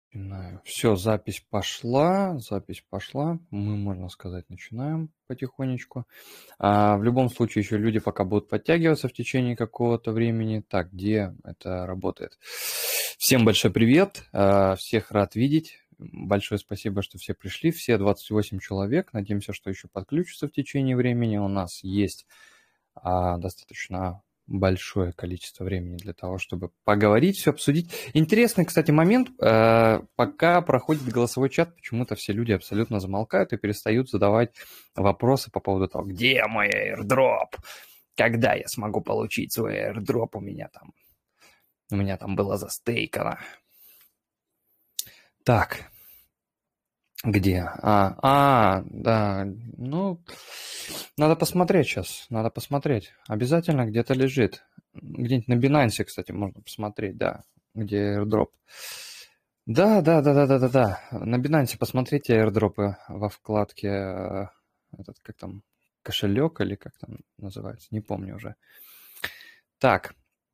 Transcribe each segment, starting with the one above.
Начинаю. Все, запись пошла, запись пошла. Мы, можно сказать, начинаем потихонечку. В любом случае, еще люди пока будут подтягиваться в течение какого-то времени. Так, где это работает? Всем большой привет, всех рад видеть. Большое спасибо, что все пришли, все 28 человек. Надеемся, что еще подключатся в течение времени. У нас есть достаточно большое количество времени для того, чтобы поговорить, все обсудить. Интересный, кстати, момент. Пока проходит голосовой чат, почему-то все люди абсолютно замолкают и перестают задавать вопросы по поводу того, где мой airdrop, когда я смогу получить свой airdrop, у меня там было застейкано. Так, где? Да, ну, надо посмотреть сейчас, надо посмотреть. Обязательно где-то лежит. Где-нибудь на Binance, кстати, можно посмотреть, да, где airdrop. Да. На Binance посмотрите airdropы во вкладке, как там, кошелек или как там называется, не помню уже. Так,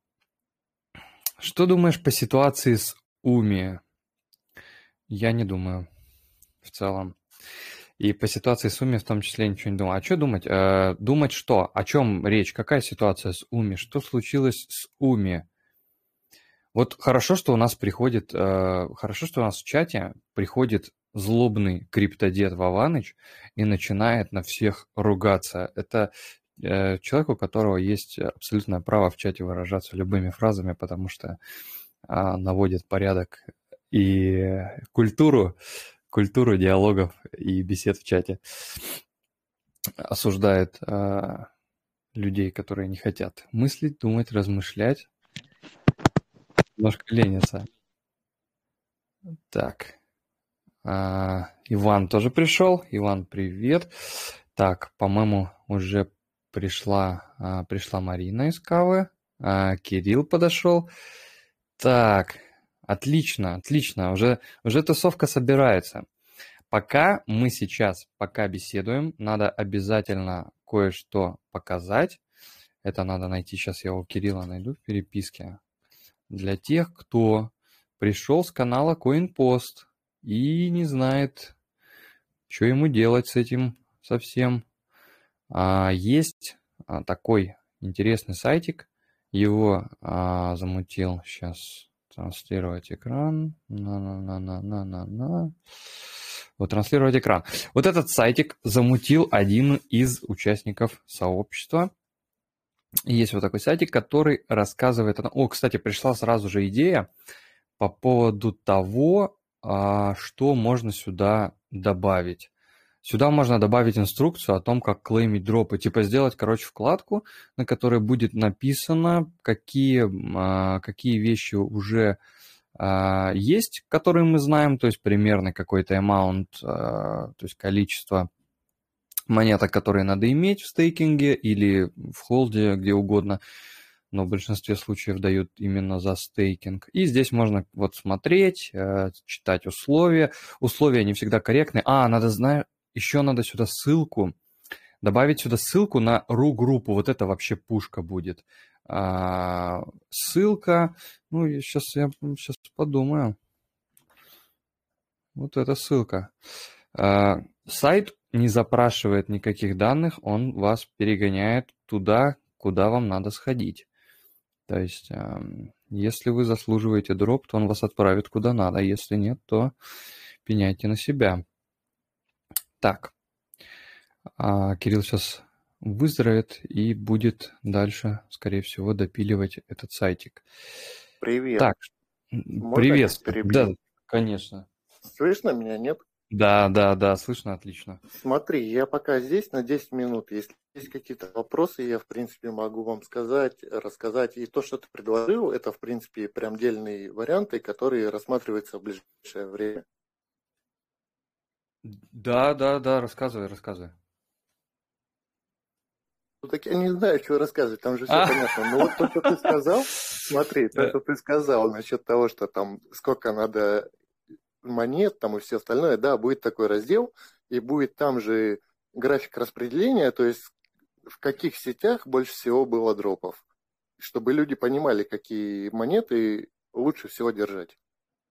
что думаешь по ситуации с Уми? Я не думаю, в целом. И по ситуации с Уми в том числе ничего не думаю. А что думать? Думать что? О чем речь? Какая ситуация с Уми? Что случилось с Уми? Вот хорошо, что у нас в чате приходит злобный криптодед Вованыч и начинает на всех ругаться. Это человек, у которого есть абсолютное право в чате выражаться любыми фразами, потому что наводит порядок и культуру диалогов и бесед в чате. Осуждает людей, которые не хотят мыслить, думать, размышлять. Немножко ленятся. Так. Иван тоже пришел. Иван, привет. Так, по-моему, уже пришла Марина из Кавы. Кирилл подошел. Так, отлично. Уже тусовка собирается. Пока беседуем, надо обязательно кое-что показать. Это надо найти. Сейчас я у Кирилла найду в переписке. Для тех, кто пришел с канала CoinPost и не знает, что ему делать с этим совсем. Есть такой интересный сайтик. Его замутил. Сейчас транслировать экран. Вот транслировать экран. Вот этот сайтик замутил один из участников сообщества. Есть вот такой сайтик, который рассказывает... кстати, пришла сразу же идея по поводу того, что можно сюда добавить. Сюда можно добавить инструкцию о том, как клеймить дропы. Типа сделать, вкладку, на которой будет написано, какие вещи уже есть, которые мы знаем, то есть примерно какой-то amount, то есть количество монеток, которые надо иметь в стейкинге или в холде, где угодно, но в большинстве случаев дают именно за стейкинг. И здесь можно вот смотреть, читать условия. Условия не всегда корректны. Еще надо сюда добавить сюда ссылку на ру-группу. Вот это вообще пушка будет. Ссылка, я сейчас подумаю. Вот эта ссылка. Сайт не запрашивает никаких данных, он вас перегоняет туда, куда вам надо сходить. То есть, если вы заслуживаете дроп, то он вас отправит куда надо, если нет, то пеняйте на себя. Так, Кирилл сейчас выздоровеет и будет дальше, скорее всего, допиливать этот сайтик. Привет. Так, привет. Да, конечно. Слышно меня, нет? Да, слышно отлично. Смотри, я пока здесь на 10 минут. Если есть какие-то вопросы, я, в принципе, могу вам рассказать. И то, что ты предложил, это, в принципе, прям дельные варианты, которые рассматриваются в ближайшее время. Да, рассказывай. Ну, так я не знаю, что рассказывать, там же все понятно. Но вот то, что ты сказал, смотри, то, что ты сказал насчет того, что там сколько надо монет там и все остальное, да, будет такой раздел, и будет там же график распределения, то есть в каких сетях больше всего было дропов, чтобы люди понимали, какие монеты лучше всего держать.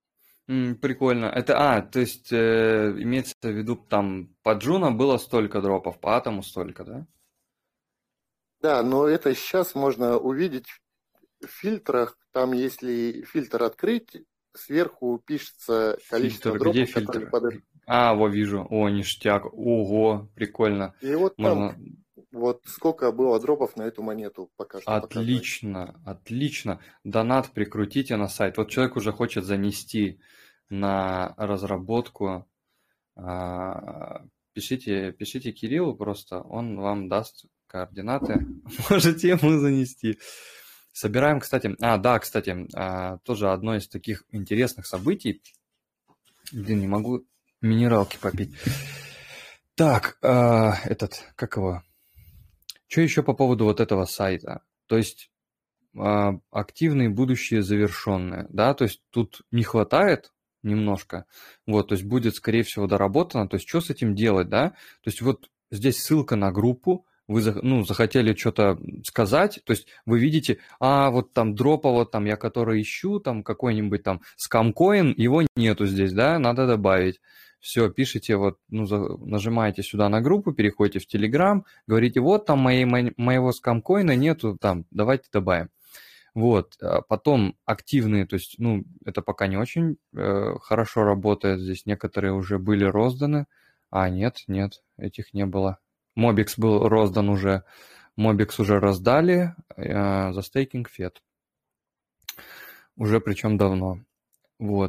Прикольно. То есть имеется в виду, там по Джуна было столько дропов, по Атому столько, да? Да, но это сейчас можно увидеть в фильтрах. Там, если фильтр открыть, сверху пишется количество Фильтр, где дропов, которые фильтр? под это. Во, вижу. О, ништяк. Ого, прикольно. И вот там Можно. вот сколько было дропов на эту монету пока что показывает. Отлично, отлично. Донат прикрутите на сайт. Вот человек уже хочет занести на разработку. А, пишите Кириллу просто, он вам даст координаты. Можете ему занести. Собираем, кстати, кстати, тоже одно из таких интересных событий. Блин, не могу минералки попить. Так, как его? Что еще по поводу вот этого сайта? То есть активные, будущие, завершенные, да, то есть тут не хватает немножко, вот, то есть будет, скорее всего, доработано, то есть что с этим делать, да, то есть вот здесь ссылка на группу, вы захотели что-то сказать, то есть вы видите, вот там дропа, вот там я который ищу, там какой-нибудь там скамкоин, его нету здесь, да, надо добавить. Все, пишите, вот, нажимаете сюда на группу, переходите в Telegram, говорите, вот там моего скамкоина нету, там, давайте добавим. Вот, потом активные, то есть, это пока не очень хорошо работает, здесь некоторые уже были розданы, нет, этих не было. Мобикс был роздан уже, Мобикс уже раздали, за стейкинг фет. Уже причем давно. Вот.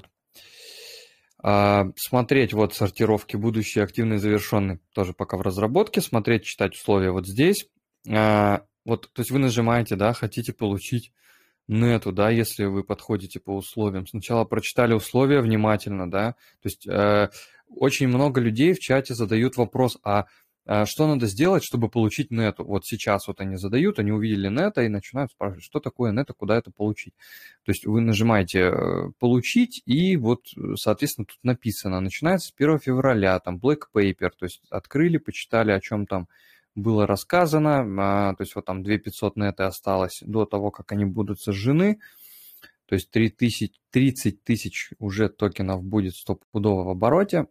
Смотреть вот сортировки будущие, активные, завершенные, тоже пока в разработке, смотреть, читать условия вот здесь. Вот, то есть вы нажимаете, да, хотите получить нету, да, если вы подходите по условиям. Сначала прочитали условия внимательно, да, то есть очень много людей в чате задают вопрос, что надо сделать, чтобы получить нету? Вот сейчас вот они задают, они увидели нета и начинают спрашивать, что такое нета, куда это получить. То есть вы нажимаете «Получить», и вот, соответственно, тут написано, начинается с 1 февраля, там, Black Paper, то есть открыли, почитали, о чем там было рассказано, то есть вот там 2500 неты осталось до того, как они будут сожжены, то есть 30 тысяч уже токенов будет стопудово в обороте.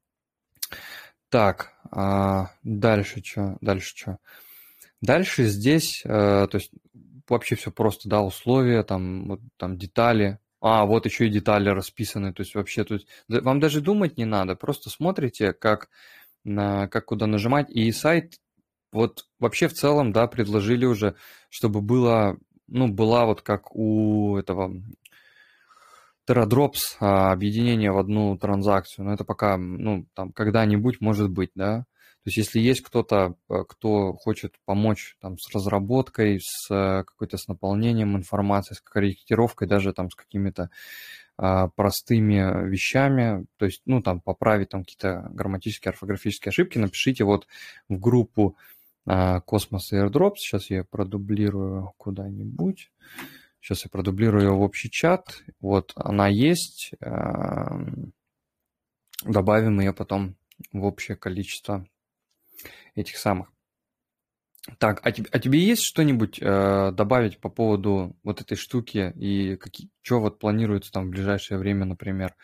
Так, дальше что? Дальше здесь, то есть вообще все просто, да, условия, там детали. Вот еще и детали расписаны, то есть вообще тут вам даже думать не надо, просто смотрите, как куда нажимать, и сайт вот вообще в целом, да, предложили уже, чтобы была вот как у этого TerraDrops объединение в одну транзакцию, но это пока, там когда-нибудь может быть, да. То есть если есть кто-то, кто хочет помочь там с разработкой, с какой-то с наполнением информации, с корректировкой, даже там с какими-то простыми вещами, то есть, там поправить там какие-то грамматические, орфографические ошибки, напишите вот в группу Космос Airdrops. Сейчас я продублирую куда-нибудь. Сейчас я продублирую ее в общий чат. Вот она есть. Добавим ее потом в общее количество этих самых. Так, а тебе есть что-нибудь добавить по поводу вот этой штуки и что вот планируется там в ближайшее время, например?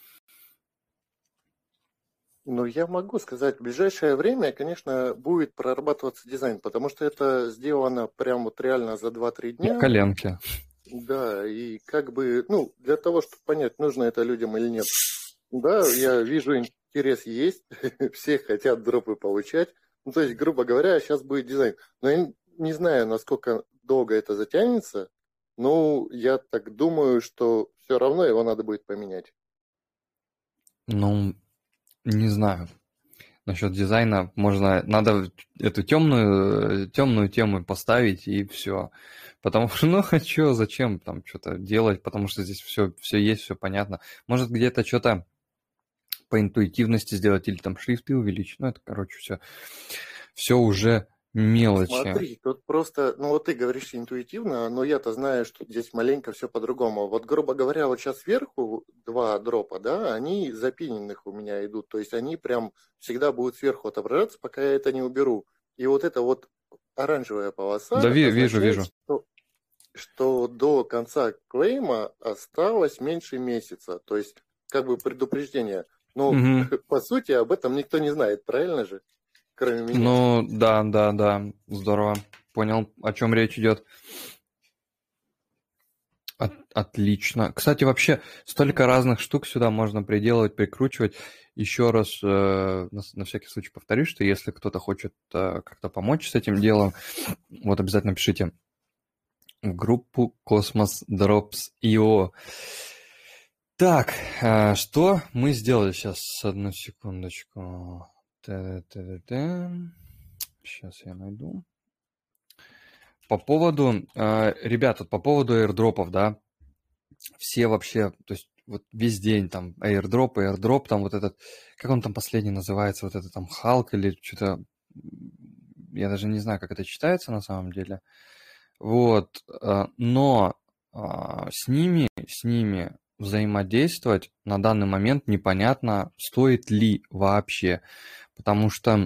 Я могу сказать, в ближайшее время, конечно, будет прорабатываться дизайн, потому что это сделано прям вот реально за 2-3 На дня. коленке. Да, и как бы, для того, чтобы понять, нужно это людям или нет. Да, я вижу, интерес есть, все хотят дропы получать. То есть, грубо говоря, сейчас будет дизайн. Но я не знаю, насколько долго это затянется, но я так думаю, что все равно его надо будет поменять. Не знаю. Насчет дизайна надо эту темную тему поставить и все. Потому что, хочу, зачем там что-то делать, потому что здесь все есть, все понятно. Может, где-то что-то по интуитивности сделать или там шрифты увеличить. Это, короче, все уже мелочи. Смотри, тут просто, вот ты говоришь интуитивно, но я-то знаю, что здесь маленько все по-другому. Вот, грубо говоря, вот сейчас сверху 2 дропа, да, они запиненных у меня идут, то есть они прям всегда будут сверху отображаться, пока я это не уберу. И вот эта вот оранжевая полоса Да, означает, вижу. что до конца клейма осталось меньше месяца. То есть как бы предупреждение. Ну, Мгм. по сути, об этом никто не знает, правильно же? Кроме меня. Ну, да, да, да, здорово. Понял, о чем речь идет. Отлично. Кстати, вообще столько разных штук сюда можно приделывать, прикручивать. Еще раз на всякий случай повторюсь, что если кто-то хочет как-то помочь с этим делом, вот обязательно пишите в группу Cosmos Drops IO. Так, что мы сделали сейчас? Одну секундочку. Сейчас я найду. По поводу, ребята, по поводу airdropов, да, все вообще, то есть вот весь день там airdrop, там вот этот, как он там последний называется, вот это там Халк или что-то, я даже не знаю, как это читается на самом деле. Вот, но с ними взаимодействовать на данный момент непонятно, стоит ли вообще, потому что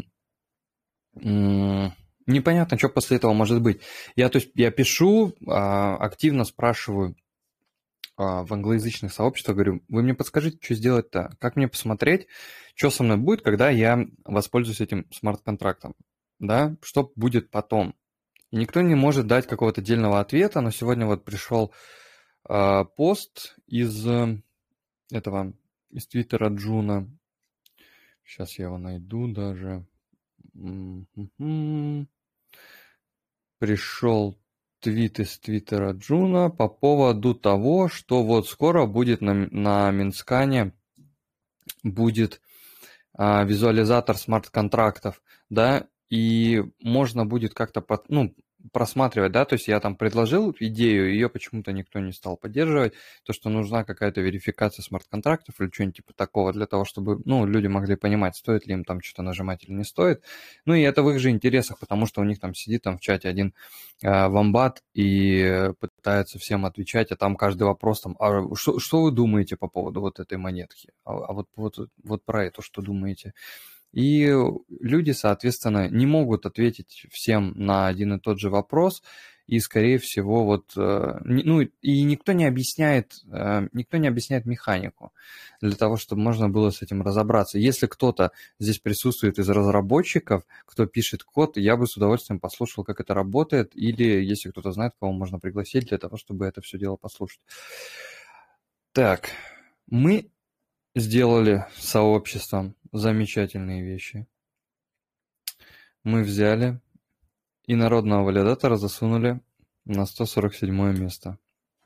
непонятно, что после этого может быть. То есть я пишу, активно спрашиваю в англоязычных сообществах, говорю, вы мне подскажите, что сделать-то? Как мне посмотреть, что со мной будет, когда я воспользуюсь этим смарт-контрактом? Да, что будет потом? И никто не может дать какого-то отдельного ответа, но сегодня вот пришел пост из из твиттера Джуна. Сейчас я его найду даже. Пришел твит из твиттера Джуна по поводу того, что вот скоро будет на Минскане будет визуализатор смарт-контрактов, да, и можно будет как-то просматривать, да, то есть я там предложил идею, ее почему-то никто не стал поддерживать, то, что нужна какая-то верификация смарт-контрактов или что-нибудь типа такого для того, чтобы, люди могли понимать, стоит ли им там что-то нажимать или не стоит. Ну и это в их же интересах, потому что у них там сидит там в чате один вомбат и пытается всем отвечать, а там каждый вопрос там, а что вы думаете по поводу вот этой монетки? А вот про это что думаете? И люди, соответственно, не могут ответить всем на один и тот же вопрос, и, скорее всего, и никто не объясняет механику для того, чтобы можно было с этим разобраться. Если кто-то здесь присутствует из разработчиков, кто пишет код, я бы с удовольствием послушал, как это работает, или если кто-то знает, кого можно пригласить для того, чтобы это все дело послушать. Так, мы сделали сообществом замечательные вещи. Мы взяли и народного валидатора засунули на 147 место.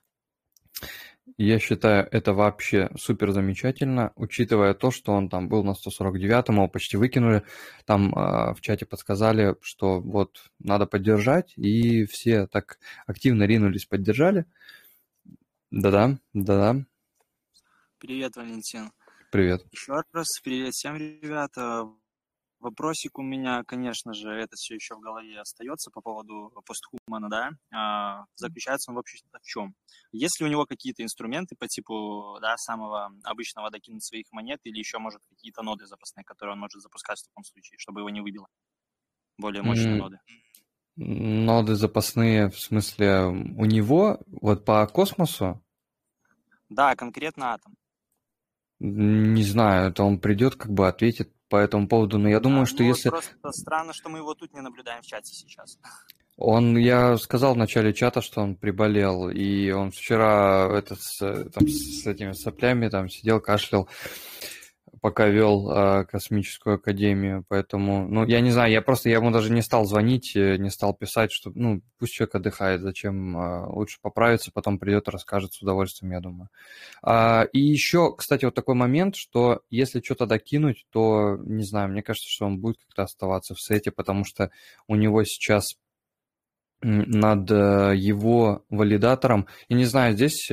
Я считаю, это вообще супер замечательно, учитывая то, что он там был на 149-м, его почти выкинули. Там в чате подсказали, что вот надо поддержать, и все так активно ринулись, поддержали. Да-да, да-да. Привет, Валентин. Привет. Еще раз привет всем, ребята. Вопросик у меня, конечно же, это все еще в голове остается по поводу постхумана, да. Заключается он вообще в чем? Есть ли у него какие-то инструменты по типу, да, самого обычного докинуть своих монет или еще, может, какие-то ноды запасные, которые он может запускать в таком случае, чтобы его не выбило? Более мощные ноды. Ноды запасные, в смысле, у него, вот по космосу? Да, конкретно атом. Не знаю, это он придет, как бы ответит по этому поводу, но я думаю, что если... Просто странно, что мы его тут не наблюдаем в чате сейчас. Я сказал в начале чата, что он приболел, и он вчера с этими соплями там сидел, кашлял, пока вел космическую академию, поэтому, я не знаю, я ему даже не стал звонить, не стал писать, что, пусть человек отдыхает, зачем, лучше поправиться, потом придет и расскажет с удовольствием, я думаю. И еще, кстати, вот такой момент, что если что-то докинуть, то, не знаю, мне кажется, что он будет как-то оставаться в сете, потому что у него сейчас над его валидатором, я не знаю, здесь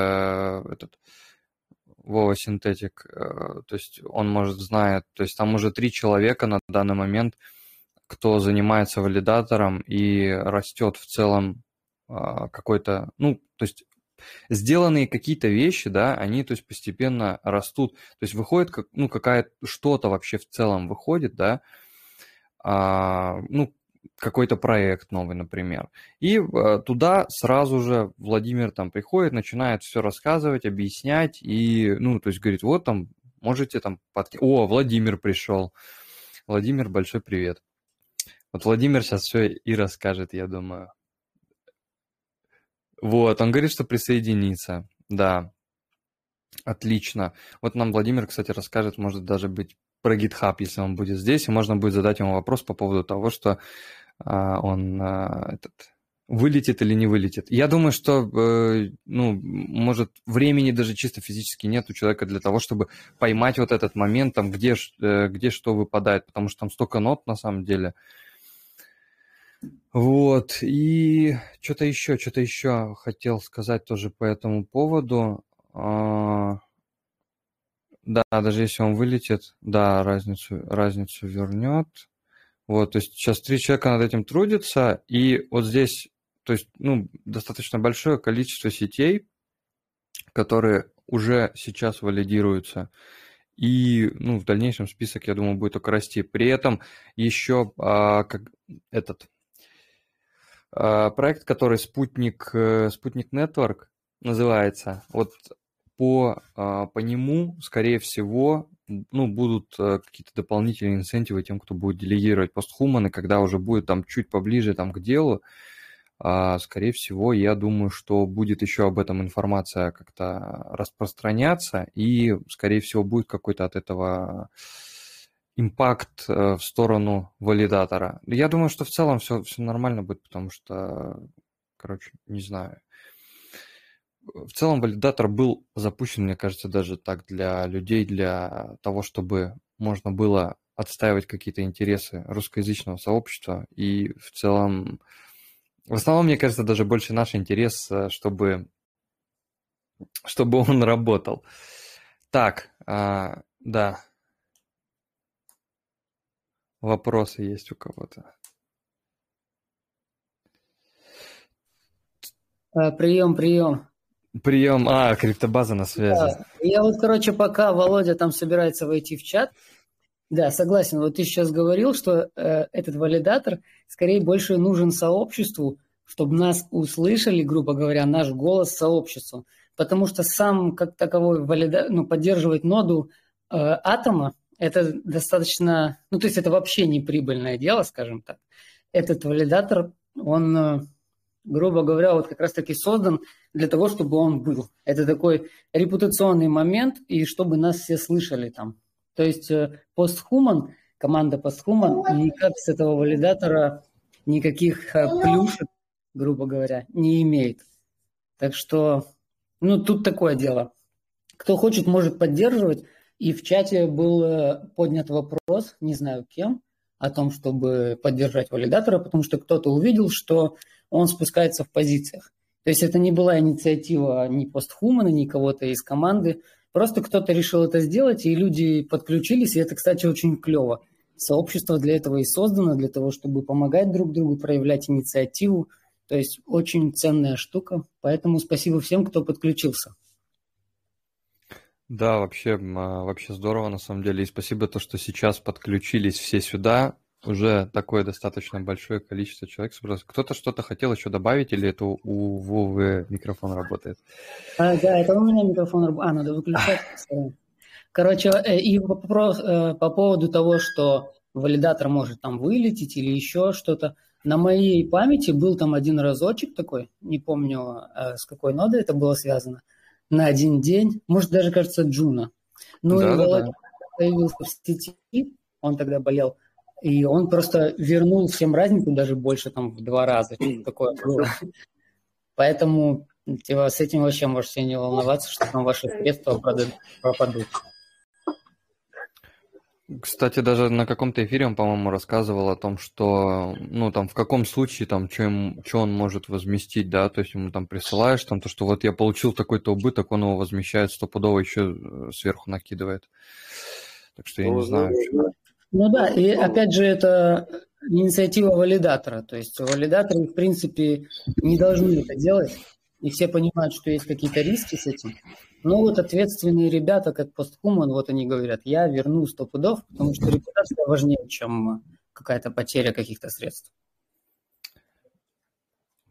Вова Синтетик, то есть он, может, знает, то есть там уже 3 человека на данный момент, кто занимается валидатором и растет в целом какой-то, то есть сделанные какие-то вещи, да, они, то есть постепенно растут, то есть выходит, что-то вообще в целом выходит, да, какой-то проект новый, например. И туда сразу же Владимир там приходит, начинает все рассказывать, объяснять, и, ну, то есть говорит, вот там, можете там... О, Владимир пришел. Владимир, большой привет. Вот Владимир сейчас все и расскажет, я думаю. Вот, он говорит, что присоединится, да. Отлично. Вот нам Владимир, кстати, расскажет, может даже быть, про GitHub, если он будет здесь, и можно будет задать ему вопрос по поводу того, что он вылетит или не вылетит. Я думаю, что, ну, может, времени даже чисто физически нет у человека для того, чтобы поймать вот этот момент, там, где что выпадает, потому что там столько нот на самом деле. Вот, и что-то еще хотел сказать тоже по этому поводу. Да, даже если он вылетит, да, разницу вернет. Вот, то есть сейчас 3 человека над этим трудятся, и вот здесь, то есть, ну, достаточно большое количество сетей, которые уже сейчас валидируются, и, ну, в дальнейшем список, я думаю, будет только расти. При этом еще проект, который Спутник Network называется, вот по нему, скорее всего, ну, будут какие-то дополнительные инцентивы тем, кто будет делегировать постхуман, и когда уже будет там чуть поближе там, к делу, скорее всего, я думаю, что будет еще об этом информация как-то распространяться, и, скорее всего, будет какой-то от этого импакт в сторону валидатора. Я думаю, что в целом все нормально будет, потому что, короче, не знаю. В целом валидатор был запущен, мне кажется, даже так для людей, для того, чтобы можно было отстаивать какие-то интересы русскоязычного сообщества. И в целом, в основном, мне кажется, даже больше наш интерес, чтобы он работал. Так, да. Вопросы есть у кого-то? Прием. Прием. Криптобаза на связи. Да. Я вот, короче, пока Володя там собирается войти в чат, да, согласен. Вот ты сейчас говорил, что этот валидатор скорее больше нужен сообществу, чтобы нас услышали, грубо говоря, наш голос сообществу. Потому что сам как таковой поддерживать ноду атома, это достаточно, ну, то есть это вообще не прибыльное дело, скажем так. Этот валидатор, он, грубо говоря, вот как раз-таки создан для того, чтобы он был. Это такой репутационный момент, и чтобы нас все слышали там. То есть постхуман, команда постхуман никак с этого валидатора никаких плюшек, грубо говоря, не имеет. Так что, ну, тут такое дело. Кто хочет, может поддерживать. И в чате был поднят вопрос, не знаю кем, о том, чтобы поддержать валидатора, потому что кто-то увидел, что он спускается в позициях. То есть это не была инициатива ни постхумана, ни кого-то из команды. Просто кто-то решил это сделать, и люди подключились, и это, кстати, очень клево. Сообщество для этого и создано, для того, чтобы помогать друг другу, проявлять инициативу. То есть очень ценная штука, поэтому спасибо всем, кто подключился. Да, вообще здорово на самом деле. И спасибо то, что сейчас подключились все сюда. Уже такое достаточно большое количество человек собралось. Кто-то что-то хотел еще добавить, или это у Вовы микрофон работает? Да, это у меня микрофон работает. Надо выключать. Короче, и вопрос по поводу того, что валидатор может там вылететь или еще что-то. На моей памяти был там один разочек такой, не помню, с какой нодой это было связано, на один день, может, даже, кажется, Джуна. Ну, и Володя появился в сети, он тогда болел, и он просто вернул всем разницу, даже больше, там, в 2 раза. Такое было. Поэтому с этим вообще можете не волноваться, что там ваши средства пропадут. Кстати, даже на каком-то эфире он, по-моему, рассказывал о том, что, ну, там, в каком случае, там, что он может возместить, да, то есть ему там присылаешь, там, то, что вот я получил такой-то убыток, он его возмещает стопудово, еще сверху накидывает. Так что я не знаю. Ну да, и опять же, это инициатива валидатора, то есть валидаторы, в принципе, не должны это делать, и все понимают, что есть какие-то риски с этим. Но вот ответственные ребята, как постхуман, вот они говорят, я верну 100 пудов, потому что репутация важнее, чем какая-то потеря каких-то средств.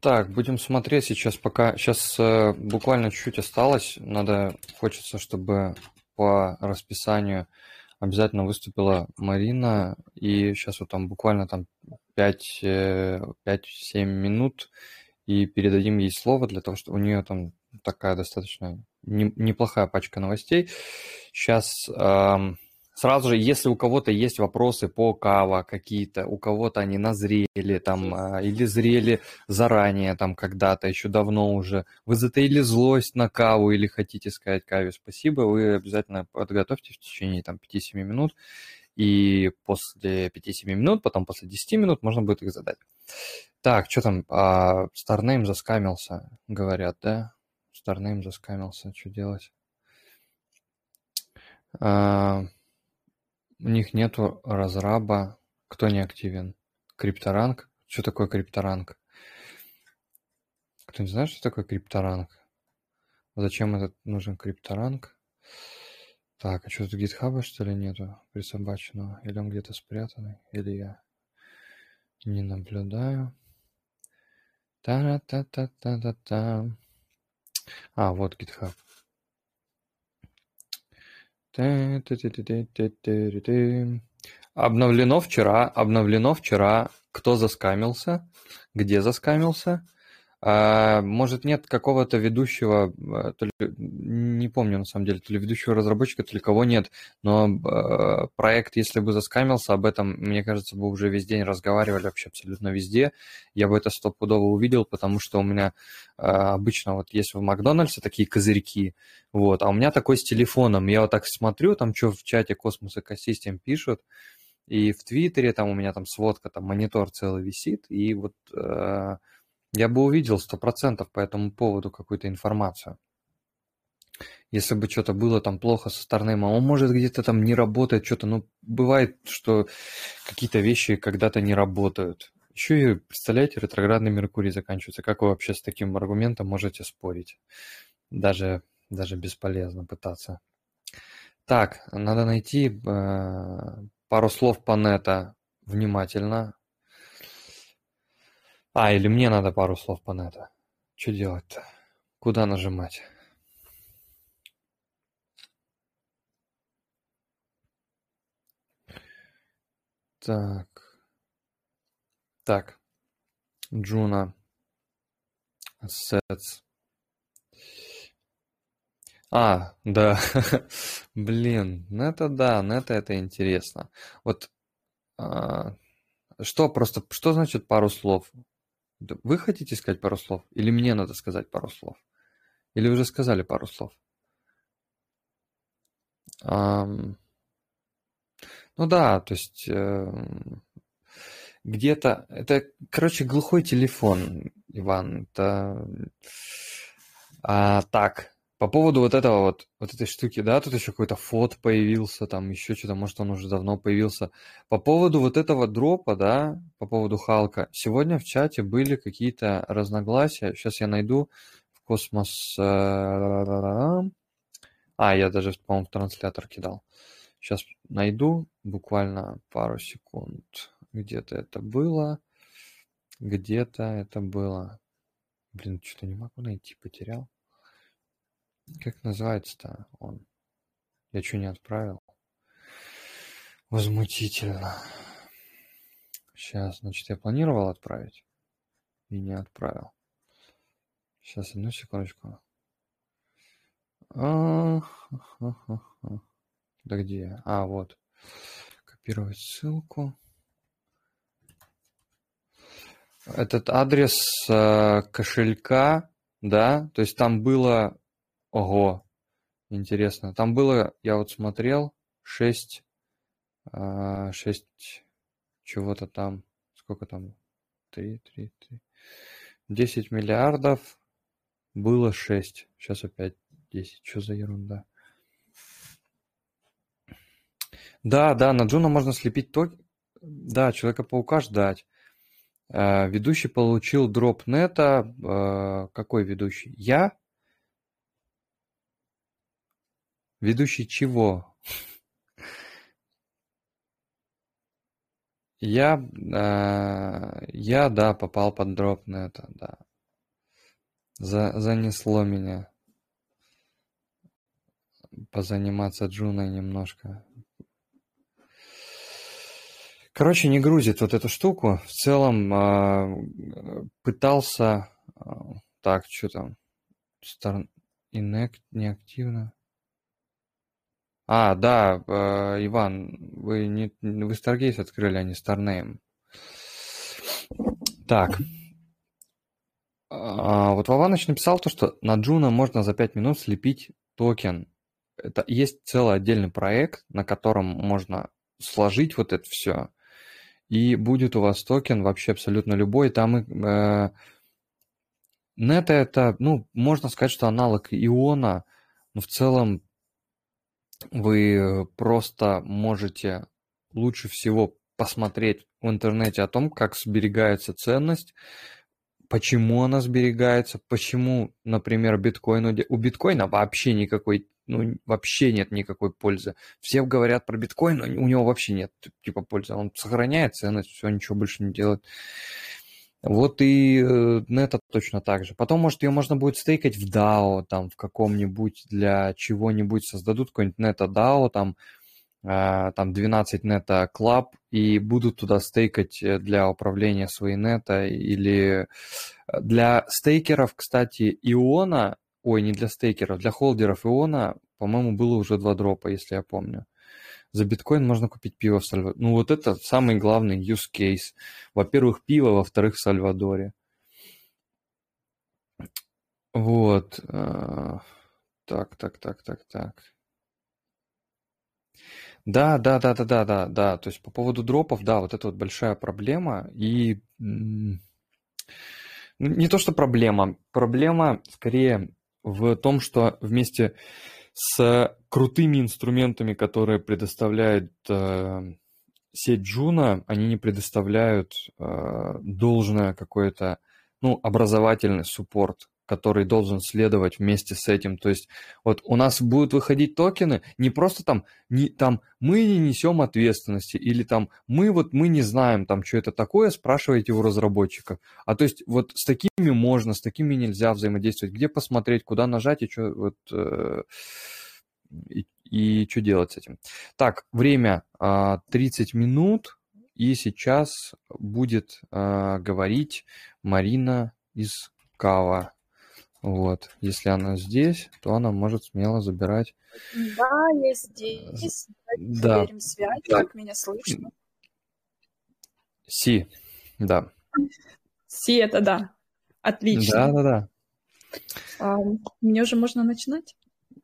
Так, будем смотреть сейчас, пока... Сейчас буквально чуть-чуть осталось. Хочется, чтобы по расписанию обязательно выступила Марина. И сейчас вот там буквально там 5-7 минут. И передадим ей слово для того, чтобы у нее там такая достаточно неплохая пачка новостей. Сейчас сразу же, если у кого-то есть вопросы по кава какие-то, у кого-то они назрели там или зрели заранее там когда-то, еще давно уже, вы затаили злость на каву или хотите сказать каве спасибо, вы обязательно подготовьте в течение там 5-7 минут. И после 5-7 минут, потом после 10 минут можно будет их задать. Так, что там? Старнейм заскамился, говорят, да? Старнейм заскамился, что делать? У них нету разраба. Кто не активен? Крипторанг? Что такое крипторанг? Кто не знает, что такое крипторанг? Зачем этот нужен крипторанг? Так, а что тут гитхаба, что ли, нету присобаченного? Или он где-то спрятанный? Или я не наблюдаю? Та-та-та-та-та-та. Вот GitHub. Обновлено вчера. Кто заскамился? Где заскамился? Может, нет какого-то ведущего, то ли, не помню на самом деле, то ли ведущего разработчика, то ли кого нет, но проект, если бы заскамился, об этом, мне кажется, бы уже весь день разговаривали вообще абсолютно везде. Я бы это стопудово увидел, потому что у меня обычно вот есть в Макдональдсе такие козырьки, вот, а у меня такой с телефоном. Я вот так смотрю, там что в чате Космос Экосистем пишут, и в Твиттере там у меня там сводка, там монитор целый висит, и вот... Я бы увидел 100% по этому поводу какую-то информацию. Если бы что-то было там плохо со Старнеймом, он может где-то там не работает, что-то, ну, бывает, что какие-то вещи когда-то не работают. Еще и, представляете, ретроградный Меркурий заканчивается. Как вы вообще с таким аргументом можете спорить? Даже бесполезно пытаться. Так, надо найти пару слов по нета внимательно. Или мне надо пару слов по нету. Что делать-то? Куда нажимать? Так. Juno. Assets. Да. Блин, нета это интересно. Вот что значит пару слов? Вы хотите сказать пару слов? Или мне надо сказать пару слов? Или уже сказали пару слов? Ну да, то есть где-то... Это, короче, глухой телефон, Иван. Это... Так, по поводу вот этой штуки, да, тут еще какой-то фот появился, там еще что-то, может, он уже давно появился. По поводу вот этого дропа, да, по поводу Халка, сегодня в чате были какие-то разногласия. Сейчас я найду в Космос... я даже, по-моему, в транслятор кидал. Сейчас найду буквально пару секунд. Где-то это было. Блин, что-то не могу найти, потерял. Как называется-то он? Я что, не отправил? Возмутительно. Сейчас, значит, я планировал отправить и не отправил. Сейчас, одну секундочку. Да где? Вот. Копировать ссылку. Этот адрес кошелька, да, то есть там было... Ого, интересно. Там было, я вот смотрел, 6 чего-то там. Сколько там? 3. 10 миллиардов. Было 6. Сейчас опять 10. Что за ерунда? Да, на Juno можно слепить токен. Да, Человека-паука ждать. Ведущий получил дроп нета. Какой ведущий? Я? Ведущий чего? Я, да, попал под дроп нета, да. Занесло меня позаниматься Джуной немножко. Короче, не грузит вот эту штуку. В целом пытался... Так, что там? Inect неактивно. Да, Иван, вы Stargaze открыли, а не Starname. Так. Вот Вованыч написал то, что на Джуна можно за 5 минут слепить токен. Это есть целый отдельный проект, на котором можно сложить вот это все, и будет у вас токен вообще абсолютно любой. Там Нета это, можно сказать, что аналог Иона, но в целом вы просто можете лучше всего посмотреть в интернете о том, как сберегается ценность, почему она сберегается, почему, например, у биткоина вообще никакой, вообще нет никакой пользы. Все говорят про биткоин, но у него вообще нет пользы. Он сохраняет ценность, все, ничего больше не делает. Вот и Нета точно так же. Потом, может, ее можно будет стейкать в DAO, там, в каком-нибудь, для чего-нибудь создадут какой-нибудь Нета DAO, там 12 Нета Club, и будут туда стейкать для управления своей Нета, или для стейкеров, кстати, Иона, не для стейкеров, для холдеров Иона, по-моему, было уже 2 дропа, если я помню. За биткоин можно купить пиво в Сальвадоре. Вот это самый главный use case. Во-первых, пиво, во-вторых, в Сальвадоре. Вот. Так. Да. То есть по поводу дропов, да, вот это вот большая проблема. И не то, что проблема. Проблема скорее в том, что вместе с крутыми инструментами, которые предоставляет сеть Джуна, они не предоставляют должное какое-то, образовательный суппорт, который должен следовать вместе с этим. То есть вот у нас будут выходить токены, не просто мы не несем ответственности, или мы не знаем, что это такое, спрашивайте у разработчиков. То есть вот с такими можно, с такими нельзя взаимодействовать. Где посмотреть, куда нажать и что что делать с этим. Так, время 30 минут, и сейчас будет говорить Марина из Кава. Вот, если она здесь, то она может смело забирать. Да, я здесь. Да. Проверим связь, как меня слышно. Си, да. Си, это да. Отлично. Да. Мне уже можно начинать?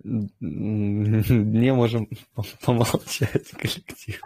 Не можем помолчать, коллектив.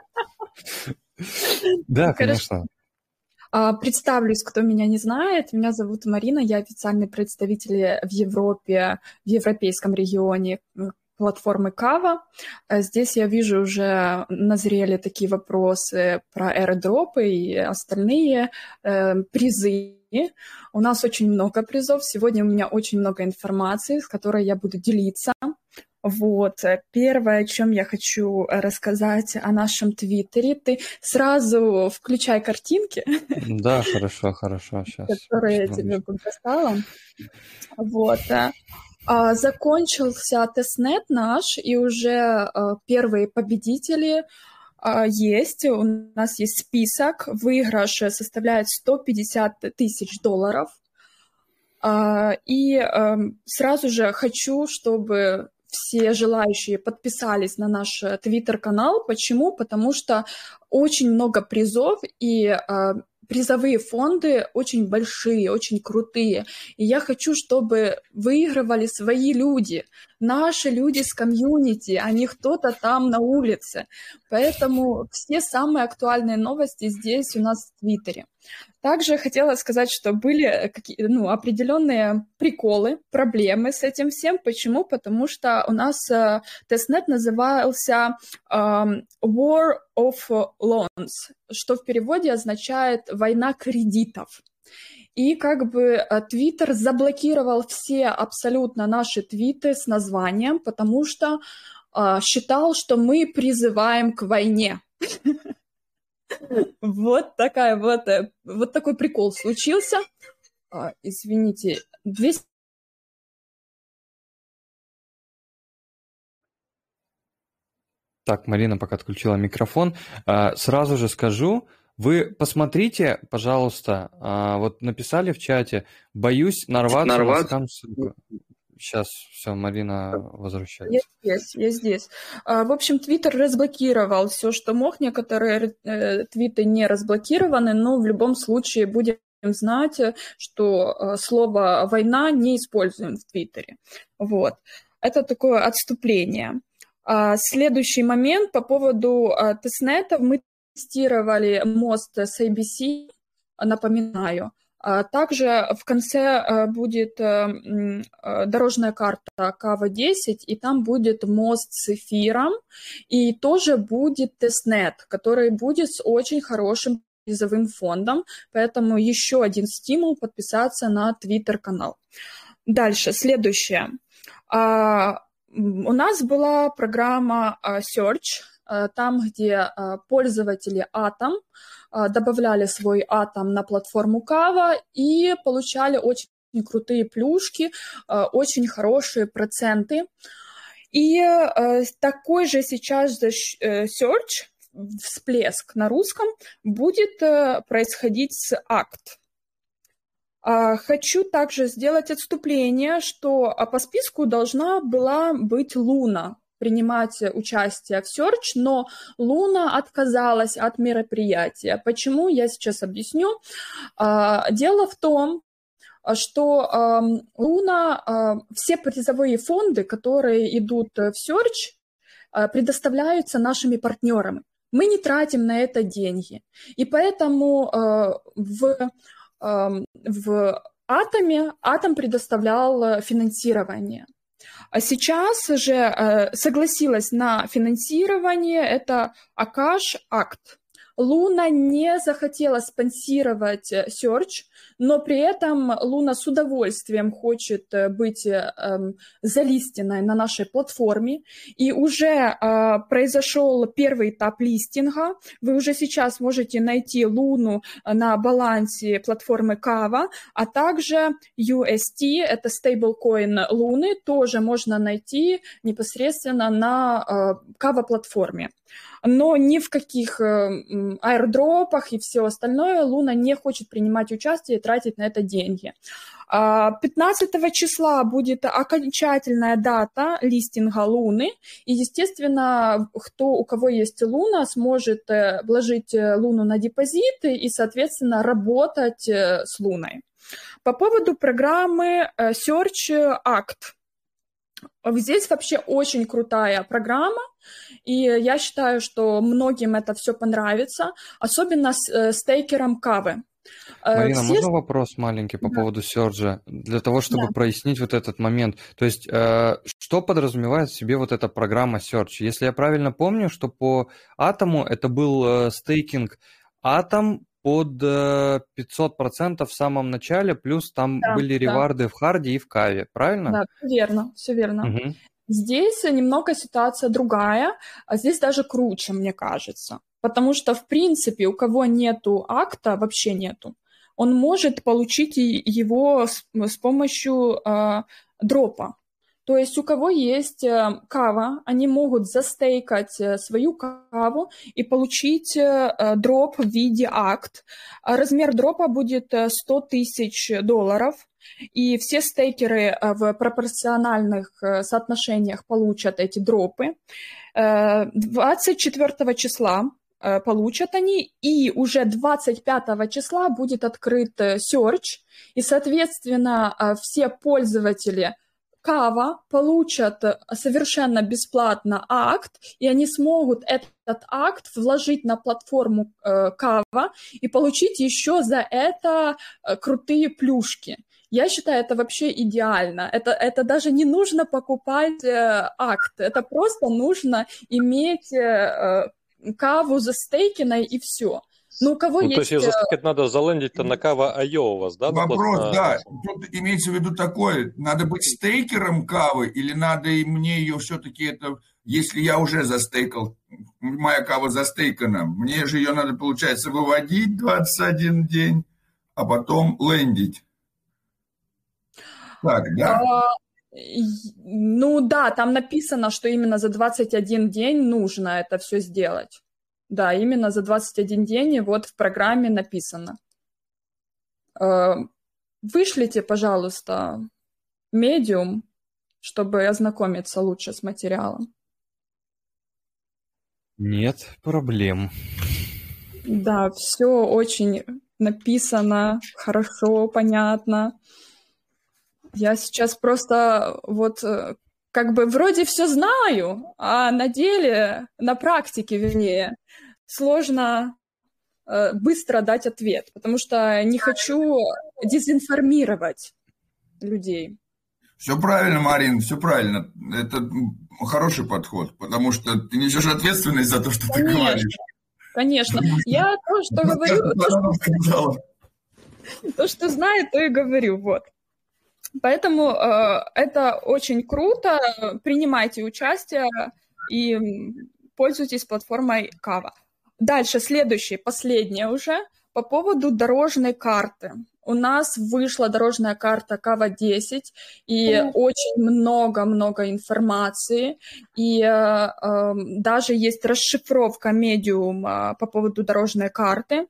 Да, конечно. Представлюсь, кто меня не знает. Меня зовут Марина, я официальный представитель в Европе, в европейском регионе платформы Кава. Здесь я вижу, уже назрели такие вопросы про airdropы и остальные призы. У нас очень много призов. Сегодня у меня очень много информации, с которой я буду делиться. Вот. Первое, о чем я хочу рассказать о нашем Твиттере. Ты сразу включай картинки. Да, хорошо, сейчас. Которые я тебе подписала. Вот. Закончился тестнет наш, и уже первые победители есть. У нас есть список. Выигрыш составляет $150 тысяч. И сразу же хочу, чтобы все желающие подписались на наш Твиттер-канал. Почему? Потому что очень много призов, и призовые фонды очень большие, очень крутые. И я хочу, чтобы выигрывали свои люди, наши люди с комьюнити, а не кто-то там на улице. Поэтому все самые актуальные новости здесь у нас в Твиттере. Также хотела сказать, что были определенные приколы, проблемы с этим всем. Почему? Потому что у нас тестнет назывался War of Loans, что в переводе означает «война кредитов». И Твиттер заблокировал все абсолютно наши твиты с названием, потому что считал, что мы призываем к войне. Вот такой прикол случился. Извините, 200 Так, Марина пока отключила микрофон. Сразу же скажу, вы посмотрите, пожалуйста, вот написали в чате, боюсь нарваться на скам-ссылку. Сейчас, все, Марина возвращается. Я здесь. В общем, Твиттер разблокировал все, что мог. Некоторые твиты не разблокированы, но в любом случае будем знать, что слово «война» не используем в Твиттере. Вот. Это такое отступление. Следующий момент по поводу тестнетов. Мы тестировали мост с ABC, напоминаю. Также в конце будет дорожная карта Кава-10, и там будет мост с эфиром, и тоже будет тестнет, который будет с очень хорошим призовым фондом, поэтому еще один стимул подписаться на Twitter-канал. Дальше, следующее. У нас была программа Search, там, где пользователи Atom добавляли свой Atom на платформу Кава и получали очень крутые плюшки, очень хорошие проценты. И такой же сейчас Search, всплеск на русском, будет происходить с Act. Хочу также сделать отступление, что по списку должна была быть Луна принимать участие в Search, но Луна отказалась от мероприятия. Почему? Я сейчас объясню. Дело в том, что Луна, все призовые фонды, которые идут в Search, предоставляются нашими партнерами. Мы не тратим на это деньги. И поэтому в Atom предоставлял финансирование. А сейчас же согласилась на финансирование, это Akash Act. Луна не захотела спонсировать Search, но при этом Луна с удовольствием хочет быть залистенной на нашей платформе. И уже произошел первый этап листинга. Вы уже сейчас можете найти Луну на балансе платформы Kava, а также UST, это стейблкоин Луны, тоже можно найти непосредственно на Kava-платформе. Но ни в каких аирдропах и все остальное Луна не хочет принимать участие и тратить на это деньги. 15 числа будет окончательная дата листинга Луны, и, естественно, у кого есть Луна, сможет вложить Луну на депозиты и, соответственно, работать с Луной. По поводу программы Search Act. Здесь вообще очень крутая программа, и я считаю, что многим это все понравится, особенно стейкерам Кавы. Марина, можно вопрос маленький по поводу Search, для того, чтобы прояснить вот этот момент? То есть, что подразумевает в себе вот эта программа Search? Если я правильно помню, что по Atom это был стейкинг Atom под 500% в самом начале, плюс там были реварды в харде и в каве, правильно? Да, все верно. Угу. Здесь немного ситуация другая, а здесь даже круче, мне кажется. Потому что, в принципе, у кого нету акта, вообще нету, он может получить его с помощью дропа. То есть у кого есть кава, они могут застейкать свою каву и получить дроп в виде акт. Размер дропа будет $100 000, и все стейкеры в пропорциональных соотношениях получат эти дропы. 24 числа получат они, и уже 25 числа будет открыт Search, и, соответственно, все пользователи Кава получат совершенно бесплатно акт, и они смогут этот акт вложить на платформу Кава и получить еще за это крутые плюшки. Я считаю, это вообще идеально. Это даже не нужно покупать акт, это просто нужно иметь Каву застейкенной и все. Ну, у кого есть... То есть ее застейкать надо залендить-то на Kava.io у вас, да? Вопрос, да. Тут имеется в виду такое, надо быть стейкером Кавы или надо и мне ее все-таки это... Если я уже застейкал, моя Кава застейкана, мне же ее надо, получается, выводить 21 день, а потом лендить. Так, да? Ну да, там написано, что именно за 21 день нужно это все сделать. Да, именно за 21 день, и вот в программе написано. Вышлите, пожалуйста, Medium, чтобы ознакомиться лучше с материалом. Нет проблем. Да, все очень написано, хорошо, понятно. Я сейчас просто вот как бы вроде все знаю, а на деле, на практике, вернее, сложно быстро дать ответ, потому что не хочу дезинформировать людей. Все правильно, Марин, все правильно. Это хороший подход, потому что ты несешь ответственность за то, что ты говоришь. Конечно. Я то, что говорю, то, что знаю, то и говорю. Вот. Поэтому это очень круто. Принимайте участие и пользуйтесь платформой Kava. Дальше, следующее, последнее уже, по поводу дорожной карты. У нас вышла дорожная карта Kava 10, и очень много-много информации, и даже есть расшифровка Medium по поводу дорожной карты.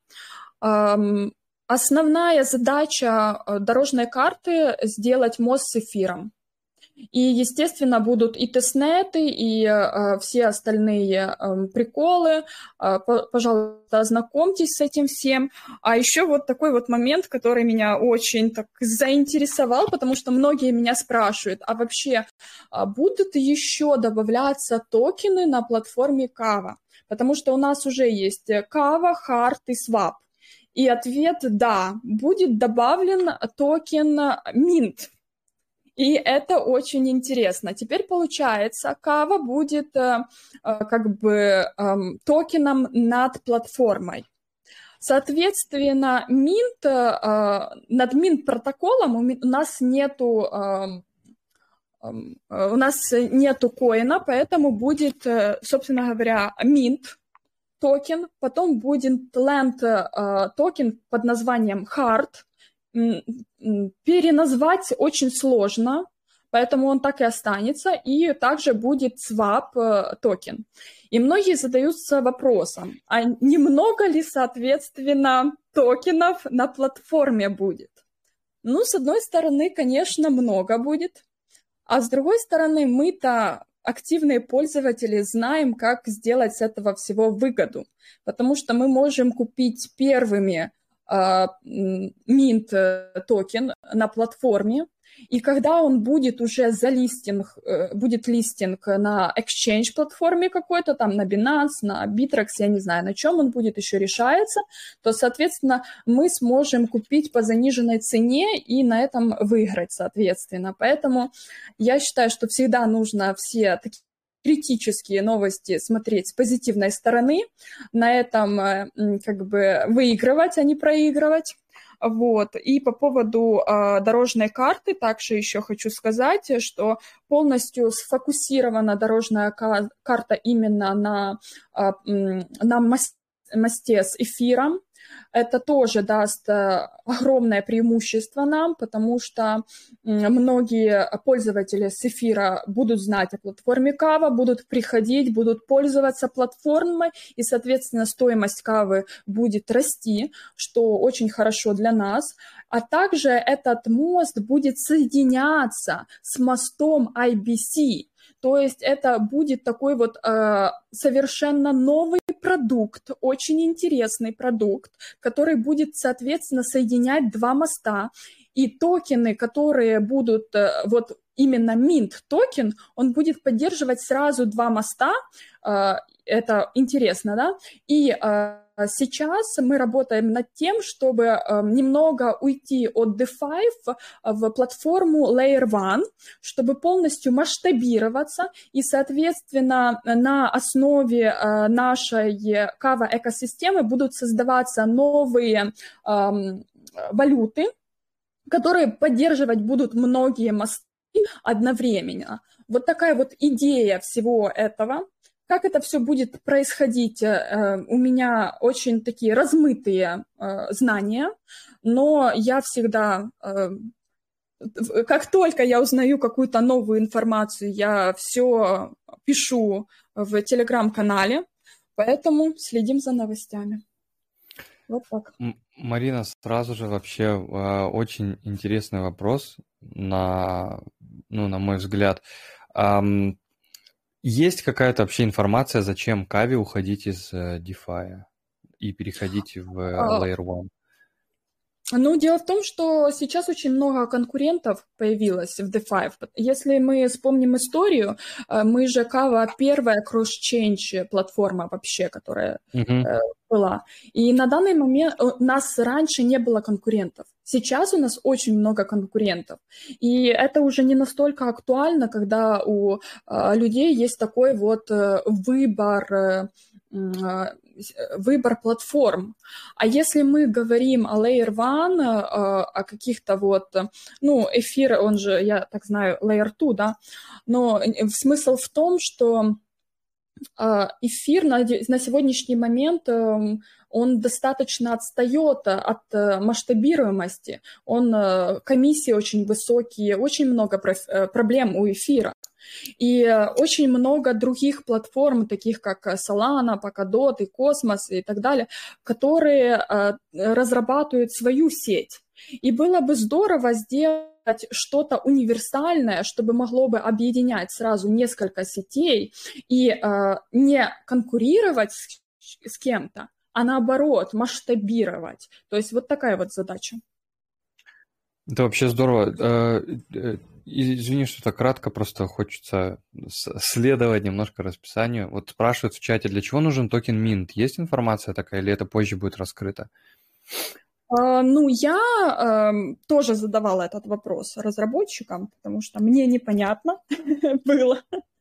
Основная задача дорожной карты – сделать мост с эфиром. И, естественно, будут и тестнеты, и все остальные приколы. Пожалуйста, ознакомьтесь с этим всем. А еще вот такой вот момент, который меня очень так заинтересовал, потому что многие меня спрашивают, а вообще будут еще добавляться токены на платформе Kava? Потому что у нас уже есть Kava, Hard и Swap. И ответ – да, будет добавлен токен Mint. И это очень интересно. Теперь получается, Kava будет как бы токеном над платформой. Соответственно, Mint, над Mint протоколом у нас нету коина, поэтому будет, собственно говоря, Mint токен, потом будет Land токен под названием Hard. Переназвать очень сложно, поэтому он так и останется, и также будет Swap токен. И многие задаются вопросом, а немного ли, соответственно, токенов на платформе будет? Ну, с одной стороны, конечно, много будет, а с другой стороны, мы-то, активные пользователи, знаем, как сделать с этого всего выгоду, потому что мы можем купить первыми Mint токен на платформе, и когда он будет уже будет листинг на exchange платформе какой-то, там на Binance, на Bittrex, я не знаю, на чем он будет, еще решается, то, соответственно, мы сможем купить по заниженной цене и на этом выиграть, соответственно. Поэтому я считаю, что всегда нужно все такие критические новости смотреть с позитивной стороны, на этом как бы выигрывать, а не проигрывать. Вот. И по поводу дорожной карты также еще хочу сказать, что полностью сфокусирована дорожная карта именно на мосте с эфиром. Это тоже даст огромное преимущество нам, потому что многие пользователи с эфира будут знать о платформе Kava, будут приходить, будут пользоваться платформой, и, соответственно, стоимость Kava будет расти, что очень хорошо для нас. А также этот мост будет соединяться с мостом IBC. То есть это будет такой вот совершенно новый продукт, очень интересный продукт, который будет, соответственно, соединять два моста. И токены, которые будут, вот именно Mint токен, он будет поддерживать сразу два моста. Это интересно, да? И сейчас мы работаем над тем, чтобы немного уйти от DeFi в платформу Layer 1, чтобы полностью масштабироваться, и, соответственно, на основе нашей Kava экосистемы будут создаваться новые валюты, которые поддерживать будут многие мосты одновременно. Вот такая вот идея всего этого. Как это все будет происходить, у меня очень такие размытые знания, но я всегда как только я узнаю какую-то новую информацию, я все пишу в телеграм-канале, поэтому следим за новостями. Вот так. Марина, сразу же вообще очень интересный вопрос, на мой взгляд. Есть какая-то вообще информация, зачем Каве уходить из DeFi и переходить в Layer 1? Ну, дело в том, что сейчас очень много конкурентов появилось в DeFi. Если мы вспомним историю, мы же Kava первая кросс-чейндж платформа вообще, которая была. И на данный момент у нас раньше не было конкурентов. Сейчас у нас очень много конкурентов. И это уже не настолько актуально, когда у людей есть такой вот выбор платформ. А если мы говорим о Layer 1, о каких-то вот, ну, эфир, он же, я так знаю, Layer 2, да, но смысл в том, что эфир на сегодняшний момент он достаточно отстает от масштабируемости, комиссии очень высокие, очень много проблем у эфира. И очень много других платформ, таких как Solana, Polkadot и Cosmos и так далее, которые разрабатывают свою сеть. И было бы здорово сделать что-то универсальное, чтобы могло бы объединять сразу несколько сетей и не конкурировать с кем-то, а наоборот масштабировать. То есть вот такая вот задача. Это вообще здорово. Извини, что так кратко, просто хочется следовать немножко расписанию. Вот спрашивают в чате, для чего нужен токен Mint? Есть информация такая или это позже будет раскрыто? Ну, я тоже задавала этот вопрос разработчикам, потому что мне непонятно было.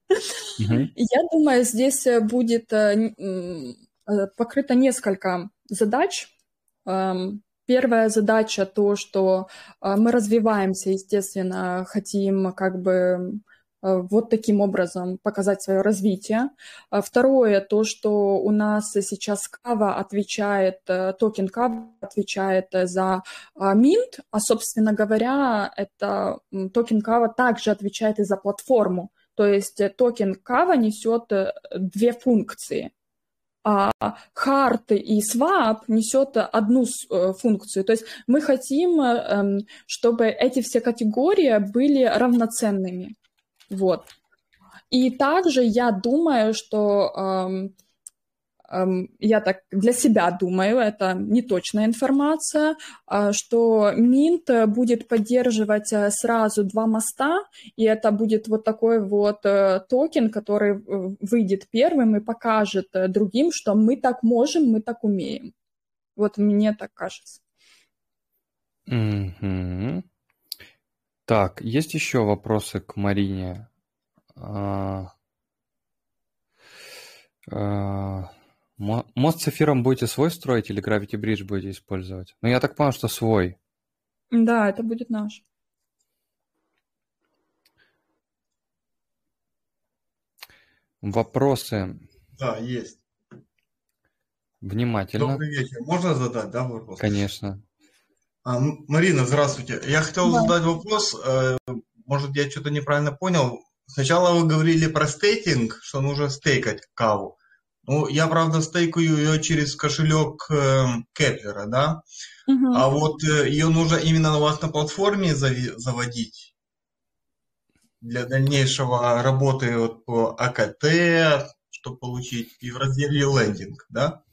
Я думаю, здесь будет покрыто несколько задач. Первая задача то, что мы развиваемся, естественно, хотим как бы вот таким образом показать свое развитие. Второе, то, что у нас сейчас Kava отвечает, токен Kava отвечает за Mint, а, собственно говоря, это токен Kava также отвечает и за платформу. То есть токен Kava несет две функции. А hard и swap несет одну функцию. То есть мы хотим, чтобы эти все категории были равноценными. Вот. И также я думаю, что я так для себя думаю, это неточная информация, что Mint будет поддерживать сразу два моста, и это будет вот такой вот токен, который выйдет первым и покажет другим, что мы так можем, мы так умеем. Вот мне так кажется. Так, есть еще вопросы к Марине? Мост с эфиром будете свой строить или Gravity Bridge будете использовать? Ну, я так понял, что свой. Да, это будет наш. Вопросы? Да, есть. Внимательно. Добрый вечер. Можно задать, да, вопрос? Конечно. Марина, здравствуйте. Я хотел задать вопрос. Может, я что-то неправильно понял. Сначала вы говорили про стейкинг, что нужно стейкать каву. Ну, я, правда, стейкаю ее через кошелек Кеплера, да? А вот ее нужно именно у вас на платформе заводить для дальнейшего работы вот по АКТ, чтобы получить, и в разделе лендинг, да?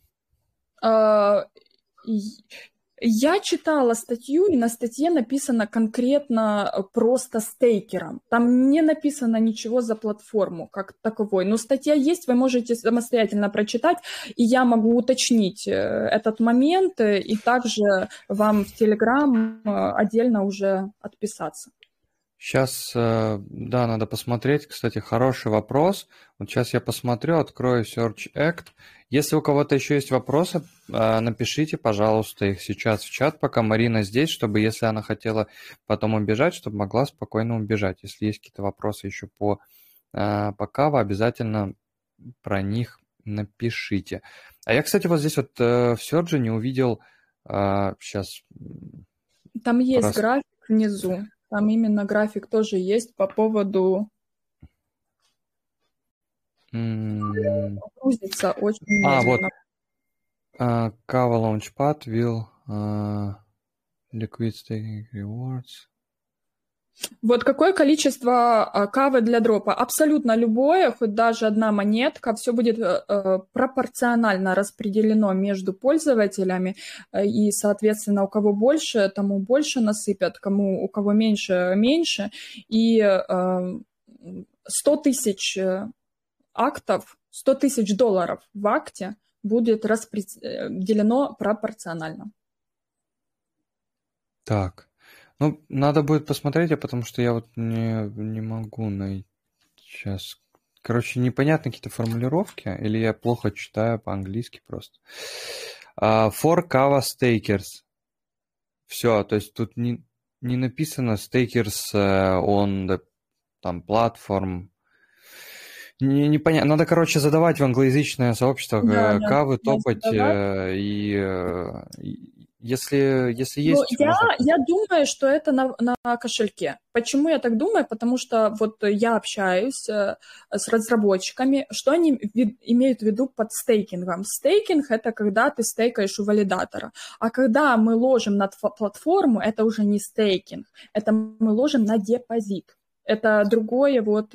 Я читала статью, и на статье написано конкретно просто стейкером. Там не написано ничего за платформу как таковой. Но статья есть, вы можете самостоятельно прочитать, и я могу уточнить этот момент, и также вам в Telegram отдельно уже отписаться. Сейчас, да, надо посмотреть. Кстати, хороший вопрос. Вот сейчас я посмотрю, открою Search Act. Если у кого-то еще есть вопросы, напишите, пожалуйста, их сейчас в чат, пока Марина здесь, чтобы, если она хотела потом убежать, чтобы могла спокойно убежать. Если есть какие-то вопросы еще по Kava, обязательно про них напишите. А я, кстати, вот здесь вот в Search не увидел... Сейчас... Там есть график внизу. Там именно график тоже есть по поводу... Грузится очень медленно. Вот. Kava Launchpad will liquid staking rewards. Вот какое количество кавы для дропа? Абсолютно любое, хоть даже одна монетка, все будет пропорционально распределено между пользователями, и, соответственно, у кого больше, тому больше насыпят, у кого меньше, меньше. И 100 тысяч актов, 100 тысяч долларов в акте будет распределено пропорционально. Так. Ну, надо будет посмотреть, потому что я вот не могу найти сейчас. Короче, непонятны какие-то формулировки, или я плохо читаю по-английски просто. For Kava Stakers. Все, то есть тут не написано Stakers on the там, platform. Непонятно. Надо, короче, задавать в англоязычное сообщество кавы, топать Если есть... Я думаю, что это на кошельке. Почему я так думаю? Потому что вот я общаюсь с разработчиками, что они имеют в виду под стейкингом. Стейкинг – это когда ты стейкаешь у валидатора. А когда мы ложим на платформу, это уже не стейкинг, это мы ложим на депозит. Это другое вот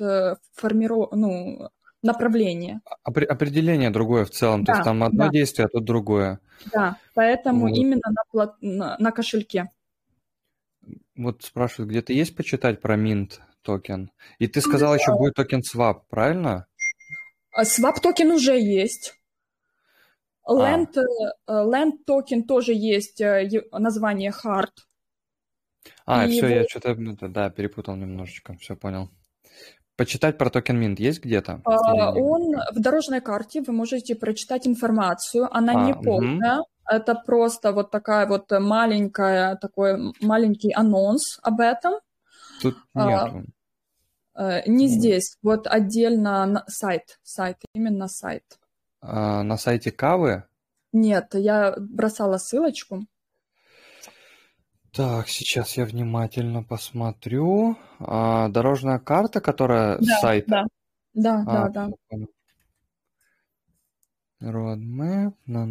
направление. Определение другое в целом. Да, то есть там одно действие, а тут другое. Да, поэтому именно на кошельке. Вот спрашивают, где-то есть почитать про Mint токен? И ты сказал, еще будет токен Swap, правильно? Swap токен уже есть. Land токен тоже есть, название Hard. Все, я что-то перепутал немножечко, все понял. Почитать про токен Mint есть где-то? Он в дорожной карте, вы можете прочитать информацию, она не полная, это просто вот такая вот маленький анонс об этом. Тут нету. Не здесь, вот отдельно сайт, именно сайт. На сайте Кавы? Нет, я бросала ссылочку. Так, сейчас я внимательно посмотрю. Дорожная карта, которая с сайта? Да. Roadmap,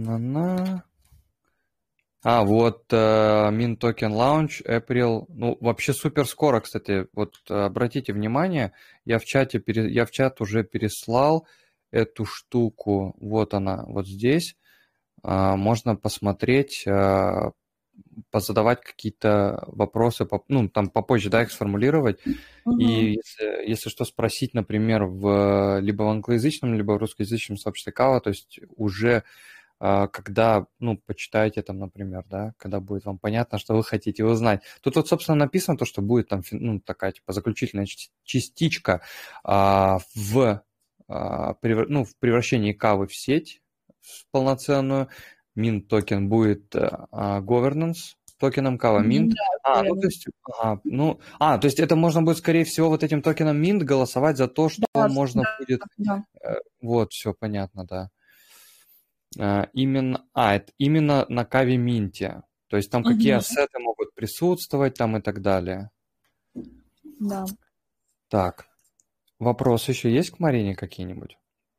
вот Mint Token Launch, April. Ну, вообще супер скоро, кстати. Вот обратите внимание, я в чат уже переслал эту штуку. Вот она, вот здесь. Можно посмотреть, позадавать какие-то вопросы, там попозже, их сформулировать. И если что, спросить, например, либо в англоязычном, либо в русскоязычном сообществе Кава, то есть уже когда, почитаете там, например, когда будет вам понятно, что вы хотите узнать. Тут вот, собственно, написано то, что будет там, такая, типа, заключительная частичка в превращении Кавы в сеть полноценную. Mint токен будет governance токеном Kava Mint. То есть это можно будет, скорее всего, вот этим токеном Mint голосовать за то, что можно будет... Вот, все понятно, да. Именно на Kava Mint. То есть там какие ассеты могут присутствовать там и так далее. Да. Так, вопросы еще есть к Марине какие-нибудь?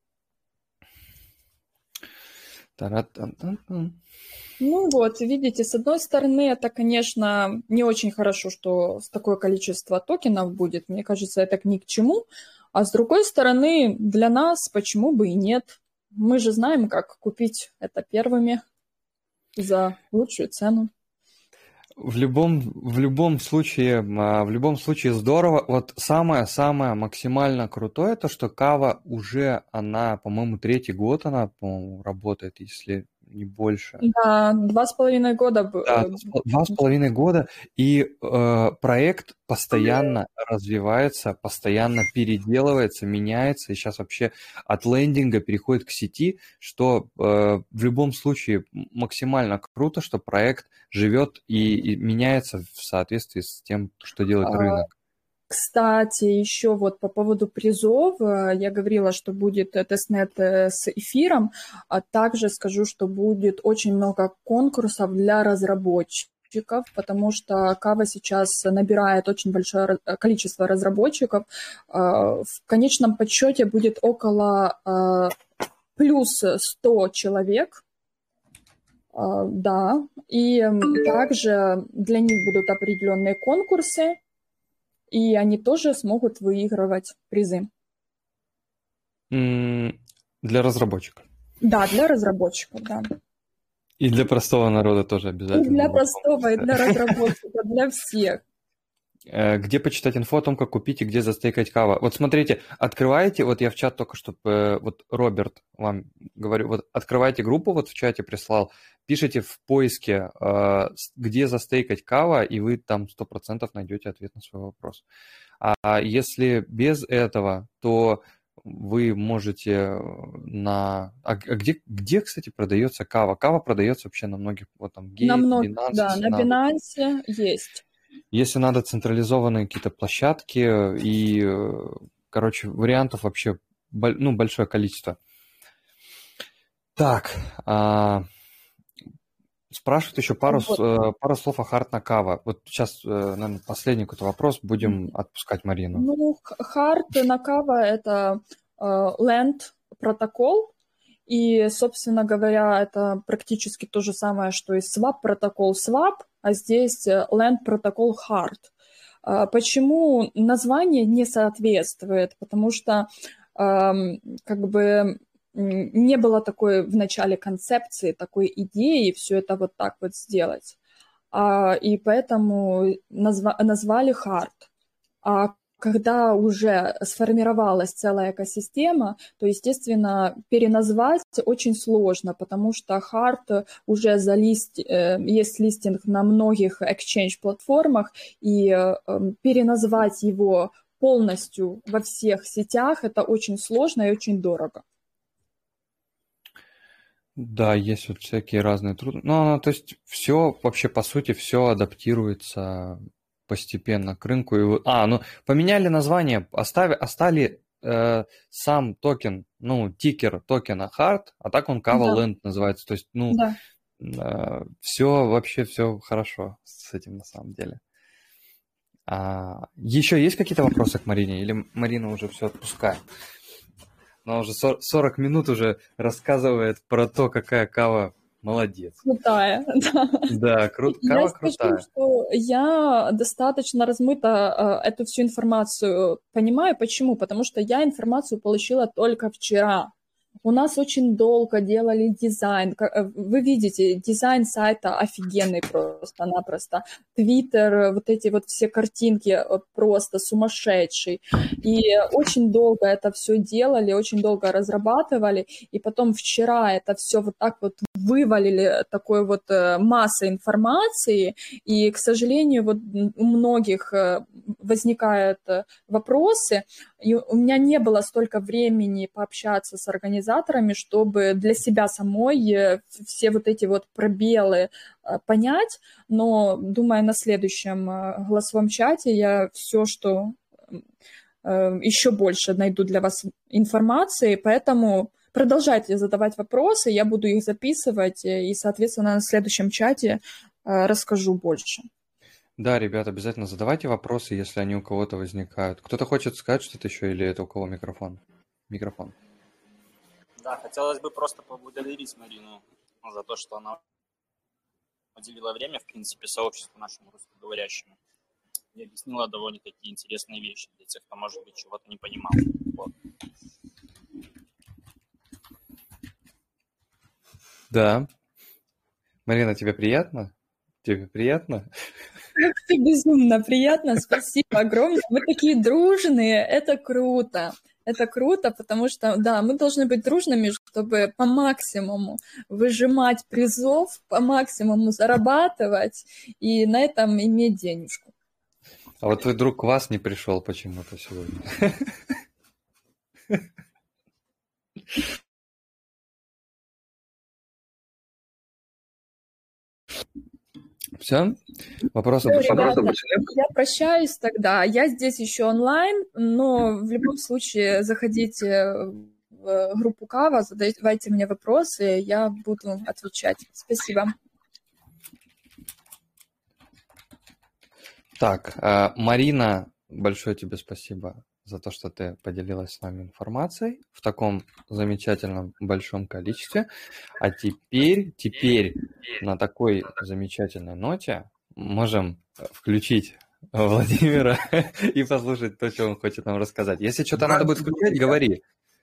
Ну вот, видите, с одной стороны, это, конечно, не очень хорошо, что такое количество токенов будет. Мне кажется, это ни к чему. А с другой стороны, для нас почему бы и нет? Мы же знаем, как купить это первыми за лучшую цену. В любом случае здорово. Вот самое максимально крутое, то, что Кава уже, она, по-моему, 3-й год она, по-моему, работает, если не больше. Да, 2,5 года. Да, 2,5 года, и проект постоянно развивается, постоянно переделывается, меняется, и сейчас вообще от лендинга переходит к сети, что в любом случае максимально круто, что проект живет и меняется в соответствии с тем, что делает рынок. Кстати, еще вот по поводу призов, я говорила, что будет тестнет с эфиром, а также скажу, что будет очень много конкурсов для разработчиков. потому что Кава сейчас набирает очень большое количество разработчиков. В конечном подсчете будет около плюс 100 человек. Да, и также для них будут определенные конкурсы, и они тоже смогут выигрывать призы. Для разработчиков. Да, для разработчиков, да. И для простого народа тоже обязательно. И для простого, и для разработчиков, для всех. Где почитать инфо о том, как купить и где застейкать Кава? Вот смотрите, открываете, вот я в чат только что, вот Роберт вам говорю, вот открывайте группу, вот в чате прислал, пишите в поиске, где застейкать Кава, и вы там 100% найдете ответ на свой вопрос. А если без этого, то вы можете где, кстати, продается Кава? Кава продается вообще на многих, вот там, Gate, На многих, Binance, да, на Binance есть. Если надо централизованные какие-то площадки, и, короче, вариантов вообще большое количество. Так, спрашивают еще пару слов о Харт на Кава. Вот сейчас, наверное, последний какой-то вопрос, будем отпускать Марину. Ну, Харт на Кава — это Land протокол, и, собственно говоря, это практически то же самое, что и Swap протокол Swap, а здесь Land протокол Hard. Почему название не соответствует? Потому что как бы не было такой в начале концепции, такой идеи все это вот так вот сделать. И поэтому назвали Hard. А когда уже сформировалась целая экосистема, то, естественно, переназвать очень сложно, потому что Hard уже есть листинг на многих exchange-платформах, и переназвать его полностью во всех сетях – это очень сложно и очень дорого. Да, есть вот всякие разные трудности. Ну, то есть все, вообще, по сути, все адаптируется постепенно к рынку. Ну, поменяли название, оставили сам токен, тикер токена Hard, а так он Kava Land называется. То есть, все хорошо с этим на самом деле. Еще есть какие-то вопросы к Марине? Или Марина уже все отпускает? Она уже 40 минут уже рассказывает про то, какая Кава молодец. Крутая, да. Да, Кава крутая. Скажу, что я достаточно размыто эту всю информацию понимаю. Почему? Потому что я информацию получила только вчера. У нас очень долго делали дизайн. Вы видите, дизайн сайта офигенный просто-напросто. Твиттер, вот эти вот все картинки просто сумасшедший. И очень долго это все делали, очень долго разрабатывали. И потом вчера это все вот так вот вывалили, такой вот массой информации. И, к сожалению, вот у многих возникают вопросы. И у меня не было столько времени пообщаться с организаторами, чтобы для себя самой все вот эти вот пробелы понять. Но, думаю, на следующем голосовом чате я все, что еще больше найду для вас информации, поэтому продолжайте задавать вопросы, я буду их записывать и, соответственно, на следующем чате расскажу больше. Да, ребят, обязательно задавайте вопросы, если они у кого-то возникают. Кто-то хочет сказать что-то еще, или это у кого микрофон? Микрофон. Да, хотелось бы просто поблагодарить Марину за то, что она уделила время, в принципе, сообществу нашему русскоговорящему и объяснила довольно-таки интересные вещи для тех, кто, может быть, чего-то не понимал. Вот. Да. Марина, тебе приятно? Тебе приятно? Это безумно приятно, спасибо огромное. Мы такие дружные, это круто. Это круто, потому что, да, мы должны быть дружными, чтобы по максимуму выжимать призов, по максимуму зарабатывать и на этом иметь денежку. А вот твой друг Квас не пришел почему-то сегодня. Все? Вопросы больше нет? Я прощаюсь тогда. Я здесь еще онлайн, но в любом случае заходите в группу Кава, задавайте мне вопросы, я буду отвечать. Спасибо. Так, Марина, большое тебе спасибо за то, что ты поделилась с нами информацией в таком замечательном большом количестве. А теперь на такой замечательной ноте можем включить Владимира и послушать то, что он хочет нам рассказать. Если что-то надо будет включать, говори.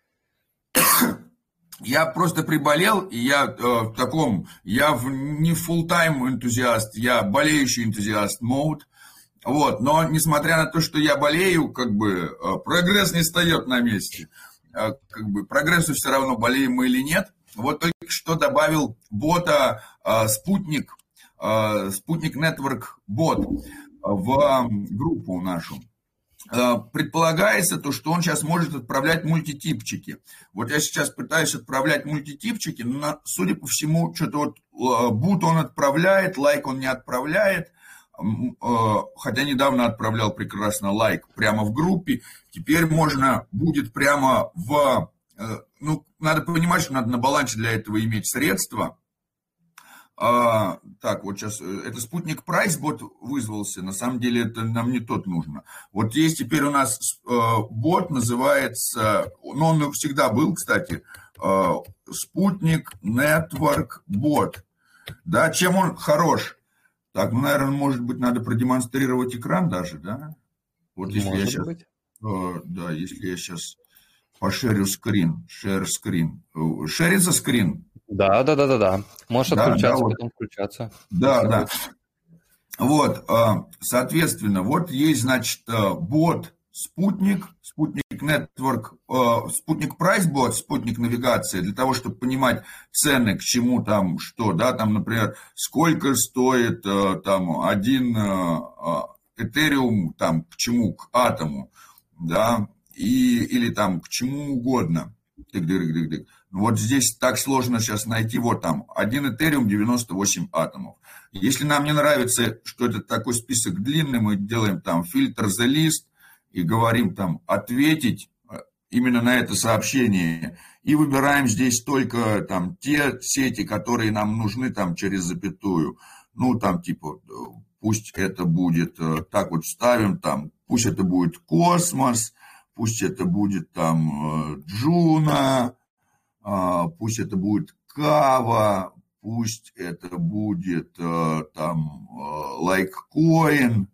Я просто приболел, и я в таком, не full-time энтузиаст, я болеющий энтузиаст mode. Вот, но несмотря на то, что я болею, как бы прогресс не встает на месте. Как бы прогрессу все равно, болеем мы или нет. Вот только что добавил бота Спутник Network бот в группу нашу. Предполагается то, что он сейчас может отправлять мультитипчики. Вот я сейчас пытаюсь отправлять мультитипчики, но, судя по всему, что-то вот бут он отправляет, лайк он не отправляет. Хотя недавно отправлял прекрасно лайк прямо в группе. Теперь можно будет прямо ну, надо понимать, что надо на балансе для этого иметь средства. Так, вот сейчас, это спутник Прайс бот вызвался, на самом деле это нам не тот нужно. Вот есть теперь у нас бот, называется, ну он всегда был, кстати, спутник Network бот. Да, чем он хорош? Так, ну, наверное, может быть, надо продемонстрировать экран даже, да? Вот если я сейчас, да, если я сейчас пошерю скрин, share скрин, шерится скрин? Да. Можешь отключаться, потом включаться. Да. Вот, соответственно, вот есть, значит, бот Спутник Network, Спутник Прайс бот, спутник навигации, для того, чтобы понимать цены, к чему там, что, да, там, например, сколько стоит там один Этериум, там, к чему, к атому, да, или там к чему угодно. Вот здесь так сложно сейчас найти, вот там, один Этериум, 98 атомов. Если нам не нравится, что это такой список длинный, мы делаем там фильтр the list и говорим там ответить именно на это сообщение. И выбираем здесь только там те сети, которые нам нужны там через запятую. Ну там типа, пусть это будет, так вот ставим там, пусть это будет Космос, пусть это будет там Джуна, пусть это будет Кава, пусть это будет там Лайккоин,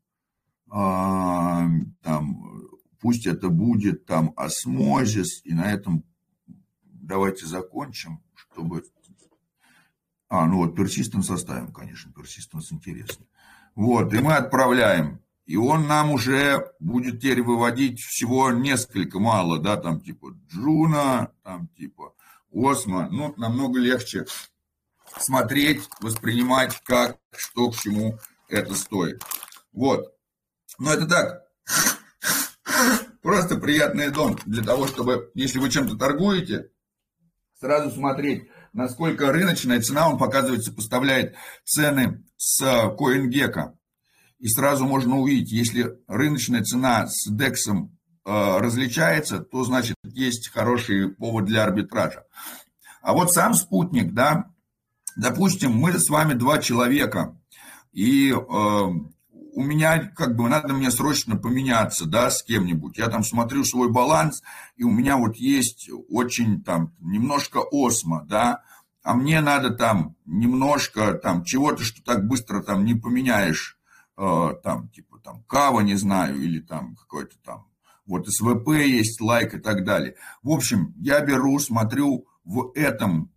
там, пусть это будет там Осмозис, и на этом давайте закончим, чтобы... ну вот Persistence оставим, конечно, Persistence интересно. Вот, и мы отправляем. И он нам уже будет теперь выводить всего несколько, мало, да, там типа Джуна, там типа Осмо. Ну, намного легче смотреть, воспринимать, как, что, к чему это стоит. Вот. Но это так, просто приятный дом для того, чтобы, если вы чем-то торгуете, сразу смотреть, насколько рыночная цена, он показывает, сопоставляет цены с CoinGecko. И сразу можно увидеть, если рыночная цена с DEX различается, то, значит, есть хороший повод для арбитража. А вот сам спутник, да, допустим, мы с вами два человека, и у меня, как бы, надо мне срочно поменяться, да, с кем-нибудь. Я там смотрю свой баланс, и у меня вот есть очень там немножко осмо, да, а мне надо там немножко там чего-то, что так быстро там не поменяешь, там, типа, там, Кава, не знаю, или там какой-то там, вот СВП есть, лайк и так далее. В общем, я беру, смотрю в этом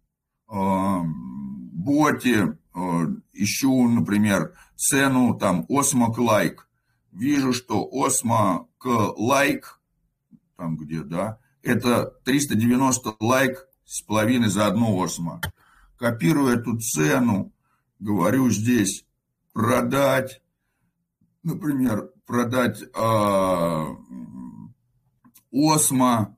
боте, ищу, например, цену там осмо к лайк. Вижу, что осмо к лайк, там где, да, это 390 лайк с половиной за одну осмо. Копирую эту цену, говорю здесь продать, например, продать осмо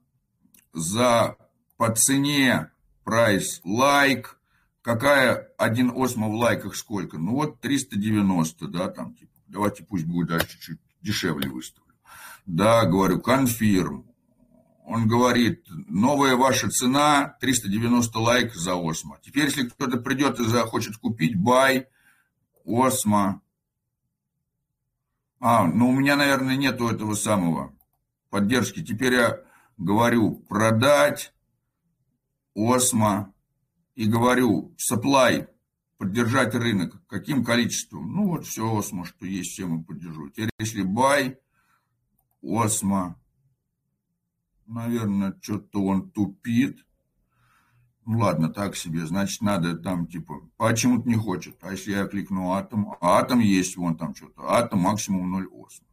по цене прайс лайк. Какая один осмо в лайках сколько? Ну вот 390, да, там типа. Давайте пусть будет даже чуть-чуть дешевле выставлю. Да, говорю, конфирм. Он говорит, новая ваша цена 390 лайк за осмо. Теперь, если кто-то придет и захочет купить, buy осмо Ну у меня, наверное, нету этого самого поддержки. Теперь я говорю продать, осмо, и говорю supply, поддержать рынок. Каким количеством? Ну вот все осмо, что есть, все мы поддержу. Теперь если buy, осмо, наверное, что-то он тупит. Ну ладно, так себе, значит, надо там, типа, почему-то не хочет. А если я кликну атом, атом есть, вон там что-то, атом максимум 0 осмо.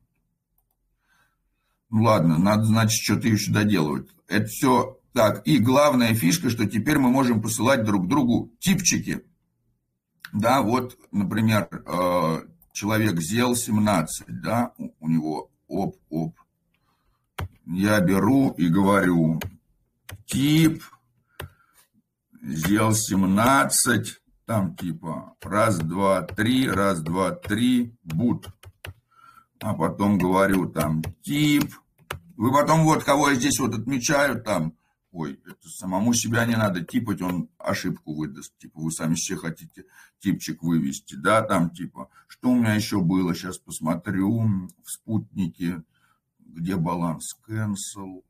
Ну ладно, надо, значит, что-то еще доделывать. Это все так. И главная фишка, что теперь мы можем посылать друг другу типчики. Да, вот, например, человек сделал 17, да, у него оп. Я беру и говорю, тип, сделал 17, там типа раз, два, три, boot. А потом говорю там тип. Вы потом вот, кого я здесь вот отмечаю, там, ой, это самому себя не надо типать, он ошибку выдаст. Типа вы сами все хотите типчик вывести, да, там типа, что у меня еще было, сейчас посмотрю в спутнике, где баланс, cancel,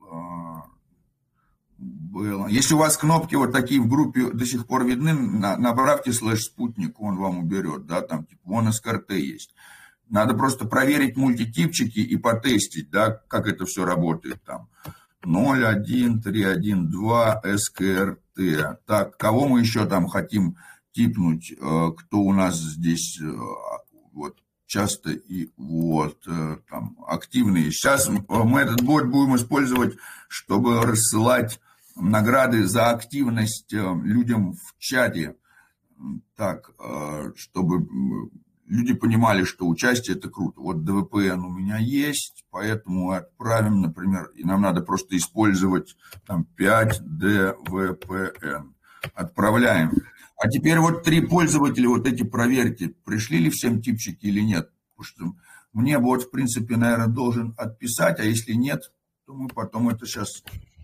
было. Если у вас кнопки вот такие в группе до сих пор видны, набравьте /спутник, он вам уберет, да, там типа, вон СКРТ есть. Надо просто проверить мультитипчики и потестить, да, как это все работает там. 0, 1, 3, 1, 2, СКРТ. Так, кого мы еще там хотим типнуть? Кто у нас здесь вот часто и вот там активные. Сейчас мы этот бот будем использовать, чтобы рассылать награды за активность людям в чате. Так, чтобы люди понимали, что участие это круто. Вот ДВПН у меня есть, поэтому отправим, например, и нам надо просто использовать там 5 ДВПН. Отправляем. А теперь вот 3 пользователя, вот эти проверьте, пришли ли всем типчики или нет. Потому что мне бот, в принципе, наверное, должен отписать, а если нет, то мы потом это сейчас...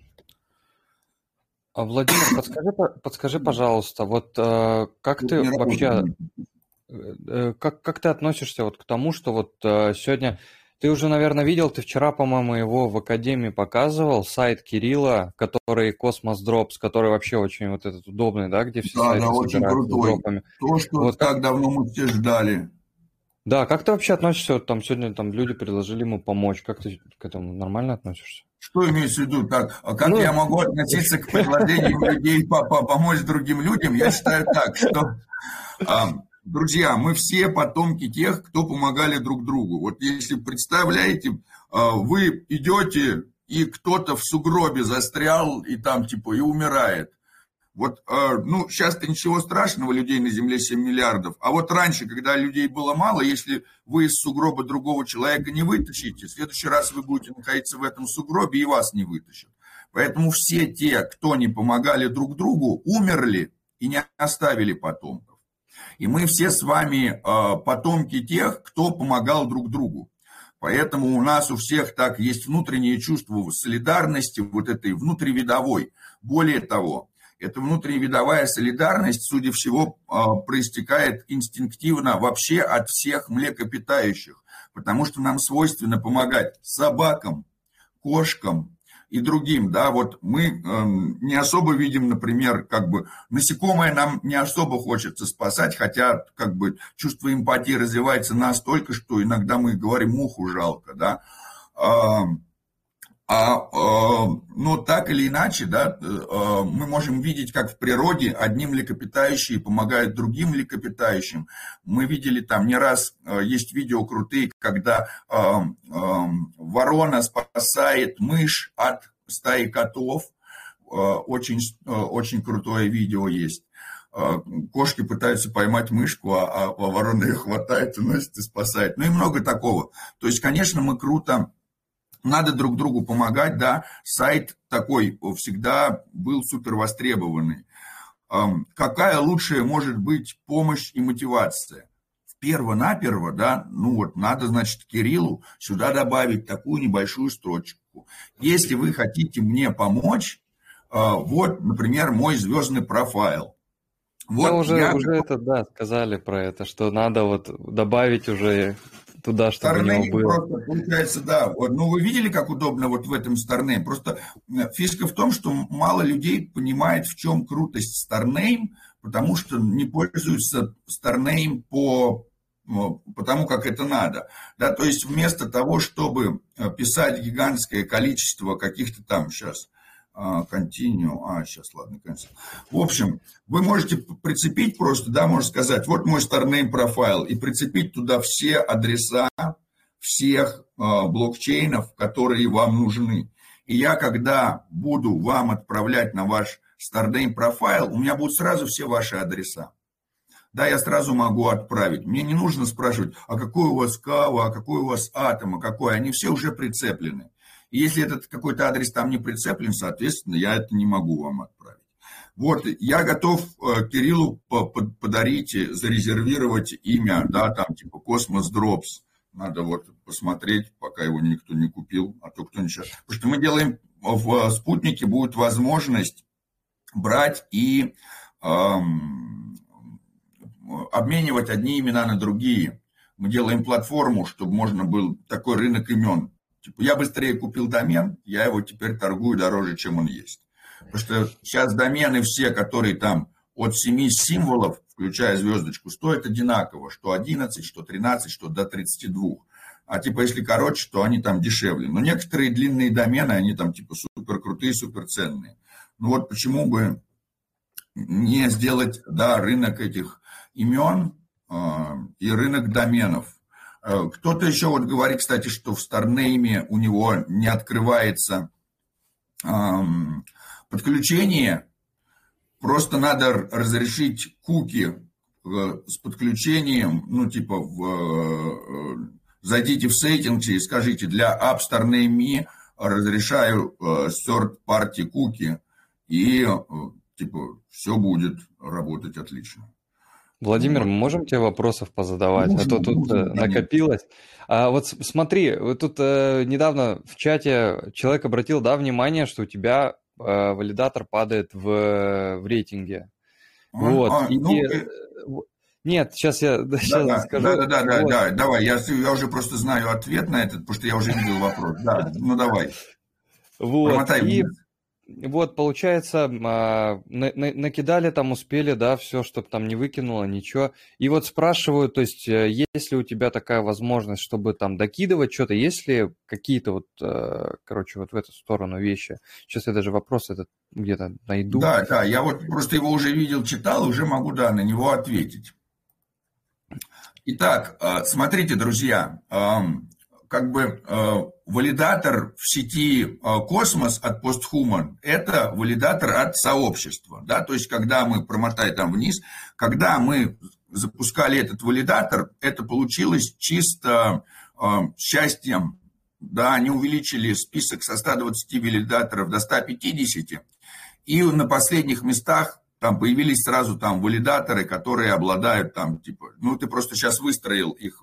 Владимир, подскажи, пожалуйста, вот как ты вообще... Как ты относишься вот к тому, что вот сегодня... Ты уже, наверное, видел, ты вчера, по-моему, его в Академии показывал, сайт Кирилла, который Cosmos Drops, который вообще очень вот этот удобный, да, где все сайты очень крутой. С дропами. То, что вот так давно мы все ждали. Да, как ты вообще относишься, вот там сегодня там люди предложили ему помочь, как ты к этому нормально относишься? Что имеется в виду? Так, как я могу относиться к предложению людей помочь другим людям? Я считаю так, что... Друзья, мы все потомки тех, кто помогали друг другу. Вот если представляете, вы идете, и кто-то в сугробе застрял, и там типа и умирает. Вот, ну, сейчас-то ничего страшного, людей на Земле 7 миллиардов. А вот раньше, когда людей было мало, если вы из сугроба другого человека не вытащите, в следующий раз вы будете находиться в этом сугробе, и вас не вытащат. Поэтому все те, кто не помогали друг другу, умерли и не оставили потомков. И мы все с вами потомки тех, кто помогал друг другу. Поэтому у нас у всех так есть внутреннее чувство солидарности, вот этой внутривидовой. Более того, эта внутривидовая солидарность, судя всего, проистекает инстинктивно вообще от всех млекопитающих. Потому что нам свойственно помогать собакам, кошкам и другим, да, вот мы не особо видим, например, как бы насекомое нам не особо хочется спасать, хотя как бы чувство эмпатии развивается настолько, что иногда мы говорим муху жалко, да, но так или иначе, да, мы можем видеть, как в природе одни млекопитающие помогают другим млекопитающим. Мы видели там не раз, есть видео крутые, когда ворона спасает мышь от стаи котов. Очень, очень крутое видео есть. Кошки пытаются поймать мышку, а ворона ее хватает, уносит и спасает. Ну и много такого. То есть, конечно, мы круто... Надо друг другу помогать, да, сайт такой всегда был супер востребованный. Какая лучшая может быть помощь и мотивация? Перво-наперво, да, ну вот надо, значит, Кириллу сюда добавить такую небольшую строчку. Если вы хотите мне помочь, вот, например, мой звездный профайл. Вот да, уже это, да, сказали про это, что надо вот добавить уже туда, чтобы у него Starname было. просто получается, да. Вот, ну, вы видели, как удобно вот в этом Starname? Просто фишка в том, что мало людей понимает, в чем крутость Starname, потому что не пользуются Starname потому как это надо. Да, то есть вместо того, чтобы писать гигантское количество каких-то там сейчас continue, сейчас, ладно, cancel. В общем, вы можете прицепить просто, да, можно сказать, вот мой Starname профайл, и прицепить туда все адреса всех блокчейнов, которые вам нужны. И я, когда буду вам отправлять на ваш Starname профайл, у меня будут сразу все ваши адреса. Да, я сразу могу отправить. Мне не нужно спрашивать, а какой у вас кава, а какой у вас атом, а какой. Они все уже прицеплены. И если этот какой-то адрес там не прицеплен, соответственно, я это не могу вам отправить. Вот, я готов Кириллу подарить, зарезервировать имя, да, там типа Cosmos Drops. Надо вот посмотреть, пока его никто не купил, а то кто-нибудь сейчас. Потому что мы делаем, в спутнике будет возможность брать и обменивать одни имена на другие. Мы делаем платформу, чтобы можно был такой рынок имен. Типа, я быстрее купил домен, я его теперь торгую дороже, чем он есть. Потому что сейчас домены все, которые там от 7 символов, включая звездочку, стоят одинаково. Что 11, что 13, что до 32. А типа, если короче, то они там дешевле. Но некоторые длинные домены, они там типа супер крутые, супер ценные. Ну вот почему бы не сделать, да, рынок этих имен и рынок доменов. Кто-то еще вот говорит, кстати, что в Starname у него не открывается подключение. Просто надо разрешить куки с подключением, ну типа зайдите в settings и скажите, для App Starname разрешаю third-party куки, и типа все будет работать отлично. Владимир, мы можем тебе вопросов позадавать? А то тут накопилось. А вот смотри, вот тут недавно в чате человек обратил, да, внимание, что у тебя валидатор падает в рейтинге. Вот. Нет, сейчас я скажу. Да, давай, я уже просто знаю ответ на этот, потому что я уже видел вопрос. Да, ну давай. Вот. Промотай вниз. Вот, получается, накидали там, успели, да, все, чтобы там не выкинуло, ничего. И вот спрашивают, то есть, есть ли у тебя такая возможность, чтобы там докидывать что-то, есть ли какие-то вот, короче, вот в эту сторону вещи? Сейчас я даже вопрос этот где-то найду. Да, я вот просто его уже видел, читал, уже могу, да, на него ответить. Итак, смотрите, друзья, как бы валидатор в сети Cosmos от Posthuman – это валидатор от сообщества. Да? То есть, когда мы, промотай там вниз, когда мы запускали этот валидатор, это получилось чисто счастьем. Да, они увеличили список со 120 валидаторов до 150, и на последних местах там появились сразу там валидаторы, которые обладают там, типа, ну, ты просто сейчас выстроил их,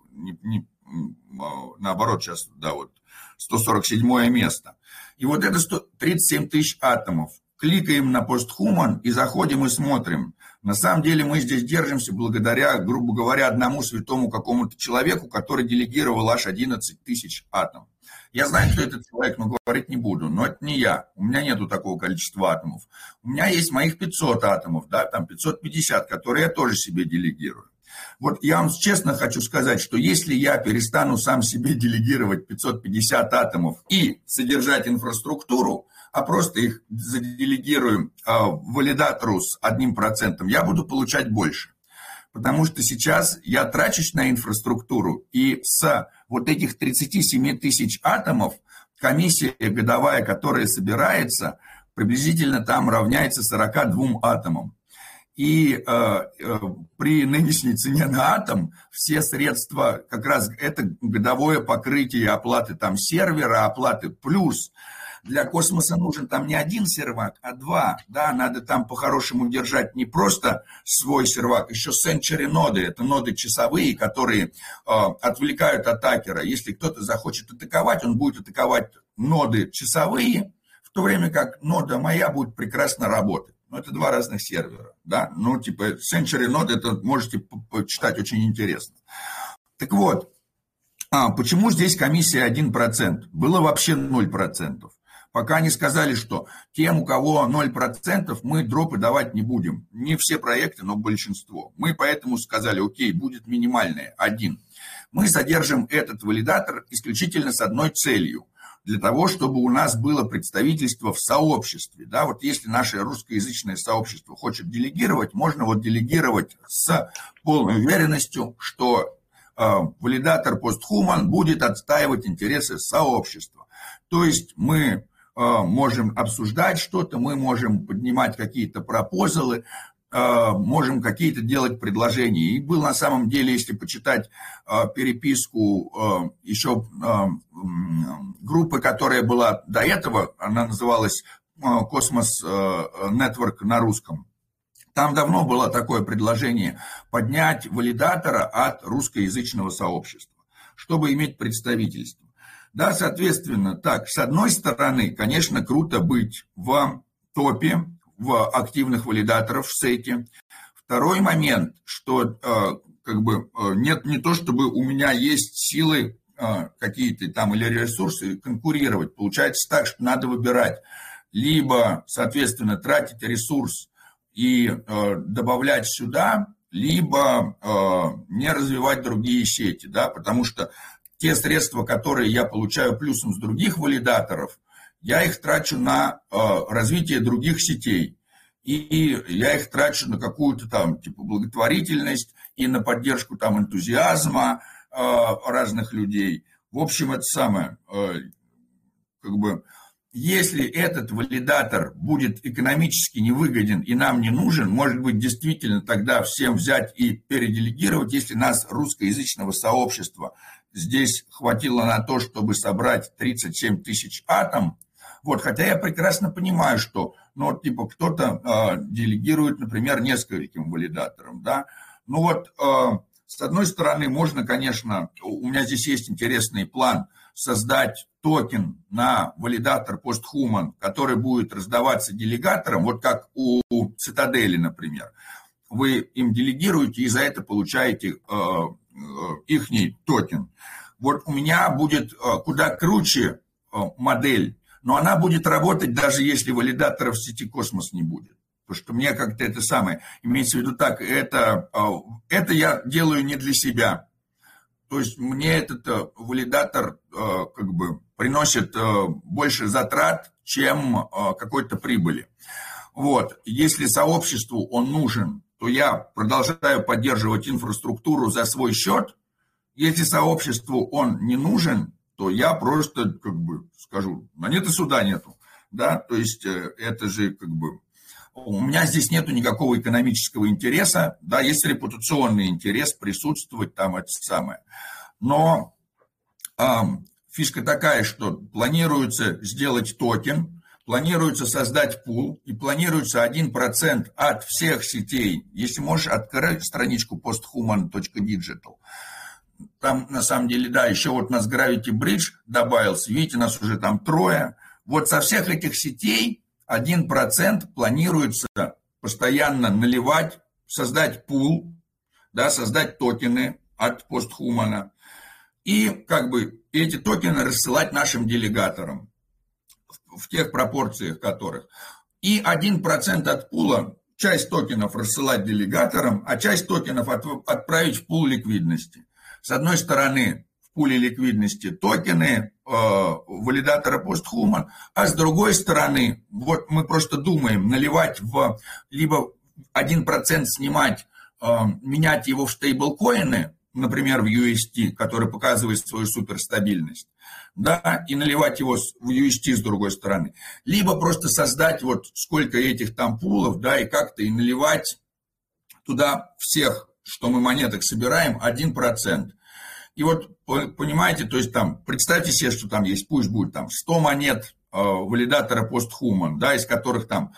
наоборот, сейчас, да, вот, 147 место. И вот это 37 тысяч атомов. Кликаем на Posthuman и заходим и смотрим. На самом деле мы здесь держимся благодаря, грубо говоря, одному святому какому-то человеку, который делегировал аж 11 тысяч атомов. Я знаю, кто этот человек, но говорить не буду. Но это не я. У меня нету такого количества атомов. У меня есть моих 500 атомов, да, там 550, которые я тоже себе делегирую. Вот я вам честно хочу сказать, что если я перестану сам себе делегировать 550 атомов и содержать инфраструктуру, а просто их заделегирую валидатору с 1%, я буду получать больше. Потому что сейчас я трачусь на инфраструктуру, и с вот этих 37 тысяч атомов комиссия годовая, которая собирается, приблизительно там равняется 42 атомам. И при нынешней цене на атом все средства, как раз это годовое покрытие оплаты там сервера, оплаты плюс. Для космоса нужен там не один сервак, а два. Да, надо там по-хорошему держать не просто свой сервак, еще century ноды. Это ноды часовые, которые отвлекают атакера. Если кто-то захочет атаковать, он будет атаковать ноды часовые, в то время как нода моя будет прекрасно работать. Но это два разных сервера. Да? Ну, типа century нод, это можете почитать, очень интересно. Так вот, Почему здесь комиссия 1%? Было вообще 0%. Пока они сказали, что тем, у кого 0%, мы дропы давать не будем. Не все проекты, но большинство. Мы поэтому сказали, окей, будет минимальное, 1. Мы содержим этот валидатор исключительно с одной целью. Для того, чтобы у нас было представительство в сообществе. Да, вот если наше русскоязычное сообщество хочет делегировать, можно вот делегировать с полной уверенностью, что валидатор постхуман будет отстаивать интересы сообщества. То есть мы можем обсуждать что-то, мы можем поднимать какие-то пропозалы, можем какие-то делать предложения. И было на самом деле, если почитать переписку еще группы, которая была до этого, она называлась «Космос Нетворк» на русском. Там давно было такое предложение поднять валидатора от русскоязычного сообщества, чтобы иметь представительство. Да, соответственно, так, с одной стороны, конечно, круто быть в топе, в активных валидаторов в сете. Второй момент, что нет не то, чтобы у меня есть силы какие-то там или ресурсы конкурировать. Получается так, что надо выбирать. Либо, соответственно, тратить ресурс и добавлять сюда, либо не развивать другие сети, да, потому что те средства, которые я получаю плюсом с других валидаторов, я их трачу на развитие других сетей. И я их трачу на какую-то там типа благотворительность и на поддержку там энтузиазма разных людей. В общем, это самое, если этот валидатор будет экономически невыгоден и нам не нужен, может быть, действительно тогда всем взять и переделегировать, если нас русскоязычного сообщества здесь хватило на то, чтобы собрать 37 тысяч атом. Вот, хотя я прекрасно понимаю, что кто-то делегирует, например, нескольким валидаторам. Да? Ну вот, с одной стороны, можно, конечно, у меня здесь есть интересный план создать токен на валидатор постхуман, который будет раздаваться делегаторам, вот как у Цитадели, например. Вы им делегируете и за это получаете ихний токен. Вот у меня будет куда круче модель, но она будет работать, даже если валидаторов в сети Космос не будет. Потому что мне как-то это самое, имеется в виду так, это я делаю не для себя. То есть мне этот валидатор приносит больше затрат, чем какой-то прибыли. Вот. Если сообществу он нужен, то я продолжаю поддерживать инфраструктуру за свой счет. Если сообществу он не нужен, то я просто скажу, а нет и суда нету. Да? То есть это же у меня здесь нету никакого экономического интереса, да, есть репутационный интерес присутствовать там, это самое. Но фишка такая, что планируется сделать токен, планируется создать пул, и планируется 1% от всех сетей. Если можешь, открыть страничку posthuman.digital. Там, на самом деле, да, еще вот у нас Gravity Bridge добавился, видите, нас уже там 3. Вот со всех этих сетей 1% планируется постоянно наливать, создать пул, да, создать токены от постхумана и эти токены рассылать нашим делегаторам в тех пропорциях которых. И 1% от пула, часть токенов рассылать делегаторам, а часть токенов отправить в пул ликвидности. С одной стороны, в пуле ликвидности токены валидатора постхуман, а с другой стороны, вот мы просто думаем наливать либо 1% снимать, менять его в стейблкоины, например, в UST, который показывает свою суперстабильность, да, и наливать его в UST с другой стороны, либо просто создать вот сколько этих там пулов, да, и как-то и наливать туда всех, что мы монеток собираем, 1%. И вот, понимаете, то есть там, представьте себе, что там есть, пусть будет там 100 монет валидатора постхуман, да, из которых там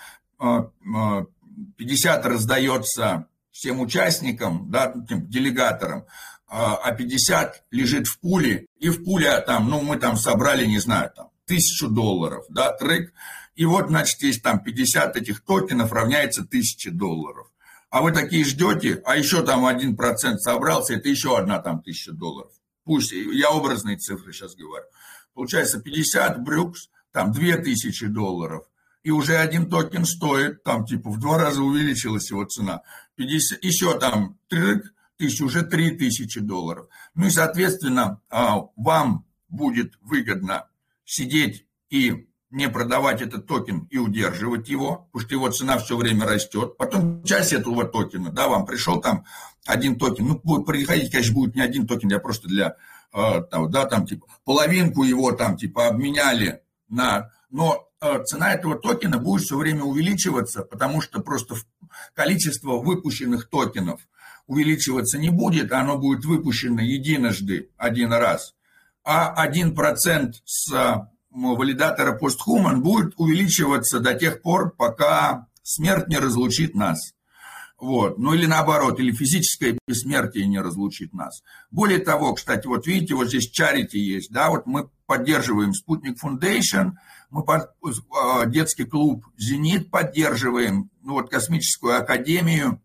50 раздается всем участникам, да, делегаторам, а 50 лежит в пуле, и в пуле там, мы там собрали, не знаю, там $1000, да, трек, и вот, значит, есть там 50 этих токенов равняется $1000. А вы такие ждете, а еще там 1% собрался, это еще одна там $1000. пусть, я образные цифры сейчас говорю, получается 50 брюкс, там $2000, и уже один токен стоит, там типа в 2 раза увеличилась его цена, 50, еще там 3000, уже $3000. Ну и, соответственно, вам будет выгодно сидеть и не продавать этот токен и удерживать его, потому что его цена все время растет. Потом часть этого токена, да, вам пришел там один токен, ну, будет приходить, конечно, будет не один токен, я просто для, да, там, типа, половинку его там, типа, обменяли на... Но цена этого токена будет все время увеличиваться, потому что просто количество выпущенных токенов увеличиваться не будет, оно будет выпущено единожды, один раз, а 1% с валидатора постхуман будет увеличиваться до тех пор, пока смерть не разлучит нас. Вот. Ну или наоборот, или физическое бессмертие не разлучит нас. Более того, кстати, вот видите, вот здесь charity есть, да, вот мы поддерживаем Спутник Foundation, мы детский клуб «Зенит» поддерживаем, ну вот Космическую академию.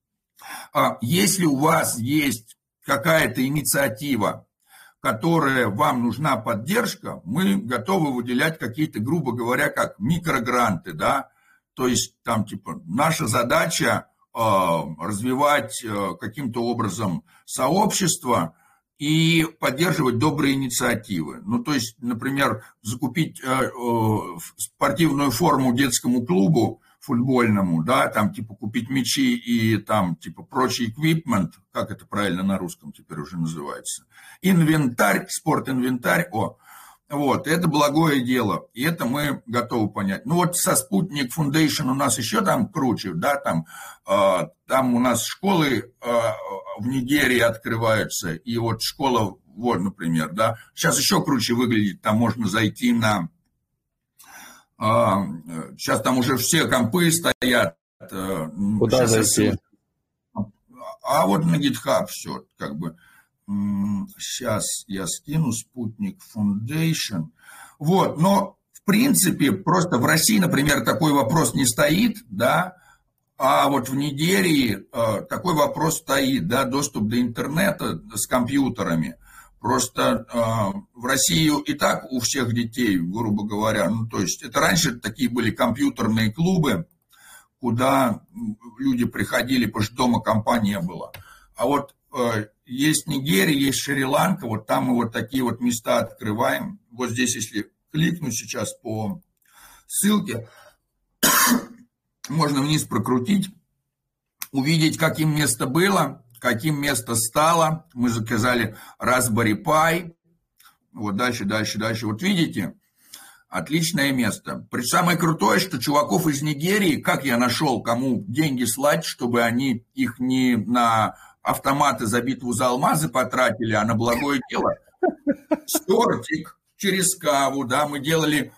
Если у вас есть какая-то инициатива, которая вам нужна поддержка, мы готовы выделять какие-то, грубо говоря, как микрогранты, да, то есть там типа наша задача развивать каким-то образом сообщество и поддерживать добрые инициативы. Ну, то есть, например, закупить спортивную форму детскому клубу футбольному, да, там типа купить мячи и там типа прочий эквипмент, как это правильно на русском теперь уже называется, инвентарь, спорт-инвентарь, вот, это благое дело, и это мы готовы понять. Ну вот со Спутник Foundation у нас еще там круче, да, там у нас школы в Нигерии открываются, и вот школа, вот, например, да, сейчас еще круче выглядит, там можно зайти на... Сейчас там уже все компы стоят. Куда зайти? А вот на GitHub все, как бы. Сейчас я скину Спутник Foundation. Вот, но в принципе просто в России, например, такой вопрос не стоит, да, а вот в Нигерии такой вопрос стоит, да, доступ до интернета с компьютерами. Просто в России и так у всех детей, грубо говоря, ну, то есть это раньше такие были компьютерные клубы, куда люди приходили, потому что дома компания была. А вот есть Нигерия, есть Шри-Ланка, вот там мы вот такие вот места открываем. Вот здесь, если кликнуть сейчас по ссылке, можно вниз прокрутить, увидеть, каким место было, каким место стало. Мы заказали Raspberry Pi. Вот дальше. Вот видите, отличное место. Самое крутое, что чуваков из Нигерии, как я нашел, кому деньги слать, чтобы они их не на автоматы за битву за алмазы потратили, а на благое дело. Стортик через Каву, да, мы делали,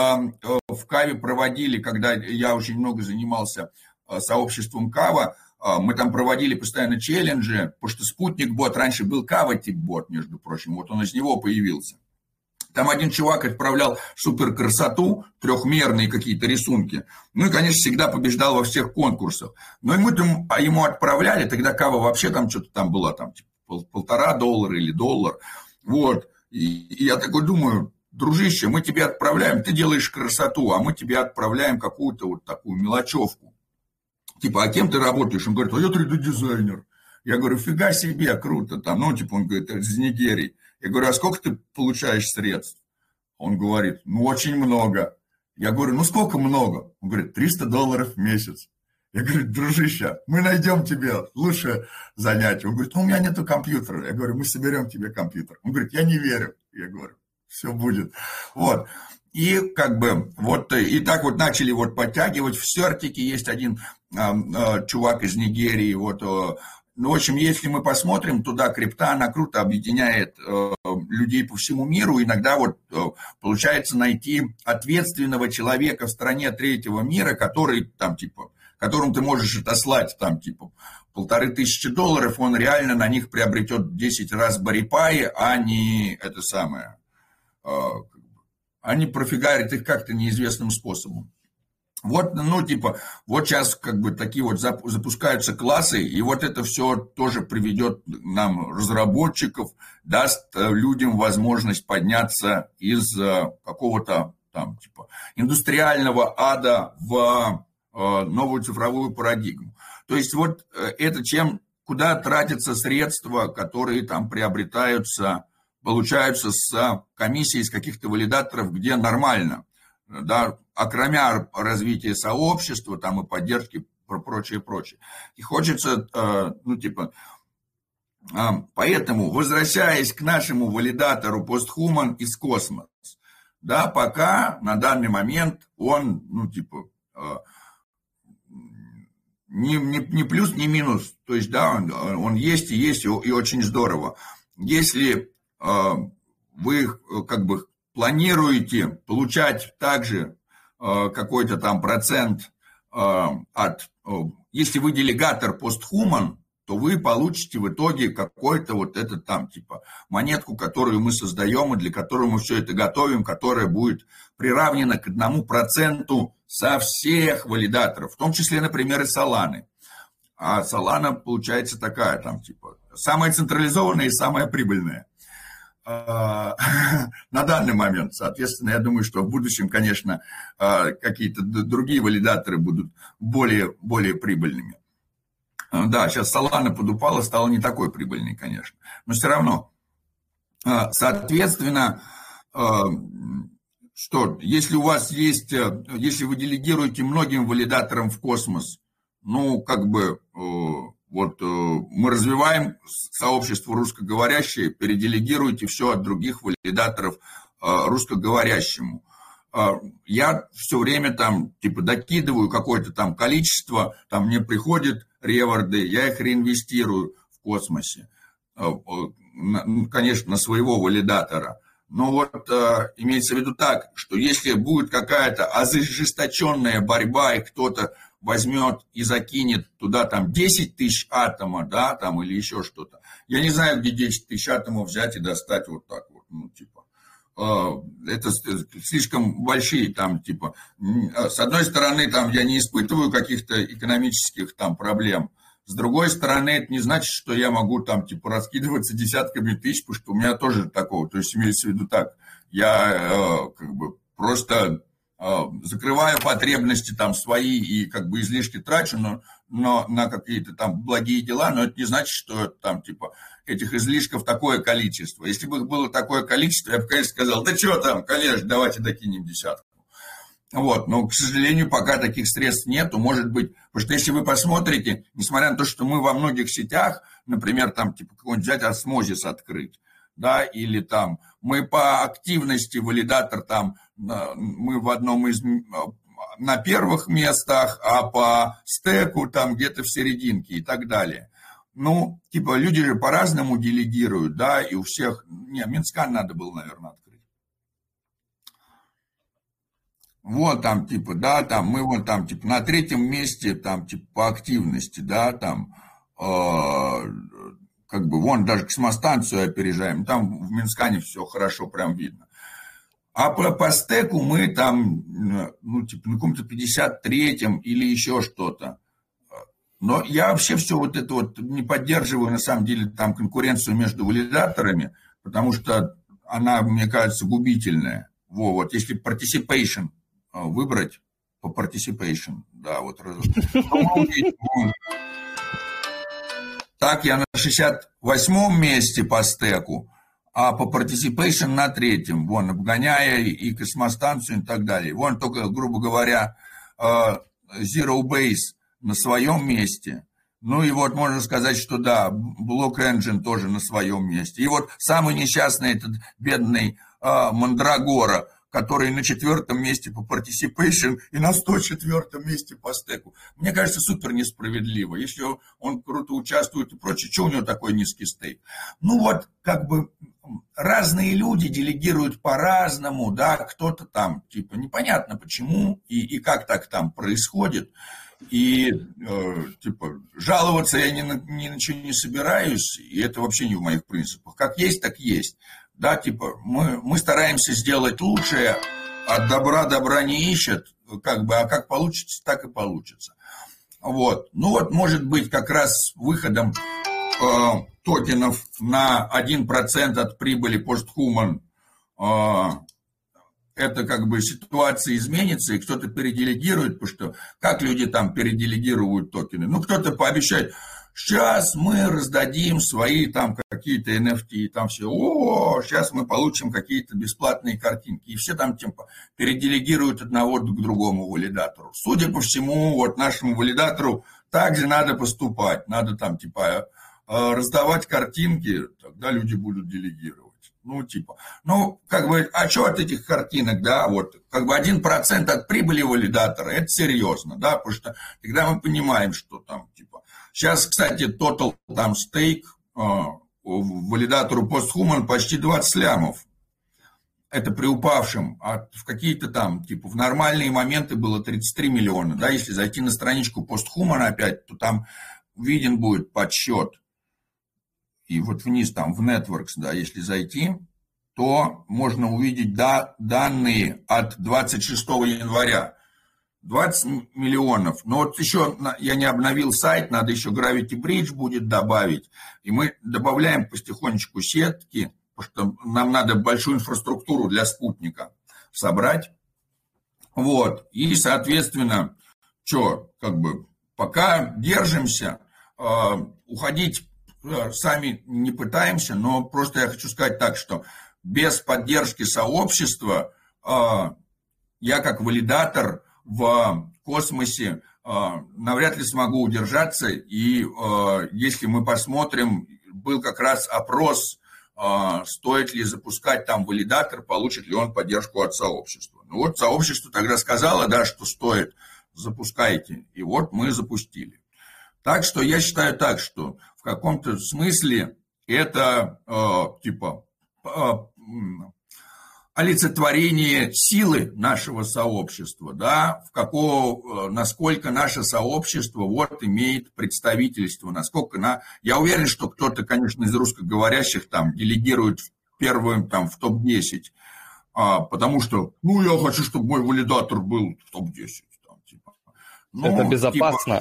в Каве проводили, когда я очень много занимался сообществом Кава, мы там проводили постоянно челленджи, потому что Спутник-бот раньше был Кава-тип-бот, между прочим, вот он из него появился. Там один чувак отправлял суперкрасоту, трехмерные какие-то рисунки. Ну и, конечно, всегда побеждал во всех конкурсах. Но ему отправляли, тогда Кава вообще там что-то там было, там типа $1,5 или $1. Вот. И я такой думаю, дружище, мы тебе отправляем, ты делаешь красоту, а мы тебе отправляем какую-то вот такую мелочевку. Типа, а кем ты работаешь? Он говорит, а я 3D-дизайнер. Я говорю, фига себе, круто. Там, ну, типа, он говорит, из Нигерии. Я говорю, а сколько ты получаешь средств? Он говорит, ну, очень много. Я говорю, ну, сколько много? Он говорит, $300 в месяц. Я говорю, дружище, мы найдем тебе лучшее занятие. Он говорит, ну, у меня нету компьютера. Я говорю, мы соберем тебе компьютер. Он говорит, я не верю. Я говорю, все будет. Вот. И как бы вот и так вот начали вот подтягивать. В Сертике есть один чувак из Нигерии. Вот, ну, в общем, если мы посмотрим туда, крипта, она круто объединяет людей по всему миру. Иногда вот получается найти ответственного человека в стране третьего мира, который там типа, которому ты можешь отослать там типа $1500, он реально на них приобретет 10 раз Raspberry Pi, а не это самое... Они профигарят их как-то неизвестным способом. Вот, ну, типа, вот сейчас как бы такие вот запускаются классы, и вот это все тоже приведет нам, разработчиков, даст людям возможность подняться из какого-то там, типа, индустриального ада в новую цифровую парадигму. То есть вот это куда тратятся средства, которые там приобретаются, получаются с комиссией, из каких-то валидаторов, где нормально, да, окромя развития сообщества там и поддержки, прочее. И хочется, ну, типа, поэтому, возвращаясь к нашему валидатору PostHuman из Cosmos, да, пока на данный момент он, ну, типа, ни плюс, ни минус, то есть, да, он есть и очень здорово. Если вы, как бы, планируете получать также какой-то там процент если вы делегатор PostHuman, то вы получите в итоге какой-то вот этот там типа монетку, которую мы создаем и для которой мы все это готовим, которая будет приравнена к 1% со всех валидаторов, в том числе, например, и Solana. А Solana получается такая там типа самая централизованная и самая прибыльная. На данный момент, соответственно, я думаю, что в будущем, конечно, какие-то другие валидаторы будут более прибыльными. Да, сейчас Solana подупала, стала не такой прибыльной, конечно, но все равно. Соответственно, что, если у вас есть, если вы делегируете многим валидаторам в космос, ну, как бы, вот мы развиваем сообщество русскоговорящее, переделегируйте все от других валидаторов русскоговорящему. Я все время там типа докидываю какое-то там количество, там мне приходят реворды, я их реинвестирую в космосе, конечно, на своего валидатора. Но вот имеется в виду так, что если будет какая-то ожесточенная борьба, и кто-то возьмет и закинет туда там 10 тысяч атомов, да, там или еще что-то. Я не знаю, где 10 тысяч атомов взять и достать вот так вот, ну, типа. Это слишком большие там, типа. С одной стороны, там я не испытываю каких-то экономических там проблем. С другой стороны, это не значит, что я могу там, типа, раскидываться десятками тысяч, потому что у меня тоже такого. То есть, имеется в виду так, я как бы просто закрываю потребности там свои и как бы излишки трачу, но на какие-то там благие дела, но это не значит, что там типа этих излишков такое количество. Если бы их было такое количество, я бы, конечно, сказал, да что там, конечно, давайте докинем десятку. Вот, но, к сожалению, пока таких средств нету, может быть, потому что если вы посмотрите, несмотря на то, что мы во многих сетях, например, там типа какой-нибудь взять осмозис открыть, да, или там мы по активности валидатор там, мы в одном из, на первых местах, а по стеку там где-то в серединке и так далее. Ну, типа люди же по-разному делегируют, да, и у всех, Минскан надо было, наверное, открыть. Вот там, типа, да, там мы вот там, типа, на третьем месте, там, типа, по активности, да, там, как бы, вон, даже космостанцию опережаем, там в Минскане все хорошо прям видно. А по стеку мы там, ну, типа, на каком-то 53-м или еще что-то. Но я вообще все вот это вот не поддерживаю, на самом деле, там, конкуренцию между валидаторами, потому что она, мне кажется, губительная. Вот, если participation выбрать, по participation, да, вот. Так, я на 68-м месте по стеку, а по participation на 3-м, вон, обгоняя и космостанцию и так далее. Вон только, грубо говоря, Zero Base на своем месте. Ну и вот можно сказать, что да, Block Engine тоже на своем месте. И вот самый несчастный этот бедный Мандрагора, который на 4-м месте по participation и на 104-м месте по стеку. Мне кажется, супер несправедливо. Если он круто участвует и прочее, что у него такой низкий стейк? Ну вот, как бы разные люди делегируют по-разному, да, кто-то там, типа, непонятно почему и как так там происходит. И, типа, жаловаться я ни на что не собираюсь, и это вообще не в моих принципах. Как есть, так есть. Да, типа, мы стараемся сделать лучшее, от добра не ищут, как бы, а как получится, так и получится. Вот. Ну вот, может быть, как раз выходом токенов на 1% от прибыли постхуман это как бы ситуация изменится, и кто-то переделегирует, потому что как люди там переделегируют токены? Ну, кто-то пообещает, сейчас мы раздадим свои там какие-то NFT, и там все, сейчас мы получим какие-то бесплатные картинки. И все там типа переделегируют одного к другому валидатору. Судя по всему, вот нашему валидатору также надо поступать. Надо там типа раздавать картинки, тогда люди будут делегировать. Ну, типа, ну, как бы, а что от этих картинок, да, вот, как бы 1% от прибыли валидатора, это серьезно, да, потому что тогда мы понимаем, что там, типа, сейчас, кстати, total там стейк валидатору постхуман почти 20 лямов, это при упавшем, а в какие-то там, типа, в нормальные моменты было 33 миллиона, да, если зайти на страничку постхумана опять, то там виден будет подсчет. И вот вниз там в Networks, да, если зайти, то можно увидеть данные от 26 января. 20 миллионов. Но вот еще я не обновил сайт, надо еще Gravity Bridge будет добавить. И мы добавляем потихонечку сетки, потому что нам надо большую инфраструктуру для спутника собрать. Вот. И, соответственно, как бы, пока держимся, уходить сами не пытаемся, но просто я хочу сказать так, что без поддержки сообщества я как валидатор в космосе навряд ли смогу удержаться. И если мы посмотрим, был как раз опрос, стоит ли запускать там валидатор, получит ли он поддержку от сообщества. Ну вот сообщество тогда сказало, да, что стоит, запускайте. И вот мы запустили. Так что я считаю так, что в каком-то смысле это типа олицетворение силы нашего сообщества, да, насколько наше сообщество вот имеет представительство, насколько я уверен, что кто-то, конечно, из русскоговорящих там делегирует первым там в топ-10, потому что, ну, я хочу, чтобы мой валидатор был в топ-10. Там, типа. Это безопасно.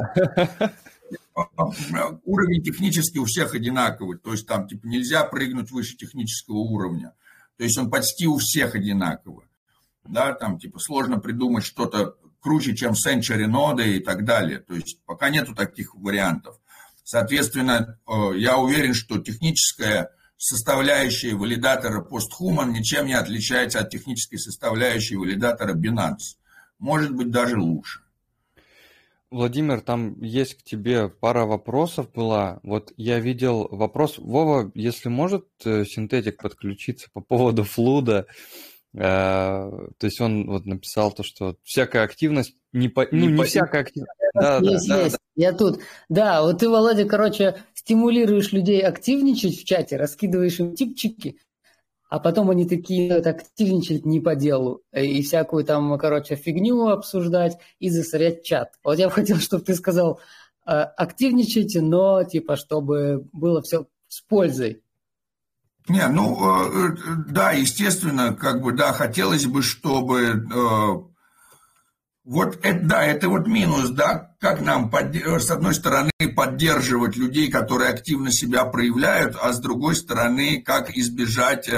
Уровень технически у всех одинаковый, то есть там типа нельзя прыгнуть выше технического уровня, то есть он почти у всех одинаковый, да, там типа сложно придумать что-то круче, чем Century ноды и так далее, то есть пока нету таких вариантов. Соответственно, я уверен, что техническая составляющая валидатора постхуман ничем не отличается от технической составляющей валидатора Binance, может быть даже лучше. Владимир, там есть к тебе пара вопросов была. Вот я видел вопрос. Вова, если может синтетик подключиться по поводу флуда, то есть он вот написал то, что всякая активность, не всякая активность. Есть. Я тут. Да, вот ты, Володя, короче, стимулируешь людей активничать в чате, раскидываешь им типчики, а потом они такие активничать не по делу. И всякую там, короче, фигню обсуждать и засорять чат. Вот я бы хотел, чтобы ты сказал, активничайте, но типа, чтобы было все с пользой. Не, ну, да, естественно, как бы, да, хотелось бы, чтобы... Вот это, да, это вот минус, да, как нам, с одной стороны, поддерживать людей, которые активно себя проявляют, а с другой стороны, как избежать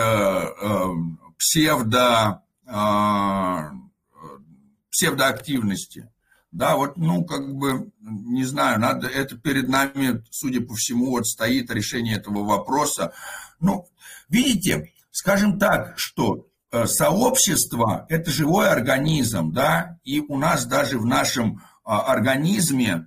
псевдоактивности. Да, вот, ну, как бы, не знаю, надо, это перед нами, судя по всему, вот стоит решение этого вопроса. Ну, видите, скажем так, что... Сообщество – это живой организм, да, и у нас даже в нашем организме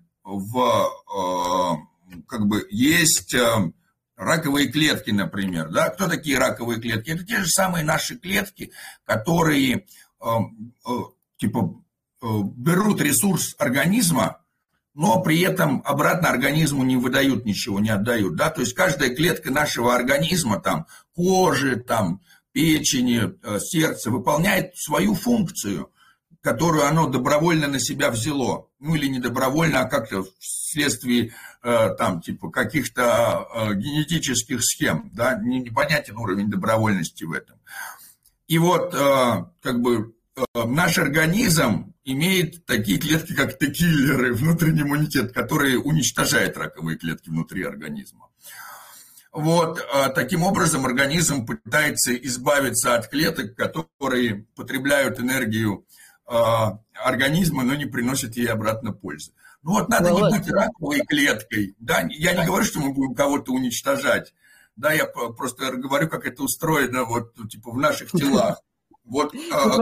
как бы есть раковые клетки, например, да. Кто такие раковые клетки? Это те же самые наши клетки, которые типа берут ресурс организма, но при этом обратно организму не выдают ничего, не отдают, да. То есть каждая клетка нашего организма, там, кожи, там, печени, сердца, выполняет свою функцию, которую оно добровольно на себя взяло. Ну, или не добровольно, а как-то вследствие там, типа, каких-то генетических схем. Да? Непонятен уровень добровольности в этом. И вот, как бы, наш организм имеет такие клетки, как Т-киллеры, внутренний иммунитет, которые уничтожают раковые клетки внутри организма. Вот, таким образом организм пытается избавиться от клеток, которые потребляют энергию организма, но не приносят ей обратно пользы. Ну вот надо не быть раковой клеткой. Да? Я не говорю, что мы будем кого-то уничтожать. Да, я просто говорю, как это устроено вот, типа, в наших телах. Вот,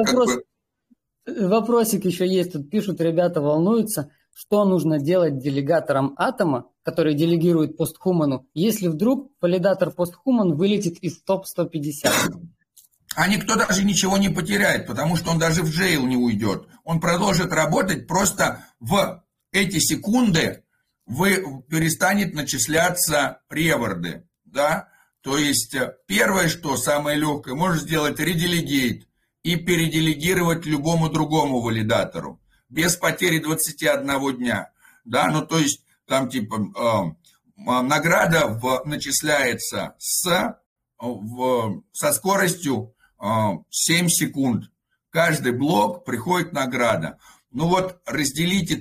Вопросик еще есть. Тут пишут, ребята волнуются, что нужно делать делегаторам атома, который делегирует постхуману, если вдруг валидатор постхуман вылетит из топ-150. А никто даже ничего не потеряет, потому что он даже в джейл не уйдет. Он продолжит работать, просто в эти секунды перестанет начисляться реворды. Да? То есть первое, что самое легкое, можешь сделать ределегейт и переделегировать любому другому валидатору без потери 21 дня. Да? Ну, то есть там типа награда начисляется со скоростью 7 секунд. Каждый блок приходит награда. Ну вот разделите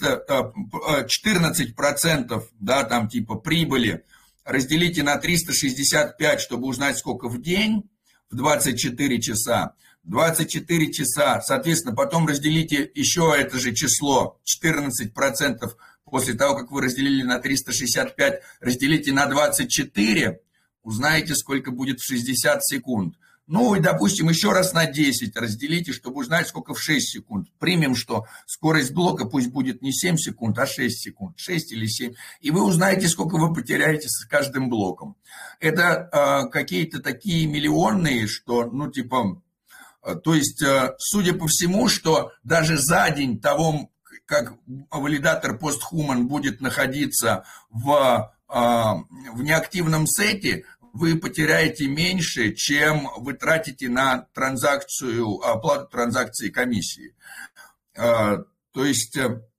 14%, да, там типа прибыли, разделите на 365, чтобы узнать, сколько в день, в 24 часа. 24 часа, соответственно, потом разделите еще это же число, 14%, после того, как вы разделили на 365, разделите на 24, узнаете, сколько будет в 60 секунд. Ну и, допустим, еще раз на 10 разделите, чтобы узнать, сколько в 6 секунд. Примем, что скорость блока пусть будет не 7 секунд, а 6 секунд, 6 или 7. И вы узнаете, сколько вы потеряете с каждым блоком. Это какие-то такие миллионные, что, ну, типа, то есть, судя по всему, что даже за день того, как валидатор постхуман будет находиться в неактивном сете, вы потеряете меньше, чем вы тратите на транзакцию, оплату транзакции комиссии. То есть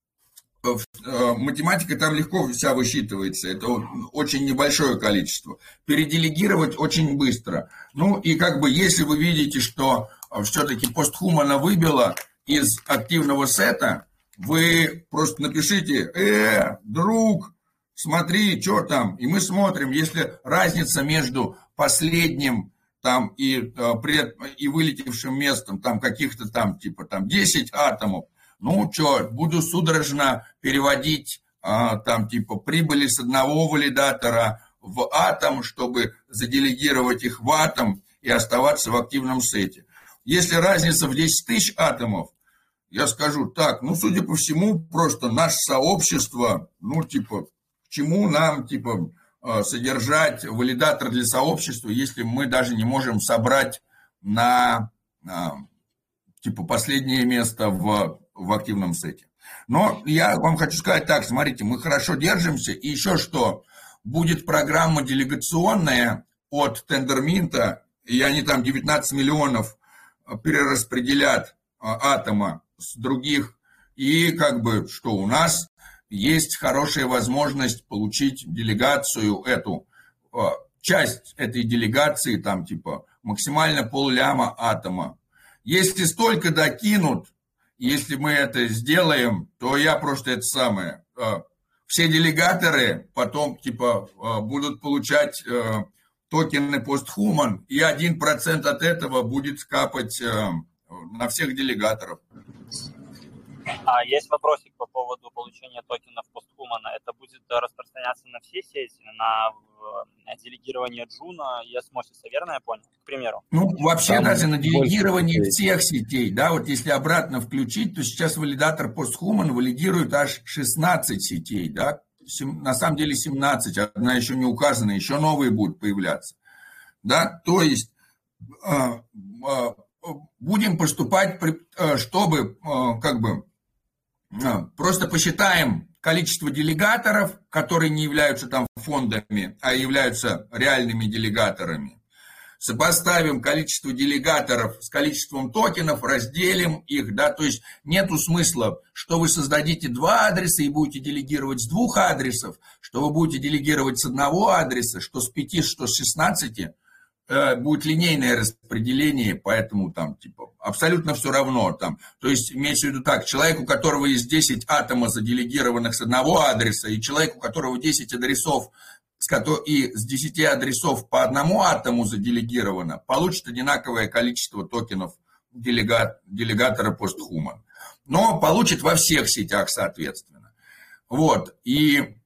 математика там легко вся высчитывается, это очень небольшое количество. Переделегировать очень быстро. Ну и как бы если вы видите, что все-таки постхумана выбило из активного сета, вы просто напишите: друг, смотри, что там, и мы смотрим, если разница между последним там и вылетевшим местом, там каких-то там типа там 10 атомов, ну что, буду судорожно переводить там типа прибыли с одного валидатора в атом, чтобы заделегировать их в атом и оставаться в активном сете. Если разница в 10 тысяч атомов, я скажу так, ну, судя по всему, просто наше сообщество, ну, типа, к чему нам, типа, содержать валидатор для сообщества, если мы даже не можем собрать на, типа, последнее место в активном сете. Но я вам хочу сказать так, смотрите, мы хорошо держимся, и еще что, будет программа делегационная от Тендерминта, и они там 19 миллионов перераспределят атома с других, и как бы, что у нас есть хорошая возможность получить делегацию эту, часть этой делегации, там типа максимально пол-ляма атома. Если столько докинут, если мы это сделаем, то я просто это самое, все делегаторы потом типа будут получать токены постхуман, и 1% от этого будет капать на всех делегаторов. Есть вопросик по поводу получения токенов постхумана. Это будет распространяться на все сети, на делегирование Джуна и Осмосиса, верно я понял? К примеру. Ну, вообще даже на делегирование всех сетей, да, вот если обратно включить, то сейчас валидатор постхуман валидирует аж 16 сетей, да, на самом деле 17, одна еще не указана, еще новые будут появляться, да, то есть будем поступать, чтобы как бы просто посчитаем количество делегаторов, которые не являются там фондами, а являются реальными делегаторами. Сопоставим количество делегаторов с количеством токенов, разделим их, да, то есть нету смысла, что вы создадите 2 адреса и будете делегировать с 2 адресов, что вы будете делегировать с 1 адреса, что с 5, что с 16, будет линейное распределение, поэтому там типа абсолютно все равно. Там. То есть имеется в виду так, человек, у которого есть 10 атомов, заделегированных с одного адреса, и человек, у которого 10 адресов, и с 10 адресов по одному атому заделегировано, получит одинаковое количество токенов делегатора постхуман. Но получит во всех сетях, соответственно. Вот. И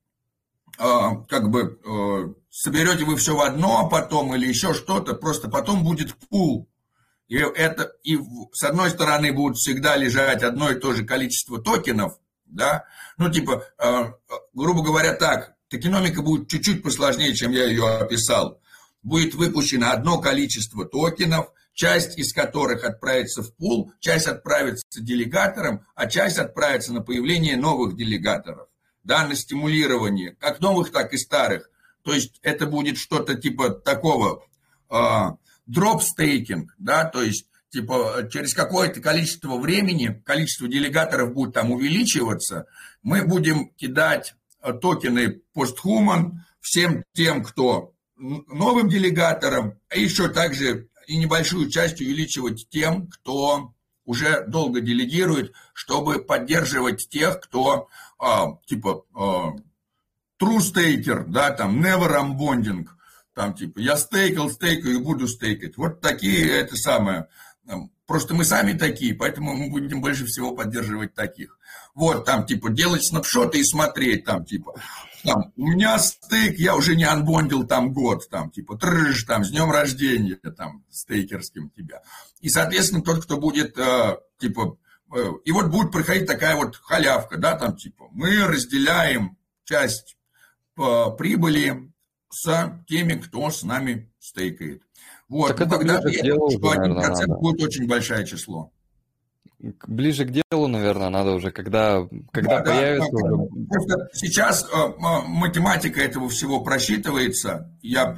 как бы соберете вы все в одно потом или еще что-то, просто потом будет пул. И с одной стороны будет всегда лежать одно и то же количество токенов, да, ну типа, грубо говоря, так, токеномика будет чуть-чуть посложнее, чем я ее описал. Будет выпущено одно количество токенов, часть из которых отправится в пул, часть отправится делегаторам, а часть отправится на появление новых делегаторов, да, на стимулирование, как новых, так и старых. То есть это будет что-то типа такого дроп-стейкинг, да, то есть типа через какое-то количество времени количество делегаторов будет там увеличиваться, мы будем кидать токены постхуман всем тем, кто новым делегаторам, а еще также и небольшую часть увеличивать тем, кто уже долго делегирует, чтобы поддерживать тех, кто типа true staker, да, там never unbonding, там типа я стейкаю и буду стейкать. Вот такие это самое. Просто мы сами такие, поэтому мы будем больше всего поддерживать таких. Вот там типа делать снапшоты и смотреть там типа. Там, у меня стейк, я уже не анбондил там год, там, типа, там, с днем рождения, там, стейкерским тебя. И, соответственно, тот, кто будет, типа, и вот будет проходить такая вот халявка, да, там, типа, мы разделяем часть прибыли с теми, кто с нами стейкает. Вот, так ну, когда делу, что 1% будет очень большое число. Ближе к делу, наверное, надо уже, когда появится... Просто сейчас математика этого всего просчитывается,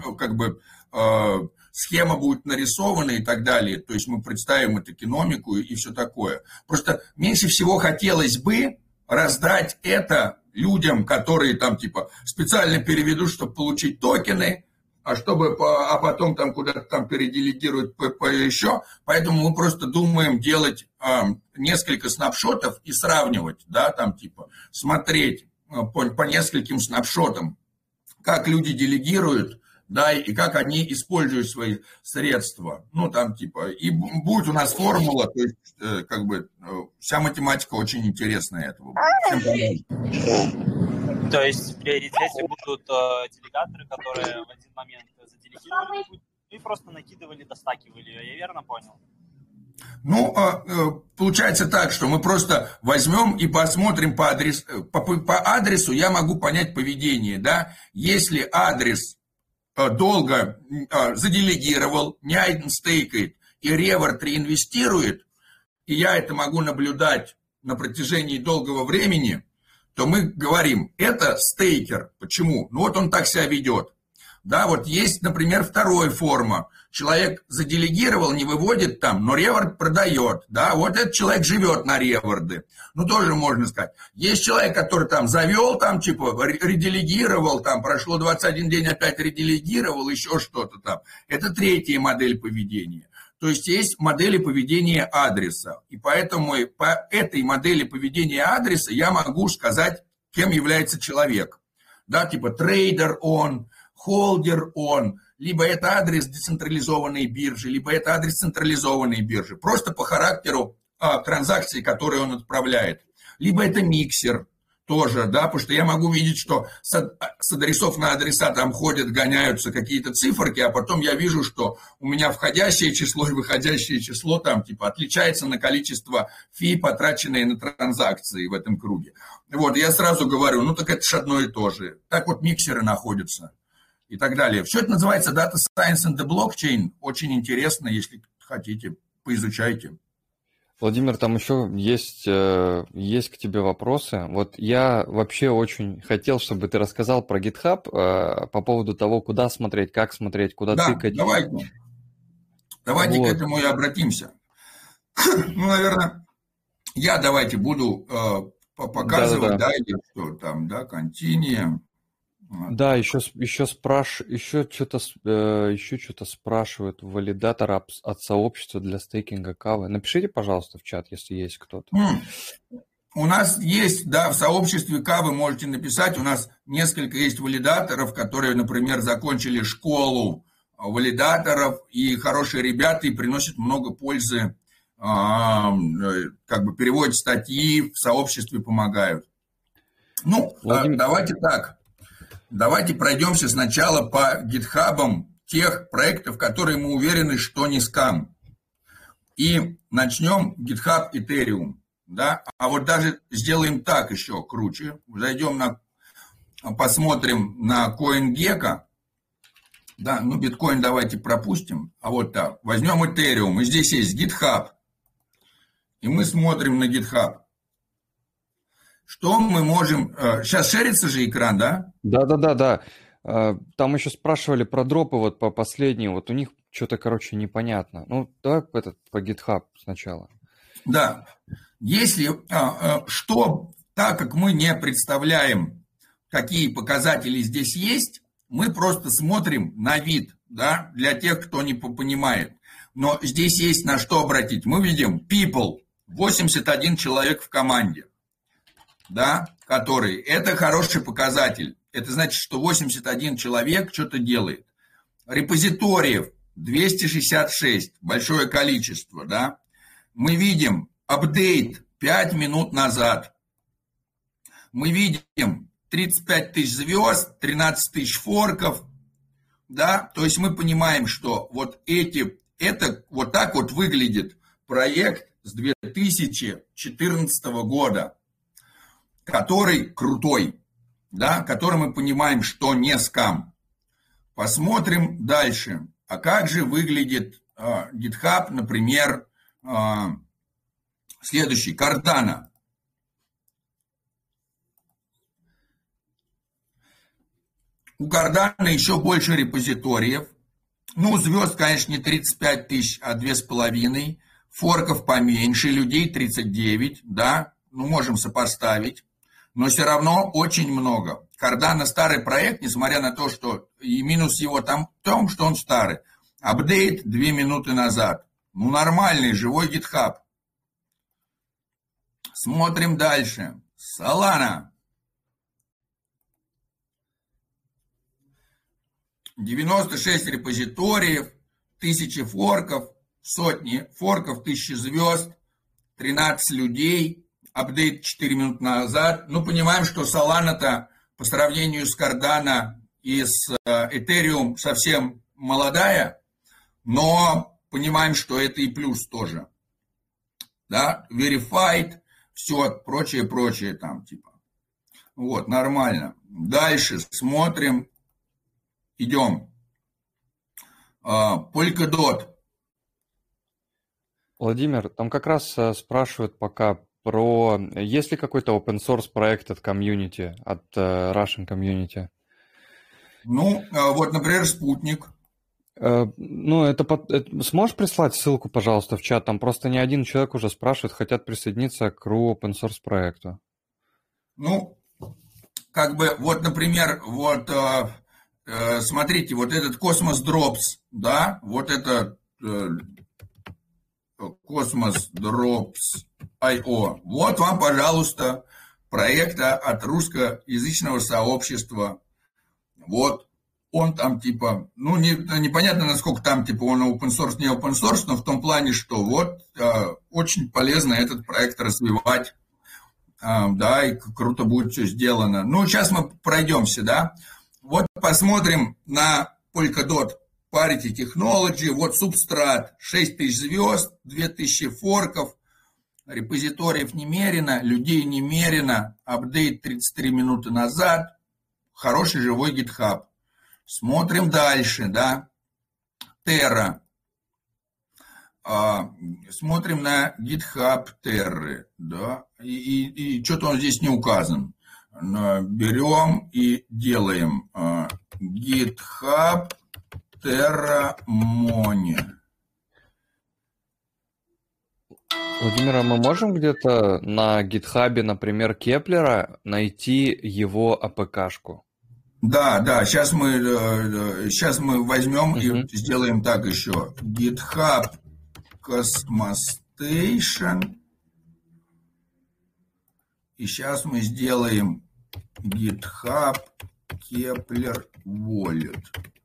схема будет нарисована и так далее, то есть мы представим эту экономику и все такое. Просто меньше всего хотелось бы раздать это людям, которые там типа специально переведут, чтобы получить токены, а потом там куда-то там переделегируют еще. Поэтому мы просто думаем делать несколько снапшотов и сравнивать, да, там типа смотреть по нескольким снапшотам, как люди делегируют, да, и как они используют свои средства. Ну, там типа, и будет у нас формула, то есть как бы вся математика очень интересная этого. То есть в приоритете будут делегаторы, которые в один момент заделегировали и просто накидывали, достакивали. Я верно понял? Ну, получается так, что мы просто возьмем и посмотрим по адресу, я могу понять поведение, да. Если адрес долго заделегировал, не айденстейкает и реворд реинвестирует, и я это могу наблюдать на протяжении долгого времени, то мы говорим, это стейкер. Почему? Ну вот он так себя ведет. Да, вот есть, например, вторая форма. Человек заделегировал, не выводит там, но реворд продает. Да, вот этот человек живет на реворды. Ну, тоже можно сказать. Есть человек, который там завел, там, типа, ределегировал, там, прошло 21 день, опять ределегировал, еще что-то там. Это третья модель поведения. То есть есть модели поведения адреса. И поэтому по этой модели поведения адреса я могу сказать, кем является человек. Да, типа трейдер он, холдер он, либо это адрес децентрализованной биржи, либо это адрес централизованной биржи. Просто по характеру транзакций, которые он отправляет. Либо это миксер тоже, да, потому что я могу видеть, что с адресов на адреса там ходят, гоняются какие-то циферки, а потом я вижу, что у меня входящее число и выходящее число там типа отличается на количество фи, потраченные на транзакции в этом круге. Вот, я сразу говорю, ну так это же одно и то же. Так вот миксеры находятся и так далее. Все это называется Data Science and the Blockchain. Очень интересно, если хотите, поизучайте. Владимир, там еще есть к тебе вопросы. Вот я вообще очень хотел, чтобы ты рассказал про GitHub по поводу того, куда смотреть, куда тыкать. Давайте вот. К этому и обратимся. Ну, наверное, давайте буду показывать, да, или что там, да, continue. Да, еще что-то спрашивают валидатор от сообщества для стейкинга кавы. Напишите, пожалуйста, в чат, если есть кто-то. У нас есть, да, в сообществе кавы можете написать, у нас несколько есть валидаторов, которые, например, закончили школу валидаторов, и хорошие ребята, и приносят много пользы, как бы переводят статьи, в сообществе помогают. Ну, давайте так, давайте пройдемся сначала по гитхабам тех проектов, которые мы уверены, что не скам. И начнем GitHub Ethereum. Да? А вот даже сделаем так еще круче. Зайдем посмотрим на CoinGecko. Да, ну биткоин давайте пропустим. А вот так. Возьмем Ethereum. И здесь есть GitHub. И мы смотрим на GitHub. Что мы можем... Сейчас шерится же экран, да? Да. Там еще спрашивали про дропы вот по последней. Вот у них что-то, короче, непонятно. Ну, давай по GitHub сначала. Да. Если так как мы не представляем, какие показатели здесь есть, мы просто смотрим на вид, да, для тех, кто не понимает. Но здесь есть на что обратить. Мы видим people, 81 человек в команде, да, который, это хороший показатель. Это значит, что 81 человек что-то делает. Репозиториев 266, большое количество, да. Мы видим апдейт 5 минут назад. Мы видим 35 тысяч звезд, 13 тысяч форков. Да? То есть мы понимаем, что вот это вот так вот выглядит проект с 2014 года, который крутой, да? Который мы понимаем, что не скам. Посмотрим дальше. А как же выглядит GitHub, например, следующий, Cardano. У Cardano еще больше репозиториев. Ну, звезд, конечно, не 35 тысяч, а 2,5. Форков поменьше, людей 39, да. Ну, можем сопоставить. Но все равно очень много. Cardano старый проект, несмотря на то, что и минус его там в том, что он старый. Апдейт 2 минуты назад. Ну, нормальный, живой GitHub. Смотрим дальше. Solana. 96 репозиториев, 1000 форков, сотни форков, 1000 звезд, 13 людей, апдейт 4 минуты назад. Ну, понимаем, что Solana-то по сравнению с Cardano и с Ethereum совсем молодая, но понимаем, что это и плюс тоже. Да, verified, все, прочее там, типа. Вот, нормально. Дальше смотрим. Идем. Polkadot. Владимир, там как раз спрашивают пока про... Есть ли какой-то open source проект от комьюнити, от Russian комьюнити? Ну, вот, например, Спутник. Ну, сможешь прислать ссылку, пожалуйста, в чат? Там просто не один человек уже спрашивает, хотят присоединиться к RU open source проекту. Ну, как бы, вот, например, вот... Смотрите, вот этот Cosmos Drops, да, вот это Cosmos Drops IO. Вот вам, пожалуйста, проект от русскоязычного сообщества. Вот, он там типа, ну, непонятно, насколько там типа он open source, не open source, но в том плане, что вот очень полезно этот проект развивать, да, и круто будет все сделано. Ну, сейчас мы пройдемся, да. Вот посмотрим на Polkadot Parity Technology. Вот субстрат 6000 звезд, 2000 форков, репозиториев немерено, людей немерено, апдейт 33 минуты назад, хороший живой GitHub. Смотрим дальше, да. Terra. Смотрим на GitHub Terra, да. И что-то он здесь не указан. Берем и делаем GitHub Terra Money. Владимир, а мы можем где-то на GitHub, например, Кеплера найти его АПК-шку? Да, сейчас мы возьмем и сделаем так еще. GitHub Cosmostation. И сейчас мы сделаем GitHub Kepler Wallet.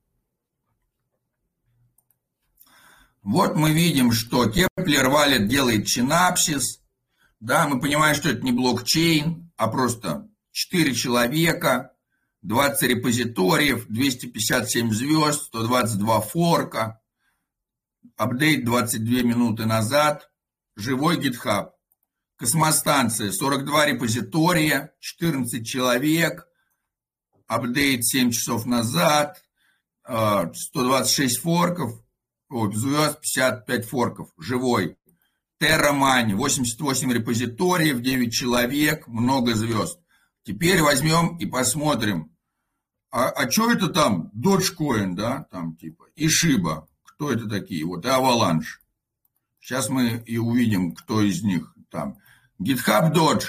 Вот мы видим, что Kepler Wallet делает Synapses. Да, мы понимаем, что это не блокчейн, а просто 4 человека, 20 репозиториев, 257 звезд, 122 форка, апдейт 22 минуты назад, живой GitHub. Космостанция, 42 репозитория, 14 человек, апдейт 7 часов назад, 126 форков, звезд, 55 форков, живой. Terra Money, 88 репозиториев, 9 человек, много звезд. Теперь возьмем и посмотрим, а что это там, Dogecoin, да, там типа, и Shiba, кто это такие, вот, и Avalanche. Сейчас мы и увидим, кто из них там. GitHub Doge,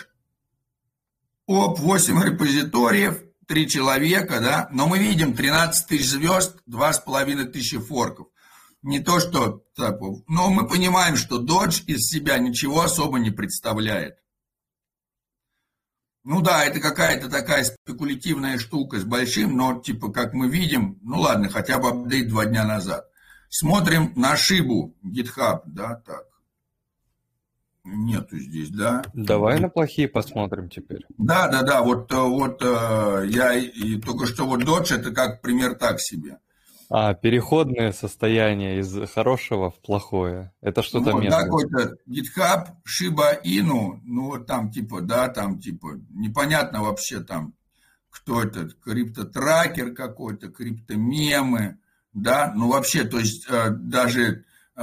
8 репозиториев, 3 человека, да, но мы видим 13 тысяч звезд, 2500 форков. Не то, что... Но мы понимаем, что Dodge из себя ничего особо не представляет. Ну да, это какая-то такая спекулятивная штука с большим, но типа как мы видим, ну ладно, хотя бы апдейт 2 дня назад. Смотрим на Shibу GitHub, да, так. Нету здесь, да. Давай на плохие посмотрим теперь. Да, вот я и только что вот Dodge это как пример так себе. Переходное состояние из хорошего в плохое. Это что-то ну, местное. Да, какой-то GitHub, Shiba Inu, ну вот там типа, да, там типа, непонятно вообще там, кто это, криптотракер какой-то, криптомемы, да, ну вообще, то есть даже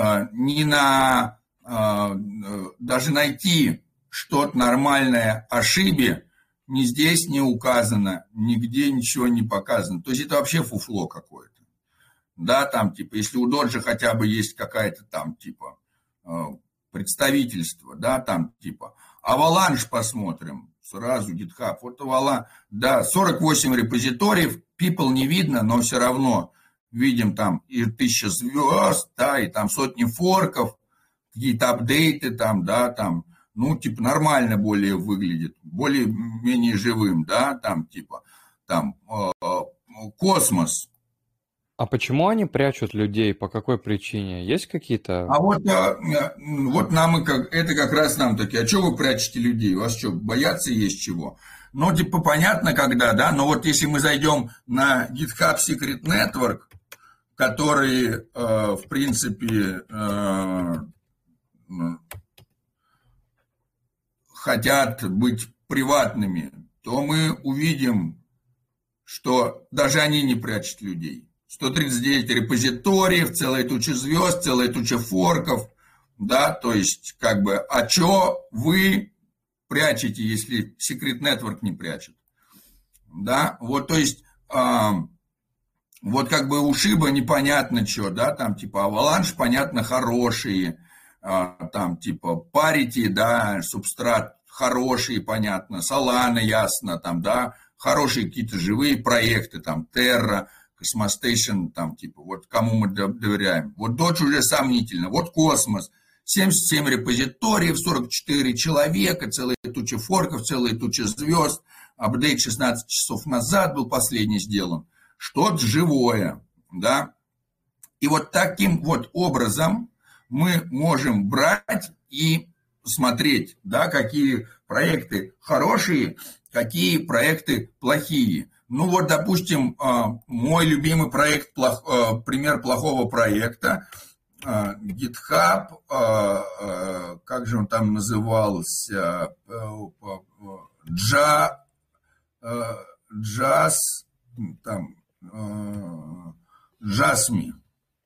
даже найти что-то нормальное о Шибе ни здесь не указано, нигде ничего не показано. То есть это вообще фуфло какое-то. Да, там, типа, если у Доджа хотя бы есть какая-то там, типа, представительство, да, там, типа, Avalanche посмотрим, сразу GitHub, вот Avalanche, да, 48 репозиториев, people не видно, но все равно видим там и 1000 звезд, да, и там сотни форков, какие-то апдейты там, да, там, ну, типа, нормально более выглядит, более-менее живым, да, там, типа, там, космос. А почему они прячут людей? По какой причине? Есть какие-то... А вот нам это как раз нам такие, а что вы прячете людей? У вас что, бояться есть чего? Ну, типа, понятно, когда, да, но вот если мы зайдем на GitHub Secret Network, который, в принципе, хотят быть приватными, то мы увидим, что даже они не прячут людей. 139 репозиториев, целая туча звезд, целая туча форков, да, то есть, как бы, а что вы прячете, если Secret Network не прячет? Да, вот, то есть, вот как бы у Шиба непонятно что, да, там, типа, Avalanche, понятно, хорошие, там, типа, Parity, да, Substrat хорошие, понятно, Solana, ясно, там, да, хорошие какие-то живые проекты, там, Terra, Cosmostation, там, типа, вот кому мы доверяем. Вот Dodge уже сомнительно. Вот Космос, 77 репозиториев, 44 человека, целая туча форков, целая туча звезд. Апдейт 16 часов назад был последний сделан. Что-то живое, да. И вот таким вот образом мы можем брать и смотреть, да, какие проекты хорошие, какие проекты плохие. Ну вот, допустим, мой любимый проект, пример плохого проекта, GitHub, как же он там назывался, Jasmy.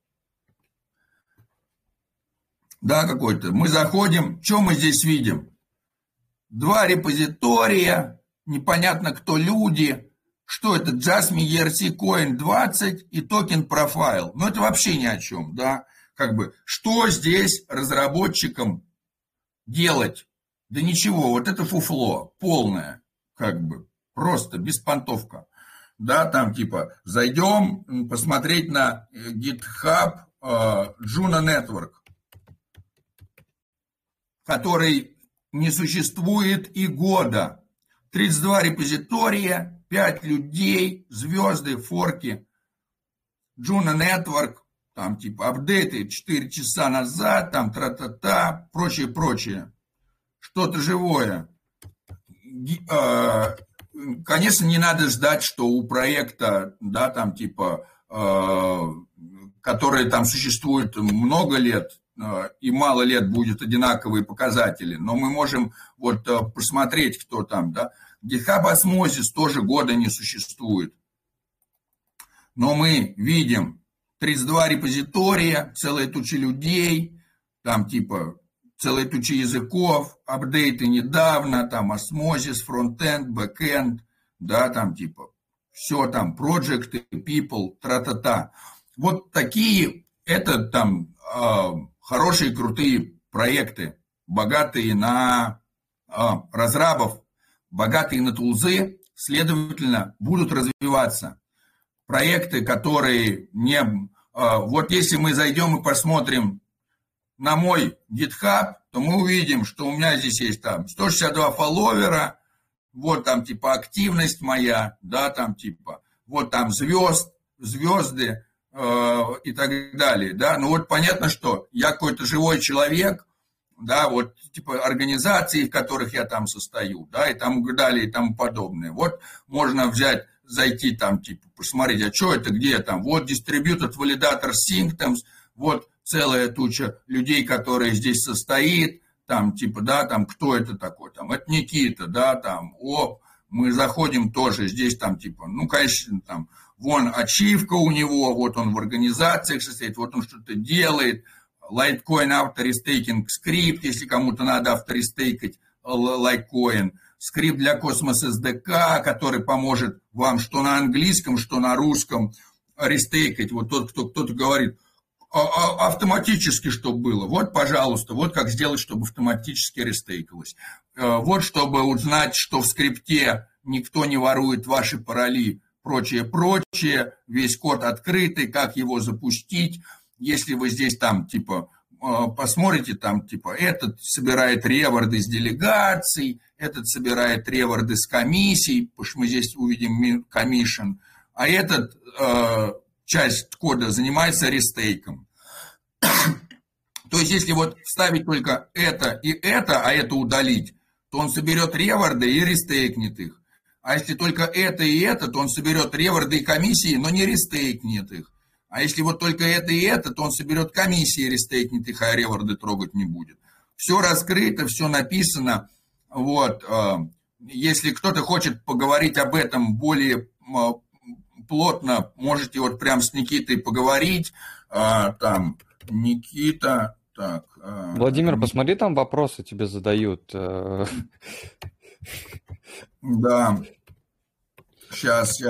Да, какой-то. Мы заходим, что мы здесь видим? 2 репозитория, непонятно кто люди. Что это? Jasmy ERC Coin 20 и токен Profile. Ну, это вообще ни о чем, да? Как бы, что здесь разработчикам делать? Да ничего, вот это фуфло полное, как бы, просто беспонтовка. да, там типа зайдем посмотреть на GitHub Juno Network, который не существует и года. 32 репозитория, 5 людей, звезды, форки. Juno Network, там типа апдейты 4 часа назад, там тра-та-та, прочее. Что-то живое. Конечно, не надо ждать, что у проекта, да, там типа, который там существует много лет, и мало лет будет одинаковые показатели, но мы можем вот посмотреть, кто там, да. GitHub Osmosis тоже года не существует. Но мы видим 32 репозитория, целая туча людей, там типа целая туча языков, апдейты недавно, там Osmosis, фронтенд, бэкенд, да, там типа все там, проекты, people, тра-та-та. Вот такие, это там хорошие, крутые проекты, богатые на разрабов, богатые на тулзы, следовательно, будут развиваться. Проекты, которые не... Вот если мы зайдем и посмотрим на мой GitHub, то мы увидим, что у меня здесь есть там 162 фолловера, вот там типа активность моя, да, там типа, вот там звезды и так далее, да. Ну вот понятно, что я какой-то живой человек, да, вот типа организации, в которых я там состою, да, и там далее и тому подобное. Вот можно взять, зайти там, типа, посмотреть, а что это, где там, вот Distributed Validator Systems, вот целая туча людей, которые здесь состоит, там, типа, да, там, кто это такой, там, это Никита, да, там, мы заходим тоже, здесь там, типа, ну, конечно, там, вон ачивка у него, вот он в организациях состоит, вот он что-то делает, Litecoin авторестейкинг скрипт, если кому-то надо авторестейкать Litecoin, скрипт для Cosmos SDK, который поможет вам что на английском, что на русском рестейкать. Вот тот, кто-то говорит, автоматически, чтобы было. Вот, пожалуйста, вот как сделать, чтобы автоматически рестейкалось. Вот, чтобы узнать, что в скрипте никто не ворует ваши пароли, прочее, весь код открытый, как его запустить. Если вы здесь там, типа, посмотрите, там, типа, этот собирает реворды с делегаций, этот собирает реворды с комиссий, потому что мы здесь увидим commission, а этот часть кода занимается рестейком. То есть, если вот вставить только это и это, а это удалить, то он соберет реворды и рестейкнет их. А если только это и это, то он соберет реворды и комиссии, но не рестейкнет их. А если вот только это и это, то он соберет комиссии и рестейкнет их, а реворды трогать не будет. Все раскрыто, все написано. Вот. Если кто-то хочет поговорить об этом более плотно, можете вот прям с Никитой поговорить. Там, Никита, так. Владимир, посмотри, там вопросы тебе задают. Да. Сейчас.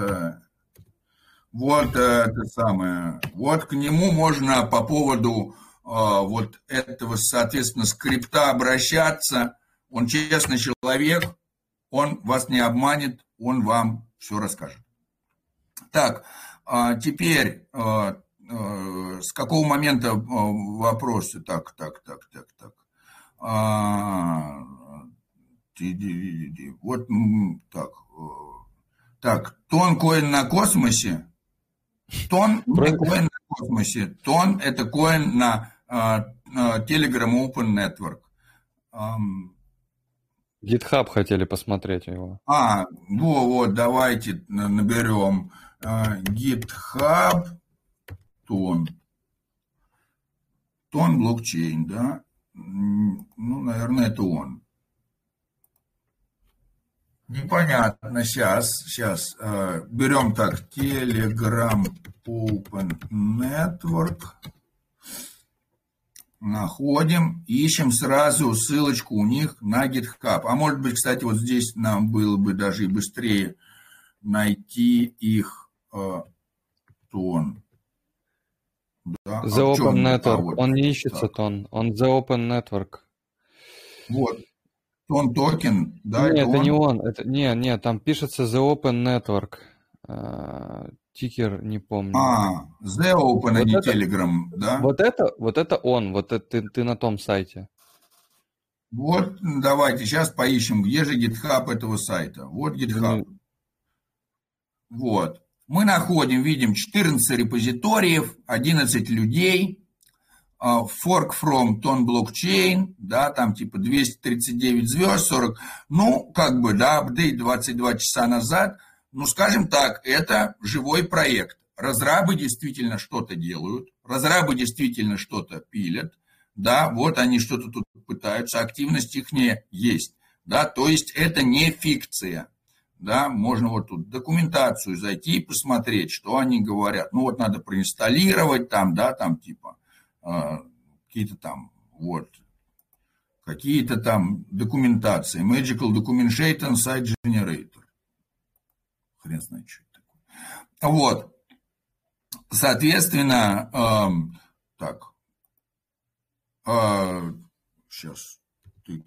Вот это самое. Вот к нему можно по поводу вот этого, соответственно, скрипта обращаться. Он честный человек, он вас не обманет, он вам все расскажет. Так, теперь с какого момента вопросы? Так. Вот так. Так, тон-коин на космосе. Тон – это коин на космосе. Тон – это коин на Telegram Open Network. GitHub хотели посмотреть его. Вот, давайте наберем GitHub тон. Тон блокчейн, да? Ну, наверное, это он. Непонятно, сейчас. Берем так, Telegram Open Network. Находим, ищем сразу ссылочку у них на GitHub. А может быть, кстати, вот здесь нам было бы даже и быстрее найти их тон. Да? The Open Network. Вот, он не ищется так. Тон, он The Open Network. Вот. Тон токен, да? Нет, это не он. Нет, там пишется The Open Network. Тикер не помню. The Open, а не Telegram, да? Вот это он, вот это ты на том сайте. Вот, давайте сейчас поищем, где же GitHub этого сайта. Вот GitHub. Вот. Мы находим, видим 14 репозиториев, 11 людей, fork from Ton Blockchain, да, там типа 239 звезд, 40, ну, как бы, да, апдейт 22 часа назад, ну, скажем так, это живой проект. Разрабы действительно что-то делают, разрабы действительно что-то пилят, да, вот они что-то тут пытаются, активность их не есть, да, то есть это не фикция. Да, можно вот тут документацию зайти и посмотреть, что они говорят. Ну вот надо проинсталлировать там, да, там типа какие-то там вот какие-то там документации. Magical Documentation Site Generator. Хрен знает, что это такое. Вот. Соответственно, так. Сейчас. Тык.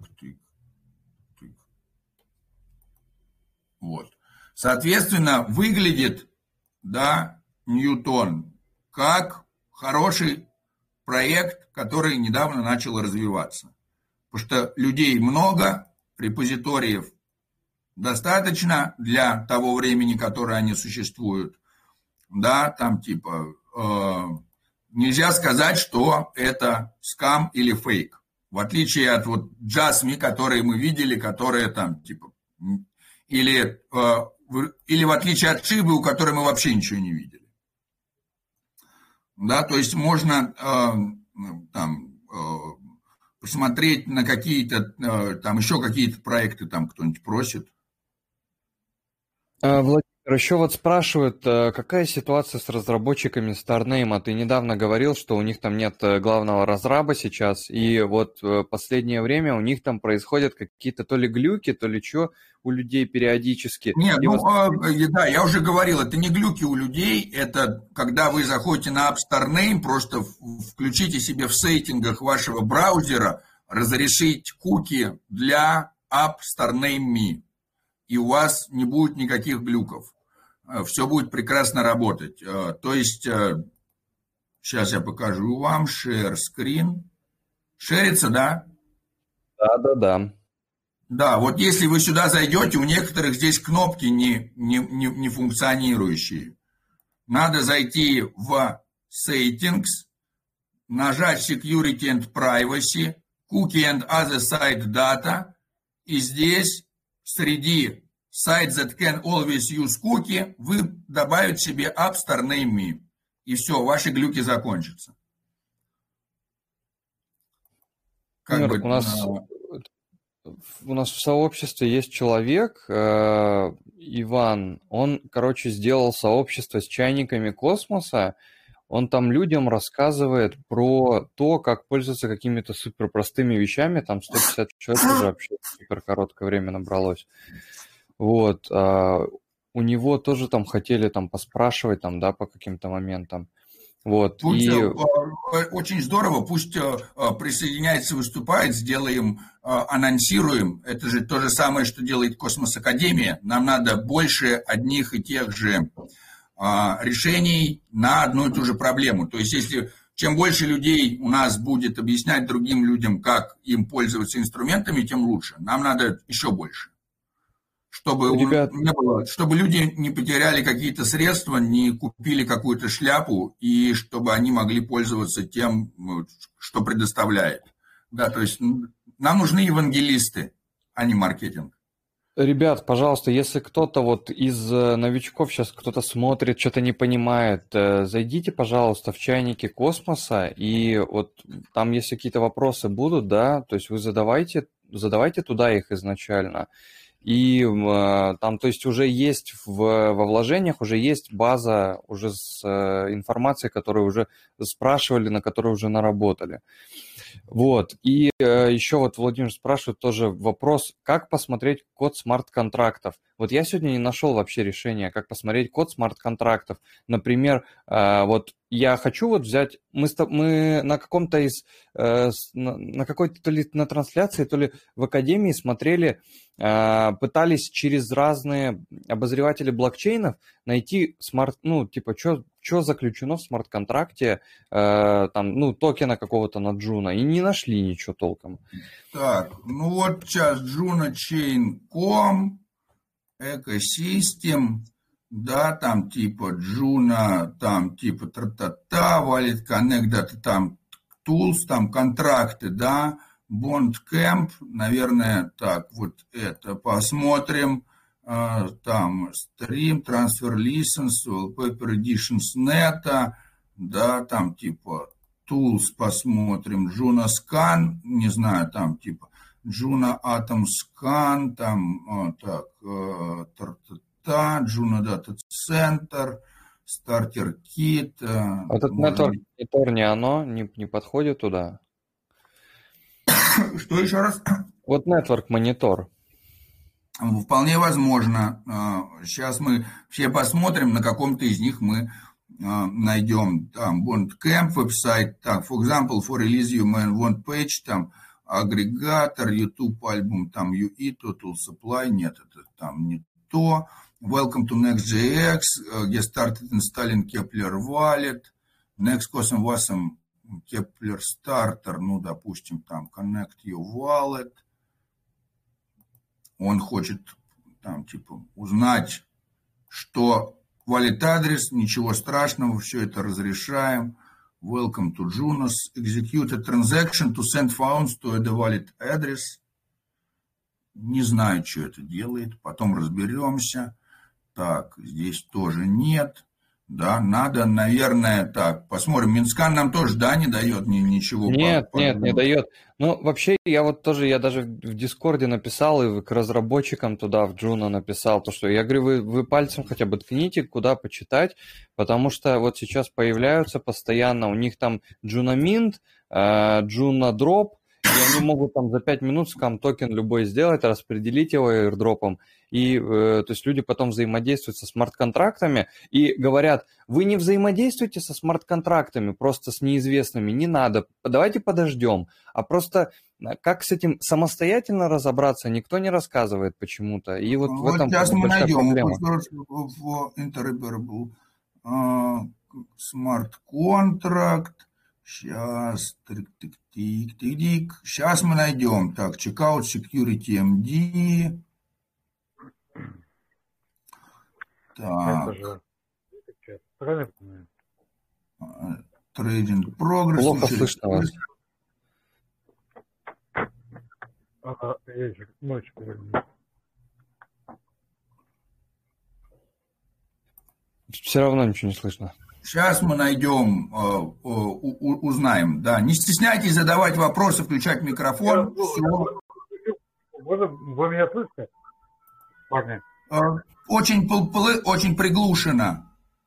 Вот. Соответственно, выглядит, да, Ньютон как хороший проект, который недавно начал развиваться. Потому что людей много, репозиториев достаточно для того времени, которое они существуют. Да, там типа нельзя сказать, что это скам или фейк. В отличие от вот Jasmy, которые мы видели, которые там типа... Или в отличие от Шибы, у которой мы вообще ничего не видели. Да, то есть можно посмотреть на какие-то, там еще какие-то проекты, там кто-нибудь просит. Владимир, еще вот спрашивают, какая ситуация с разработчиками Starname? Ты недавно говорил, что у них там нет главного разраба сейчас, и вот в последнее время у них там происходят какие-то то ли глюки, то ли что у людей периодически. Нет, да, я уже говорил, это не глюки у людей, это когда вы заходите на App Starname, просто включите себе в сеттингах вашего браузера разрешить куки для App Starname.me. И у вас не будет никаких глюков. Все будет прекрасно работать. То есть, сейчас я покажу вам, share screen. Шерится, да? Да. Да, вот если вы сюда зайдете, у некоторых здесь кнопки не функционирующие. Надо зайти в Settings, нажать Security and Privacy, Cookie and Other Site Data, и здесь среди Sites that can always use cookie вы добавите себе App Starname.me. И все, ваши глюки закончатся. У нас в сообществе есть человек, Иван, он, короче, сделал сообщество с чайниками космоса, он там людям рассказывает про то, как пользоваться какими-то суперпростыми вещами, там 150 человек уже вообще супер короткое время набралось. Вот, у него тоже там хотели там поспрашивать там, да, по каким-то моментам. Вот, очень здорово, пусть присоединяется, выступает, сделаем, анонсируем. Это же то же самое, что делает Космос Академия. Нам надо больше одних и тех же решений на одну и ту же проблему. То есть, если чем больше людей у нас будет объяснять другим людям, как им пользоваться инструментами, тем лучше. Нам надо еще больше. Чтобы люди не потеряли какие-то средства, не купили какую-то шляпу, и чтобы они могли пользоваться тем, что предоставляет. Да, то есть нам нужны евангелисты, а не маркетинг. Ребят, пожалуйста, если кто-то вот из новичков сейчас кто-то смотрит, что-то не понимает, зайдите, пожалуйста, в чайники космоса, и вот там, если какие-то вопросы будут, да, то есть вы задавайте туда их изначально. И там, то есть уже есть во вложениях, уже есть база уже с информацией, которую уже спрашивали, на которую уже наработали. Вот. И еще вот Владимир спрашивает тоже вопрос, как посмотреть код смарт-контрактов. Вот Вот я сегодня не нашел вообще решения, как посмотреть код смарт-контрактов. Например, вот я хочу вот взять, мы на каком-то из, на какой-то то ли на трансляции, то ли в Академии смотрели, пытались через разные обозреватели блокчейнов найти смарт, ну, типа, что заключено в смарт-контракте, там, ну, токена какого-то на Джуна, и не нашли ничего толком. Так, ну вот сейчас JunaChain.com, Ecosystem, да, там типа Juno, там типа тра-та-та, Wallet Connect, да, там Tools, там контракты, да, BondCamp, наверное, так, вот это посмотрим, там Stream, Transfer License, Wallpaper Editions Net, да, там типа Tools посмотрим, Juno Scan, не знаю, там типа Juno Atom Scan, там так, Juno Data Center, Starter Kit. Вот этот Network Monitor не оно, не подходит туда. Что еще раз? Вот Network Monitor. Вполне возможно. Сейчас мы все посмотрим, на каком-то из них мы найдем там BondCamp веб-сайт, так, for example, for release you may want page, там агрегатор, YouTube альбом, там UE, Total Supply, нет, это там не то. Welcome to Next.js, get started installing Kepler Wallet, next question was some Kepler Starter, ну, допустим, там connect your wallet. Он хочет там типа узнать, что wallet адрес, ничего страшного, все это разрешаем. Welcome to Junos. Execute a transaction to send funds to the wallet address. Не знаю, что это делает, потом разберемся. Так, здесь тоже нет. Да, надо, наверное, так, посмотрим. Минскан нам тоже, да, не дает ничего? Нет, не дает. Ну, вообще, я даже в Дискорде написал и к разработчикам туда, в Juno написал, то, что я говорю, вы пальцем хотя бы ткните, куда почитать, потому что вот сейчас появляются постоянно, у них там Juno Mint, Juno Drop, и они могут там за 5 минут скам-токен любой сделать, распределить его airdropом. И, то есть, люди потом взаимодействуют со смарт-контрактами и говорят, вы не взаимодействуйте со смарт-контрактами, просто с неизвестными, не надо, давайте подождем. А просто как с этим самостоятельно разобраться, никто не рассказывает почему-то. И вот в этом сейчас мы найдем проблема. В Interoperable смарт-контракт. Сейчас, тик-тик-тик-тик. Сейчас мы найдем. Так, Checkout Security MD. Так. Trading Progress. Плохо слышно вас. Все равно ничего не слышно. Сейчас мы найдем, узнаем. Да, не стесняйтесь задавать вопросы, включать микрофон. Вы меня слышите? Парни? Очень приглушено.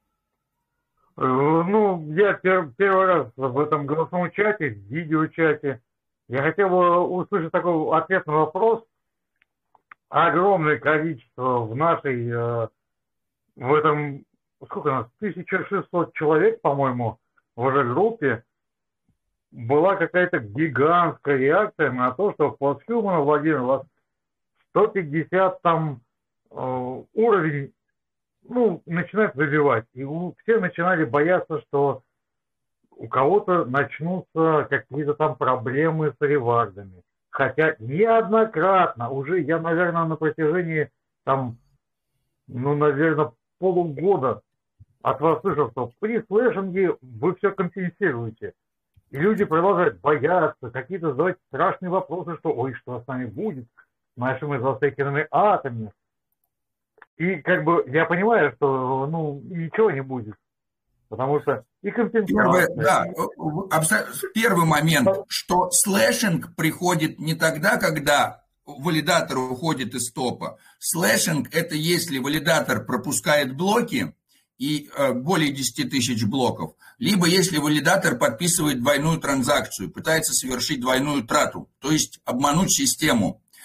Ну, я первый раз в этом голосовом чате, видеочате. Я хотел бы услышать такой ответ на вопрос. Огромное количество в нашей, в этом, сколько у нас, 1600 человек, по-моему, в этой группе, была какая-то гигантская реакция на то, что Posthuman, Владимир, у вас 150 там уровень, ну, начинает выбивать. И все начинали бояться, что у кого-то начнутся какие-то там проблемы с ревардами. Хотя неоднократно уже я, наверное, на протяжении там, ну, наверное, полугода от вас слышал, что при слэшинге вы все компенсируете. И люди продолжают бояться, какие-то задавать страшные вопросы, что ой, что с нами будет, нашими застейкенными атомами. И как бы я понимаю, что ну ничего не будет. Потому что и компенсация. Первый момент, что слэшинг приходит не тогда, когда валидатор уходит из топа. Слэшинг – это если валидатор пропускает блоки, и более 10 тысяч блоков, либо если валидатор подписывает двойную транзакцию, пытается совершить двойную трату, то есть обмануть систему.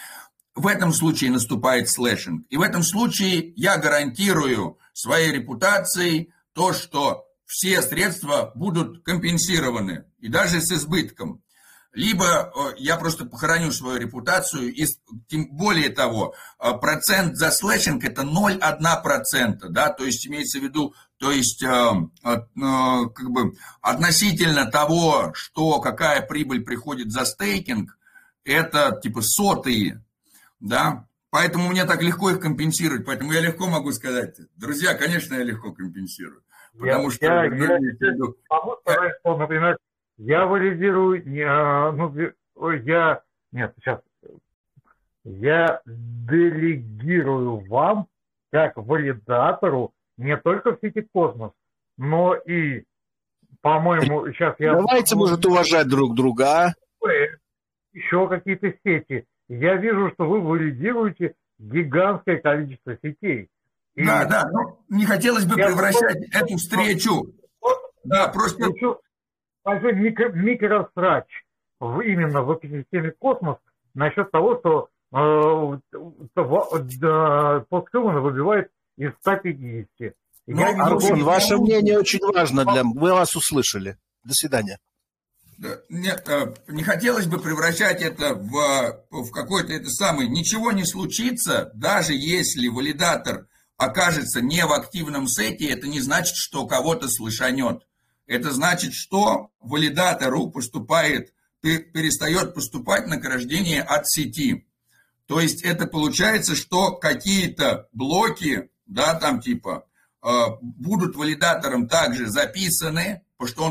в этом случае наступает слэшинг. И в этом случае я гарантирую своей репутацией то, что все средства будут компенсированы, и даже с избытком. Либо я просто похороню свою репутацию, и тем более того, процент за слэшинг это 0,1%, да, то есть имеется в виду, то есть как бы относительно того, что какая прибыль приходит за стейкинг, это типа сотые, да, поэтому мне так легко их компенсировать, поэтому я легко могу сказать, друзья, конечно, я легко компенсирую, потому что... могу сказать, что, например, я валидирую, я делегирую вам, как валидатору, не только в сети Космос, но и, по-моему, сейчас я... Давайте, может, уважать друг друга, а? Еще какие-то сети. Я вижу, что вы валидируете гигантское количество сетей. Да, но не хотелось бы превращать эту встречу. Да, просто... Большой микросрач именно в экосистеме Космос насчет того, что постхуман выбивает из 150. Арсен, ваше мнение очень важно мы вас услышали. До свидания. Нет, не хотелось бы превращать это в какой-то ничего не случится, даже если валидатор окажется не в активном сете, это не значит, что кого-то слышанет. Это значит, что валидатору перестает поступать награждение от сети. То есть это получается, что какие-то блоки, да, там типа, будут валидатором также записаны, потому что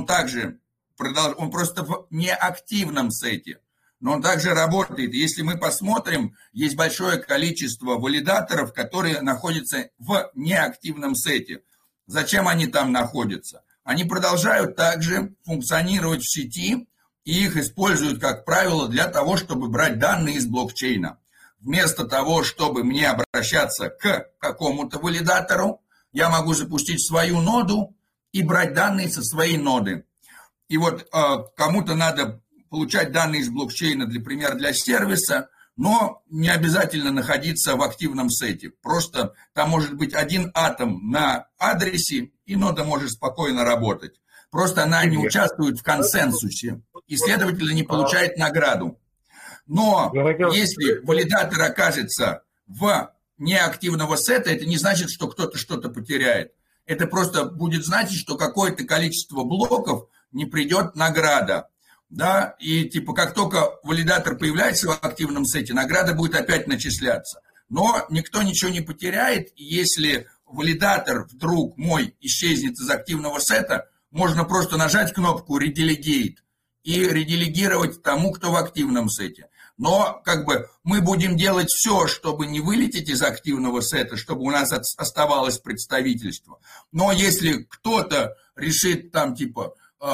он просто в неактивном сете, но он также работает. Если мы посмотрим, есть большое количество валидаторов, которые находятся в неактивном сете. Зачем они там находятся? Они продолжают также функционировать в сети, и их используют, как правило, для того, чтобы брать данные из блокчейна. Вместо того, чтобы мне обращаться к какому-то валидатору, я могу запустить свою ноду и брать данные со своей ноды. И вот кому-то надо получать данные из блокчейна, например, для сервиса, но не обязательно находиться в активном сете. Просто там может быть один атом на адресе, и нода может спокойно работать. Просто она не участвует в консенсусе и, следовательно, не получает награду. Но если валидатор окажется в неактивного сета, это не значит, что кто-то что-то потеряет. Это просто будет значить, что какое-то количество блоков не придет награда. Да, и типа как только валидатор появляется в активном сете, награда будет опять начисляться. Но никто ничего не потеряет, и если валидатор вдруг мой исчезнет из активного сета, можно просто нажать кнопку Redelegate и ределегировать тому, кто в активном сете. Но как бы мы будем делать все, чтобы не вылететь из активного сета, чтобы у нас оставалось представительство. Но если кто-то решит там типа...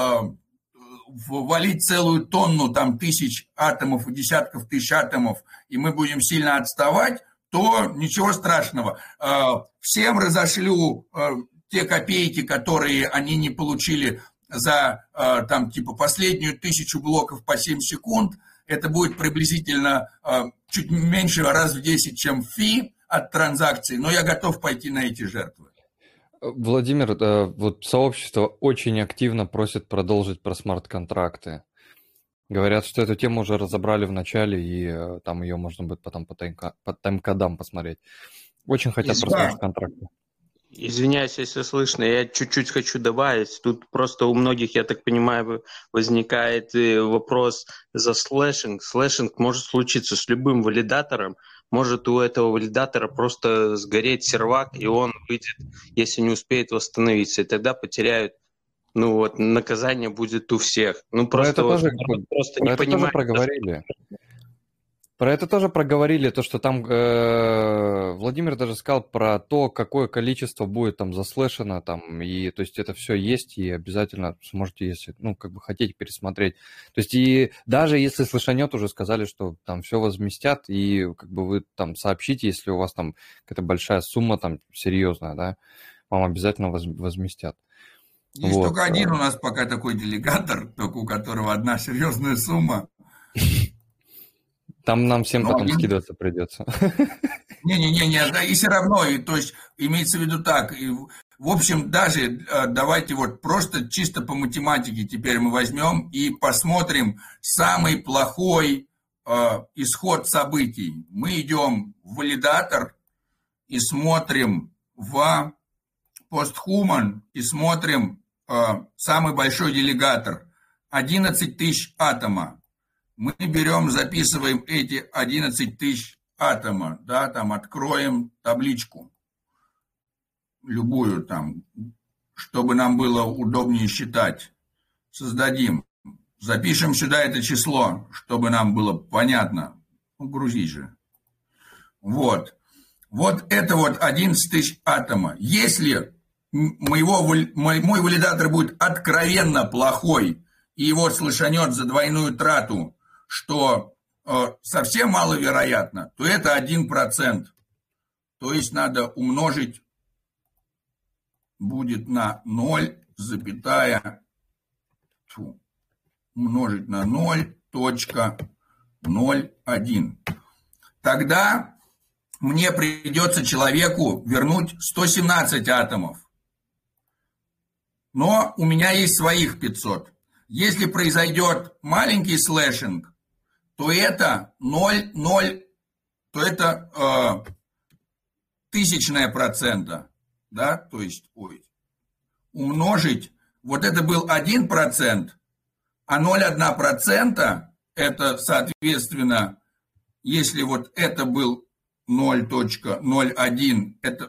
валить целую тонну там тысяч атомов и десятков тысяч атомов, и мы будем сильно отставать, то ничего страшного. Всем разошлю те копейки, которые они не получили за там типа последнюю 1000 блоков по 7 секунд. Это будет приблизительно чуть меньше раз в 10, чем фи от транзакций, но я готов пойти на эти жертвы. Владимир, вот сообщество очень активно просит продолжить про смарт-контракты. Говорят, что эту тему уже разобрали в начале, и там ее можно будет потом по тайм-кодам посмотреть. Очень хотят про смарт-контракты. Извиняюсь, если слышно, я чуть-чуть хочу добавить. Тут просто у многих, я так понимаю, возникает вопрос за слэшинг. Слэшинг может случиться с любым валидатором. Может у этого валидатора просто сгореть сервак, и он выйдет, если не успеет восстановиться. И тогда потеряют, наказание будет у всех. Просто не понимаю. Проговорили. Про это тоже проговорили, то, что там Владимир даже сказал про то, какое количество будет там заслэшено, там, и то есть это все есть, и обязательно сможете, если, хотите пересмотреть. То есть и даже если слышанет, уже сказали, что там все возместят, и вы там сообщите, если у вас там какая-то большая сумма там серьезная, да, вам обязательно возместят. Есть только один у нас пока такой делегатор, только у которого одна серьезная сумма. Там нам всем Но потом скидываться придется. Не-не-не, да, и все равно, и, то есть имеется в виду так, и, в общем, даже давайте вот просто чисто по математике теперь мы возьмем и посмотрим самый плохой исход событий. Мы идем в валидатор и смотрим в постхуман и смотрим самый большой делегатор, 11 тысяч атома. Мы берем, записываем эти 11 тысяч атома, да, там откроем табличку, любую там, чтобы нам было удобнее считать, создадим, запишем сюда это число, чтобы нам было понятно, ну, грузи же, вот это вот 11 тысяч атома. Если мой валидатор будет откровенно плохой, и его слышанет за двойную трату, что совсем маловероятно, то это 1%. То есть надо умножить будет на 0,01. Тогда мне придется человеку вернуть 117 атомов. Но у меня есть своих 500. Если произойдет маленький слэшинг, то это 0,0, то это тысячная процента, да, то есть, умножить, вот это был 1%, а 0,1% это, соответственно, если вот это был 0,01, это,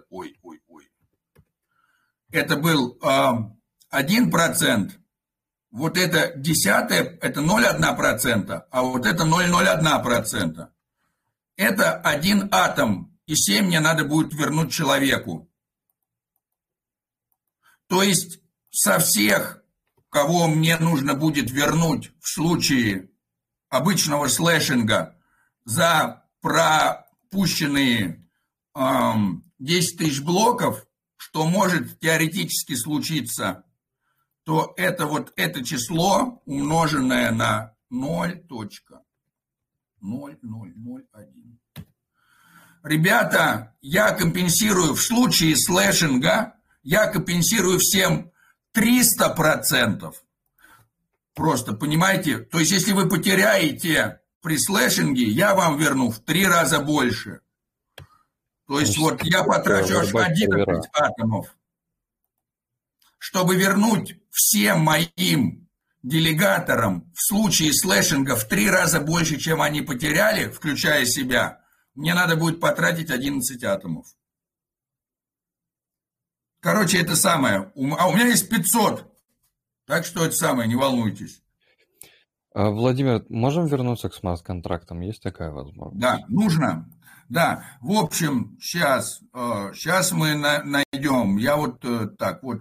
это был 1%, вот это десятое, это 0,1%, а вот это 0,01%. Это 1 атом, и 7 мне надо будет вернуть человеку. То есть со всех, кого мне нужно будет вернуть в случае обычного слэшинга за пропущенные 10 тысяч блоков, что может теоретически случиться, то это вот это число, умноженное на 0,0001. Ребята, я компенсирую в случае слэшинга, я компенсирую всем 300%. Просто, понимаете? То есть, если вы потеряете при слэшинге, я вам верну в 3 раза больше. То есть, вот я потрачу аж 11 атомов. Чтобы вернуть всем моим делегаторам в случае слэшинга в 3 раза больше, чем они потеряли, включая себя, мне надо будет потратить 11 атомов. Короче, это самое. А у меня есть 500. Так что это самое, не волнуйтесь. Владимир, можем вернуться к смарт-контрактам? Есть такая возможность? Да, нужно. Да, в общем, сейчас мы найдем. Я вот так вот.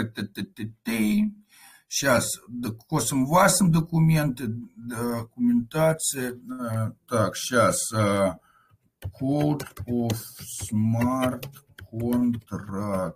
Сейчас косом-васом документы, документация. Так, сейчас Code of Smart Contract.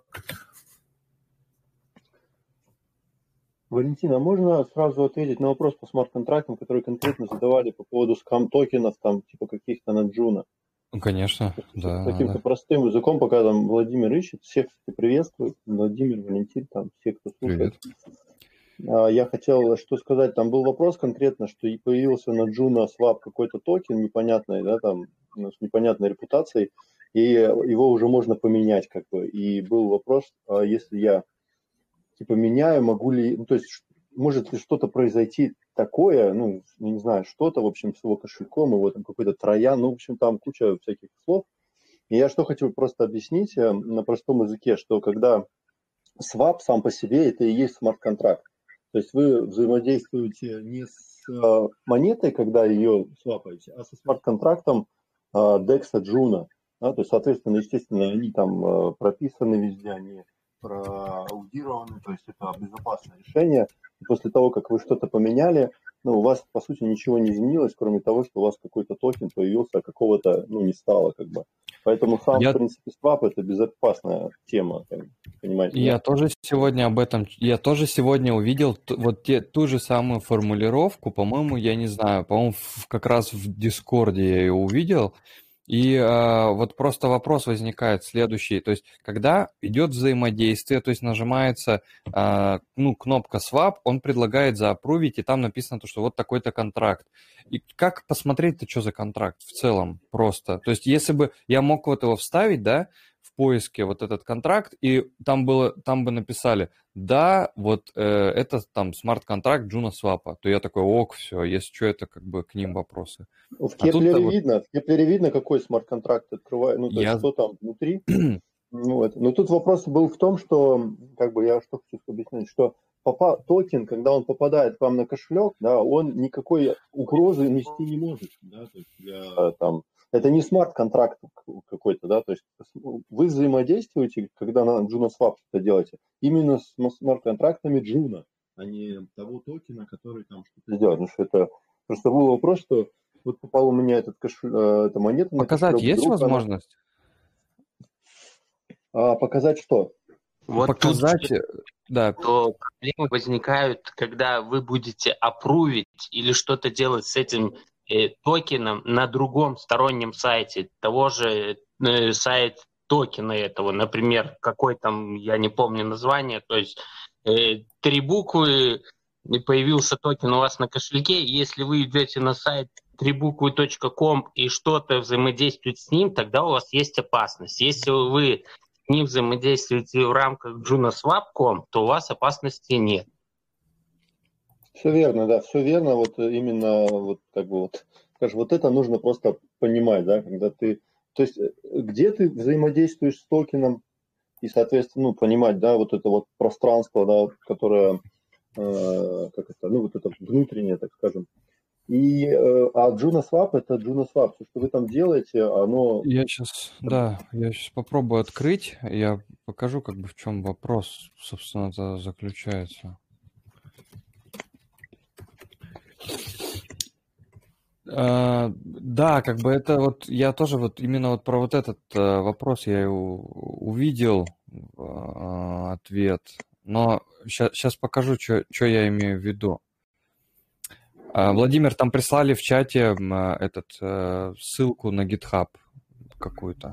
Валентина, можно сразу ответить на вопрос по смарт-контрактам, который конкретно задавали по поводу скам-токенов, там, типа каких-то на Джуна? Ну, конечно, да. Каким-то простым языком, пока там Владимир ищет. Всех приветствую. Владимир, Валентин, там, все, кто слушает. Привет. Я хотел что сказать. Там был вопрос конкретно, что появился на Джуна свап какой-то токен непонятный, да, там, с непонятной репутацией, и его уже можно поменять, как бы. И был вопрос, если я типа меняю, могу ли, ну, то есть может ли что-то произойти такое, ну, не знаю, что-то, в общем, с его кошельком, его там какой-то троян, ну, в общем, там куча всяких слов. И я что хочу просто объяснить на простом языке, что когда свап сам по себе, это и есть смарт-контракт. То есть вы взаимодействуете не с монетой, когда ее свапаете, а со смарт-контрактом DEX Джуна. Да? То есть, соответственно, естественно, они там прописаны везде, они проаудированы, то есть это безопасное решение. И после того, как вы что-то поменяли, у вас, по сути, ничего не изменилось, кроме того, что у вас какой-то токен появился, а какого-то, не стало, как бы. Поэтому сам, в принципе, свап – это безопасная тема, понимаете? Я тоже сегодня увидел ту же самую формулировку, по-моему, я не знаю, по-моему, как раз в Дискорде я ее увидел. И вот просто вопрос возникает следующий. То есть, когда идет взаимодействие, то есть нажимается кнопка Swap, он предлагает заапрувить, и там написано, что вот такой-то контракт. И как посмотреть-то, что за контракт в целом просто? То есть, если бы я мог вот его вставить, да, в поиске вот этот контракт, и там бы написали, да, вот это там смарт-контракт JunoSwap, то я такой, ок, все, если что, это как бы к ним вопросы. В Кеплере видно, какой смарт-контракт открывает, то есть что там внутри. Но тут вопрос был в том, что, как бы я что хочу объяснить, что токен, когда он попадает к вам на кошелек, да, он никакой угрозы нести не может, да, то есть это не смарт-контракт какой-то, да, то есть вы взаимодействуете, когда на JunoSwap это делаете, именно с смарт-контрактами Juno, а не того токена, который там что-то сделает. Потому что это просто был вопрос, что вот попал у меня эта монета на показать кошелек. Есть возможность? Показать что? Вот показать, да. То проблемы возникают, когда вы будете апрувить или что-то делать с этим токеном на другом стороннем сайте, того же сайт токена этого, например, какой там, я не помню название, то есть 3 буквы, появился токен у вас на кошельке, если вы идете на сайт 3буквы.com и что-то взаимодействует с ним, тогда у вас есть опасность. Если вы с ним взаимодействуете в рамках JunoSwap.com, то у вас опасности нет. Все верно, да, все верно, вот именно вот как бы вот, скажем, вот это нужно просто понимать, да, когда ты, то есть где ты взаимодействуешь с токеном и, соответственно, понимать, да, вот это вот пространство, да, которое, как это, вот это внутреннее, так скажем. А JunoSwap это JunoSwap, все, что вы там делаете, оно... Я сейчас попробую открыть, я покажу, как бы в чем вопрос, собственно, заключается. Да, как бы это вот, я тоже вот именно вот про вот этот вопрос я увидел ответ, но сейчас покажу, что я имею в виду. Владимир, там прислали в чате ссылку на GitHub какую-то.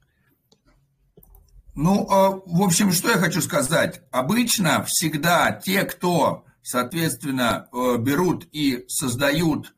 В общем, что я хочу сказать. Обычно всегда те, кто, соответственно, берут и создают...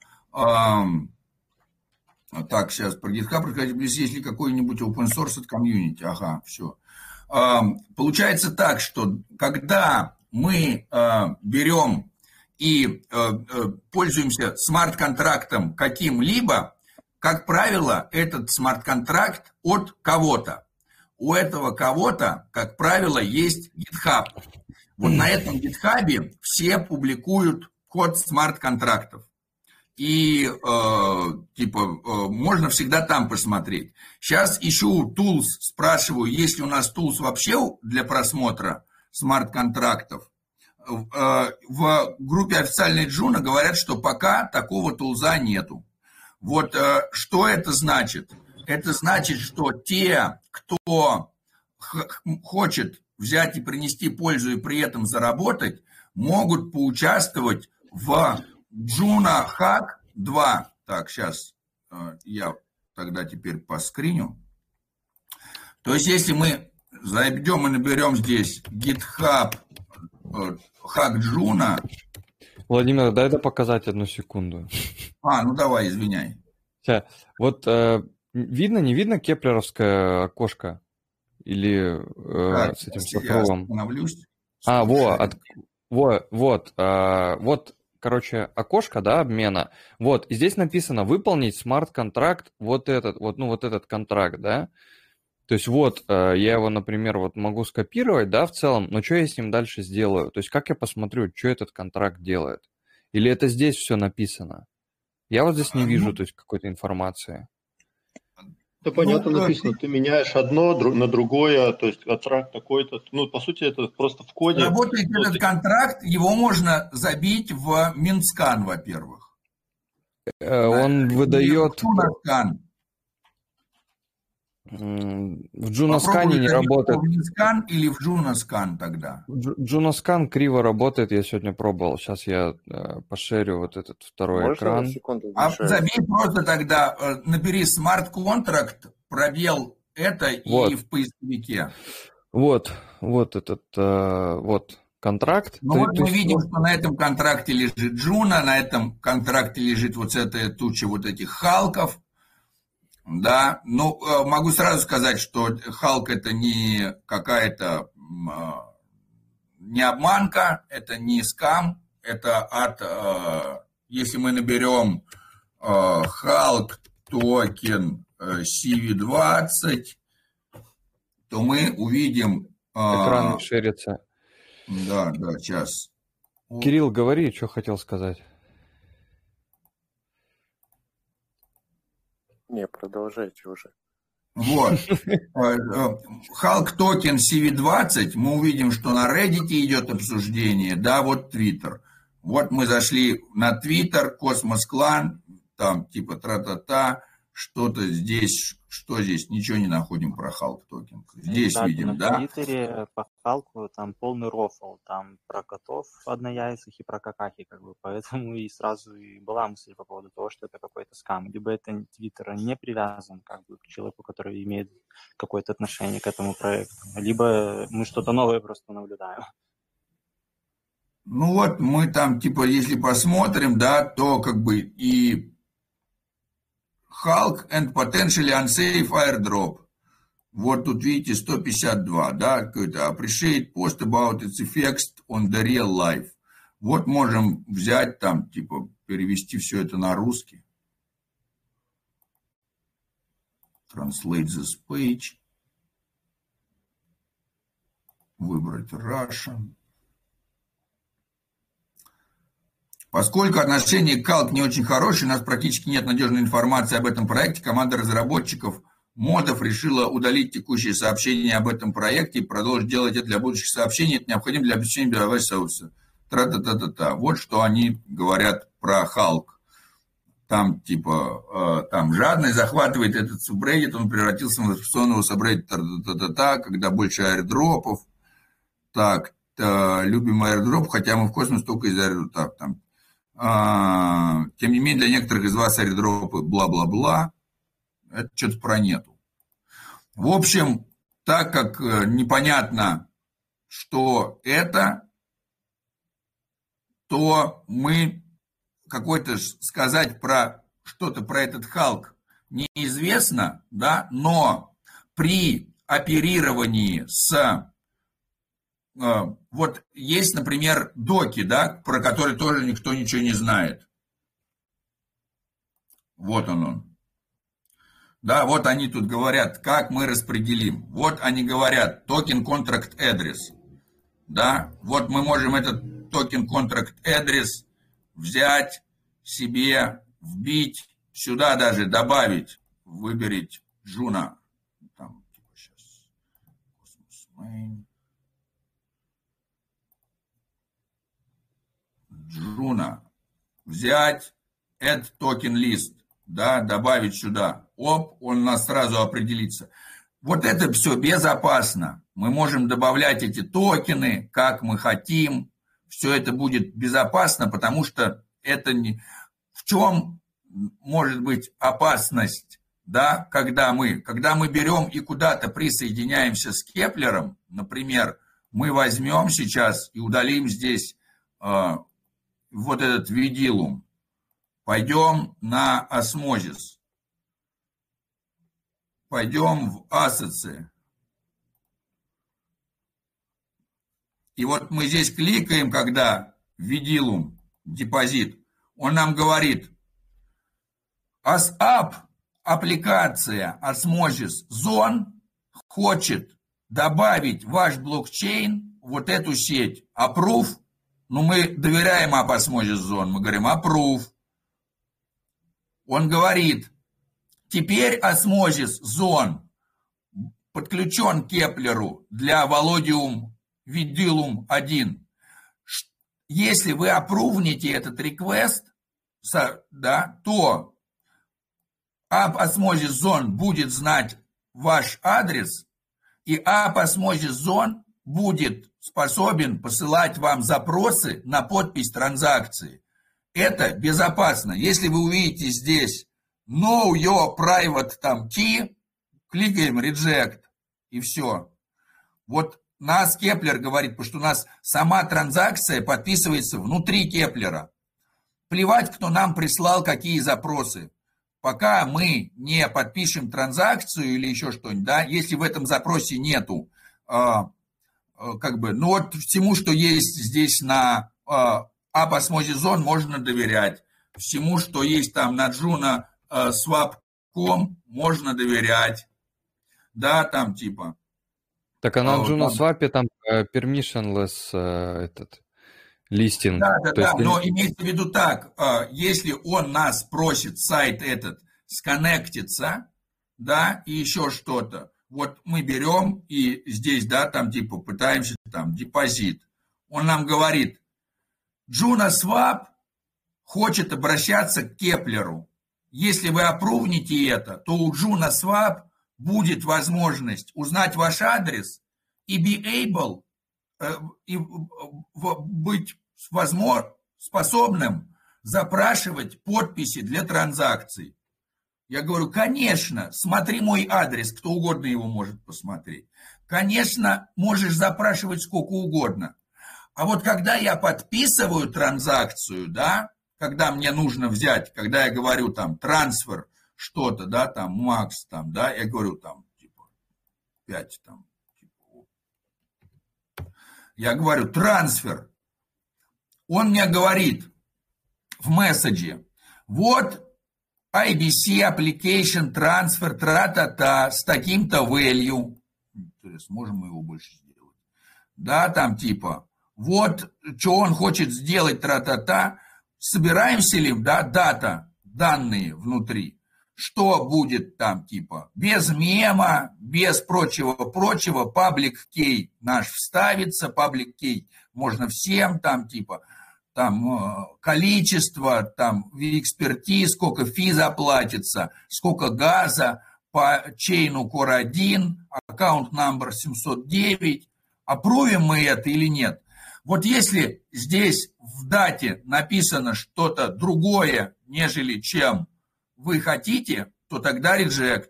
Так, сейчас про GitHub, есть ли какой-нибудь open source от комьюнити? Ага, все. Получается так, что когда мы берем и пользуемся смарт-контрактом каким-либо, как правило, этот смарт-контракт от кого-то. У этого кого-то, как правило, есть GitHub. Вот на этом GitHub все публикуют код смарт-контрактов. И можно всегда там посмотреть. Сейчас ищу tools, спрашиваю, есть ли у нас tools вообще для просмотра смарт-контрактов. В группе официальной Juno говорят, что пока такого тулза нету. Вот что это значит? Это значит, что те, кто хочет взять и принести пользу и при этом заработать, могут поучаствовать в Juno Hack 2. Так, сейчас я тогда теперь поскриню. То есть, если мы зайдем и наберем здесь GitHub Hack Juno. Владимир, дай это показать 1 секунду. Давай, извиняй. Вот видно, не видно кеплеровское окошко? Или с этим покровом? Вот, короче, окошко, да, обмена. Вот, и здесь написано выполнить смарт-контракт, вот этот контракт, да. То есть вот, я его, например, вот могу скопировать, да, в целом, но что я с ним дальше сделаю? То есть как я посмотрю, что этот контракт делает? Или это здесь все написано? Я вот здесь не вижу, то есть, какой-то информации. Это понятно написано, ты меняешь одно на другое, то есть контракт такой-то. Ну, по сути, это просто в коде. Работает этот контракт, его можно забить в Минскан, во-первых. Он выдает... В Junoskane не работает. В Минскан или в Junoskane тогда? Junoskane криво работает, я сегодня пробовал. Сейчас я пошерю вот этот второй экран. Забей просто тогда, набери смарт-контракт, пробел это вот. И в поисковике. Вот этот контракт. Ну вот мы видим, что на этом контракте лежит Джуна, на этом контракте лежит вот эта туча вот этих халков. Да, ну, могу сразу сказать, что Халк это не какая-то, не обманка, это не скам, это если мы наберем Халк токен CV20, то мы увидим... Экран шерится. Да, сейчас. Кирилл, говори, что хотел сказать. Не, продолжайте уже. Вот. Халк токен CV20, мы увидим, что на Reddit идет обсуждение, да, вот Twitter. Вот мы зашли на Twitter, Космос Клан, там типа тра-та-та, что-то здесь, что здесь, ничего не находим про Халк токен. Здесь да, видим, да? В Твиттере по Халку там полный рофл, там про котов однояйцах и про какахи, как бы, поэтому и сразу и была мысль по поводу того, что это какой-то скам. Либо это Твиттер не привязан как бы к человеку, который имеет какое-то отношение к этому проекту, либо мы что-то новое просто наблюдаем. Ну вот мы там, типа, если посмотрим, да, то как бы и Hulk and potentially unsafe airdrop. Вот тут видите 152, да, какой-то appreciate post about its effects on the real life. Вот можем взять там, типа, перевести все это на русский. Translate this page. Выбрать Russian. Поскольку отношение к Халк не очень хорошее, у нас практически нет надежной информации об этом проекте, команда разработчиков модов решила удалить текущие сообщения об этом проекте и продолжить делать это для будущих сообщений. Это необходимо для обеспечения безопасности сообщества. Тра-та-та-та-та. Вот что они говорят про Халк. Там типа, там жадность захватывает этот субреддит, он превратился в инвестиционного субреддита, тра-та-та-та, когда больше аирдропов. Так, любим аирдроп, хотя мы в космос только из аирдропов. Там. Тем не менее, для некоторых из вас аирдропы бла-бла-бла. Это что-то про нету. В общем, так как непонятно, что это, то мы какой-то сказать про что-то про этот Халк неизвестно, да, но при оперировании с... Вот есть, например, доки, да, про которые тоже никто ничего не знает. Вот он. Да, вот они тут говорят, как мы распределим. Вот они говорят, токен contract address. Да, вот мы можем этот токен contract address взять себе, вбить, сюда даже добавить, выберите Juno. Там, типа, сейчас, Cosmos Main. Juno. Взять add token list, да, добавить сюда. Оп, он у нас сразу определится. Вот это все безопасно. Мы можем добавлять эти токены, как мы хотим. Все это будет безопасно, потому что это не... В чем может быть опасность, да, когда мы берем и куда-то присоединяемся с Кеплером, например, мы возьмем сейчас и удалим здесь вот этот видилум. Пойдем на осмозис. Пойдем в ассоции. И вот мы здесь кликаем, когда видилум, депозит, он нам говорит, ASAP, аппликация Osmosis Zone хочет добавить в ваш блокчейн вот эту сеть. Approve. Ну, мы доверяем Osmosis Zone, мы говорим approve. Он говорит, Теперь осмозис зон подключен к Кеплеру для Володиум Видилум 1. Если вы опрувните этот реквест, да, то app-osmosis zone будет знать ваш адрес, и app-osmosis zone будет способен посылать вам запросы на подпись транзакции. Это безопасно. Если вы увидите здесь know your private key, кликаем reject, и все. Вот нас Кеплер говорит, потому что у нас сама транзакция подписывается внутри Кеплера. Плевать, кто нам прислал какие запросы. Пока мы не подпишем транзакцию или еще что-нибудь, да, если в этом запросе нету, ну вот всему, что есть здесь на app-osmosis zone, можно доверять. Всему, что есть там на JunoSwap.com, можно доверять. Да, там типа. Так а на JunoSwap там permissionless этот листинг. Да, но имейте в виду так, если он нас просит, сайт этот, сконнектиться, да, и еще что-то, вот мы берем и здесь, да, там типа пытаемся, там, депозит. Он нам говорит, JunoSwap хочет обращаться к Кеплеру. Если вы опрувните это, то у JunoSwap будет возможность узнать ваш адрес и be able, и быть способным запрашивать подписи для транзакций. Я говорю, конечно, смотри мой адрес, кто угодно его может посмотреть. Конечно, можешь запрашивать сколько угодно. А вот когда я подписываю транзакцию, да, когда мне нужно взять, когда я говорю там трансфер, что-то, да, там, макс, там, да, я говорю, там, типа, 5, там, типа, я говорю, трансфер. Он мне говорит в месседже, вот IBC application transfer, тра-та-та, с таким-то value. Интересно, можем мы его больше сделать? Да, там, типа, вот, что он хочет сделать, тра-та-та, собираемся ли, да, дата, данные внутри. Что будет там, типа, без мема, без прочего, паблик кей наш вставится, паблик кей можно всем, там, типа, там, количество, там, экспертиз, сколько фи заплатится, сколько газа по чейну Core 1, аккаунт номер 709, опрувим мы это или нет. Вот если здесь в дате написано что-то другое, нежели чем вы хотите, то тогда reject.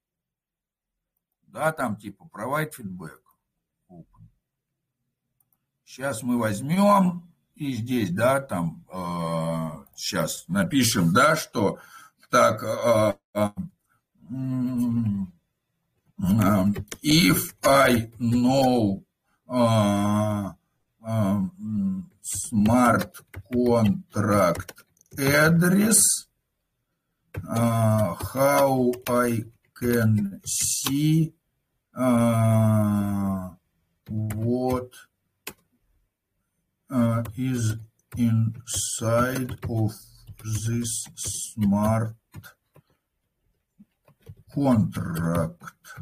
Да, там типа provide feedback. Open. Сейчас мы возьмем и здесь, да, там, сейчас напишем, да, что так, if I know smart contract address, how I can see what is inside of this smart contract.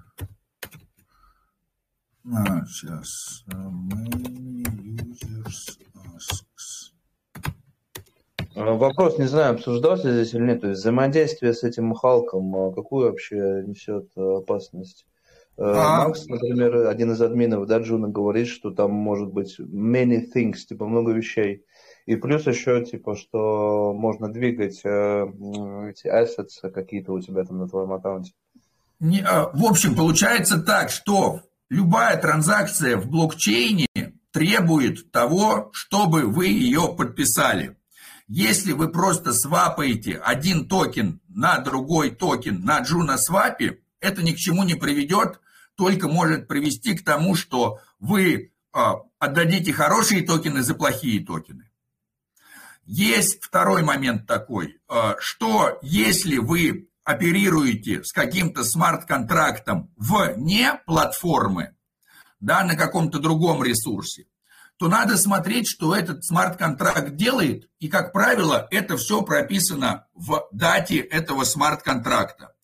Сейчас. Many users asks. Вопрос, не знаю, обсуждался здесь или нет. То есть взаимодействие с этим Халком, какую вообще несет опасность? Макс, например, один из админов, да, Джуна, говорит, что там может быть many things, типа много вещей. И плюс еще, типа, что можно двигать эти assets какие-то у тебя там на твоем аккаунте. В общем, получается так, что любая транзакция в блокчейне требует того, чтобы вы ее подписали. Если вы просто свапаете один токен на другой токен на JunoSwap, это ни к чему не приведет, только может привести к тому, что вы отдадите хорошие токены за плохие токены. Есть второй момент такой, что если вы оперируете с каким-то смарт-контрактом вне платформы, да, на каком-то другом ресурсе, то надо смотреть, что этот смарт-контракт делает, и, как правило, это все прописано в дате этого смарт-контракта.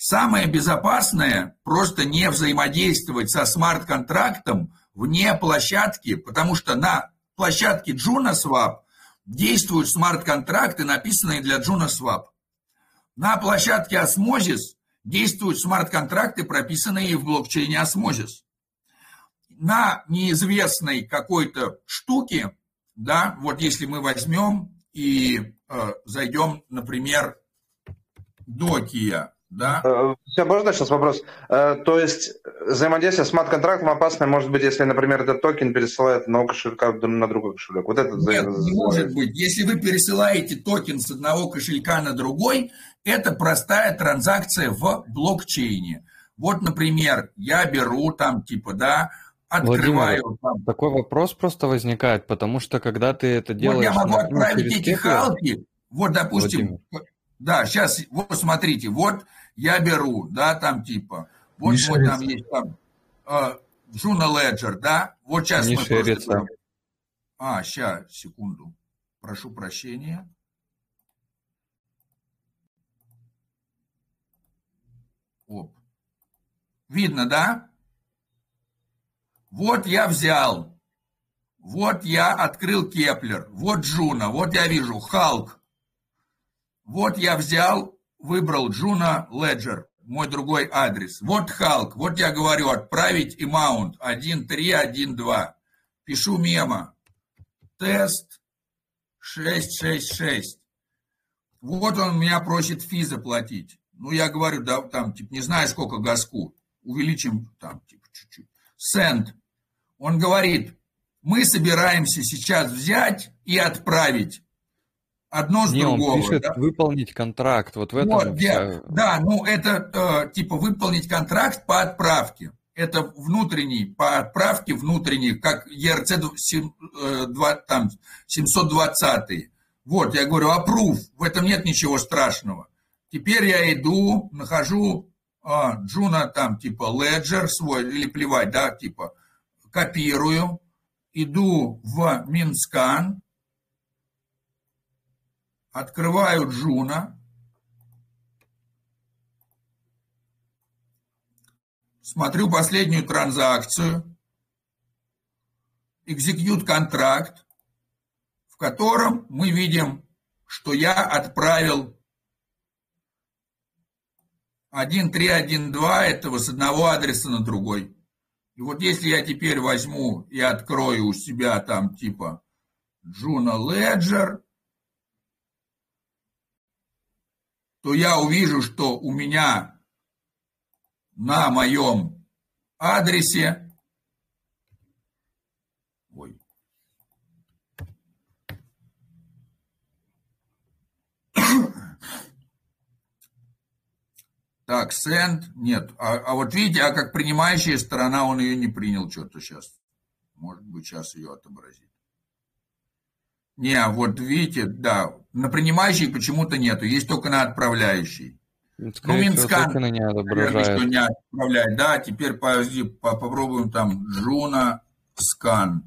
Самое безопасное просто не взаимодействовать со смарт-контрактом вне площадки, потому что на площадке JunoSwap действуют смарт-контракты, написанные для JunoSwap. На площадке Osmosis действуют смарт-контракты, прописанные в блокчейне Osmosis. На неизвестной какой-то штуке, да, вот если мы возьмем и зайдем, например, Dokia, да? Все, можно сейчас вопрос? То есть взаимодействие с смарт-контрактом опасное может быть, если, например, этот токен пересылает одного кошелька на другой кошелек. Вот это Нет, не может быть. Если вы пересылаете токен с одного кошелька на другой, это простая транзакция в блокчейне. Вот, например, я беру там, типа, да, открываю. Владимир, там такой вопрос просто возникает, потому что когда ты это делаешь... Вот я могу отправить эти халки, вот, допустим, Владимир. Да, сейчас, вот смотрите, вот я беру, да, там типа, вот там есть там Juno Ledger, да, вот сейчас не мы шерится. Просто... сейчас, секунду, прошу прощения. Оп. Видно, да? Вот я взял, вот я открыл Кеплер, вот Juno, вот я вижу Халк. Вот я взял, выбрал Juno Ledger, мой другой адрес. Вот Халк, вот я говорю, отправить amount 1312. Пишу мемо. Тест 666. Вот он меня просит фи заплатить. Ну, я говорю, да, там, типа, не знаю, сколько газку. Увеличим там, типа, чуть-чуть. Send. Он говорит, мы собираемся сейчас взять и отправить. Одно с другого. Он пишет, да? Выполнить контракт. Вот в этом... Вот, да, ну это типа выполнить контракт по отправке. Это внутренний, по отправке внутренний, как ERC 720. Вот, я говорю, approve, в этом нет ничего страшного. Теперь я иду, нахожу Juno там типа Ledger свой, или плевать, да, типа, копирую, иду в Minscan, открываю Juno, смотрю последнюю транзакцию, execute контракт, в котором мы видим, что я отправил 1312 этого с одного адреса на другой. И вот если я теперь возьму и открою у себя там типа Juno Ledger, то я увижу, что у меня на моем адресе так, send, нет. А вот видите, как принимающая сторона, он ее не принял что-то сейчас. Может быть, сейчас ее отобразит. Не, вот видите, да, на принимающей почему-то нету, есть только на отправляющей. Минскан, не отображает. Что не отправляет. Да, теперь попробуем там Juno Scan.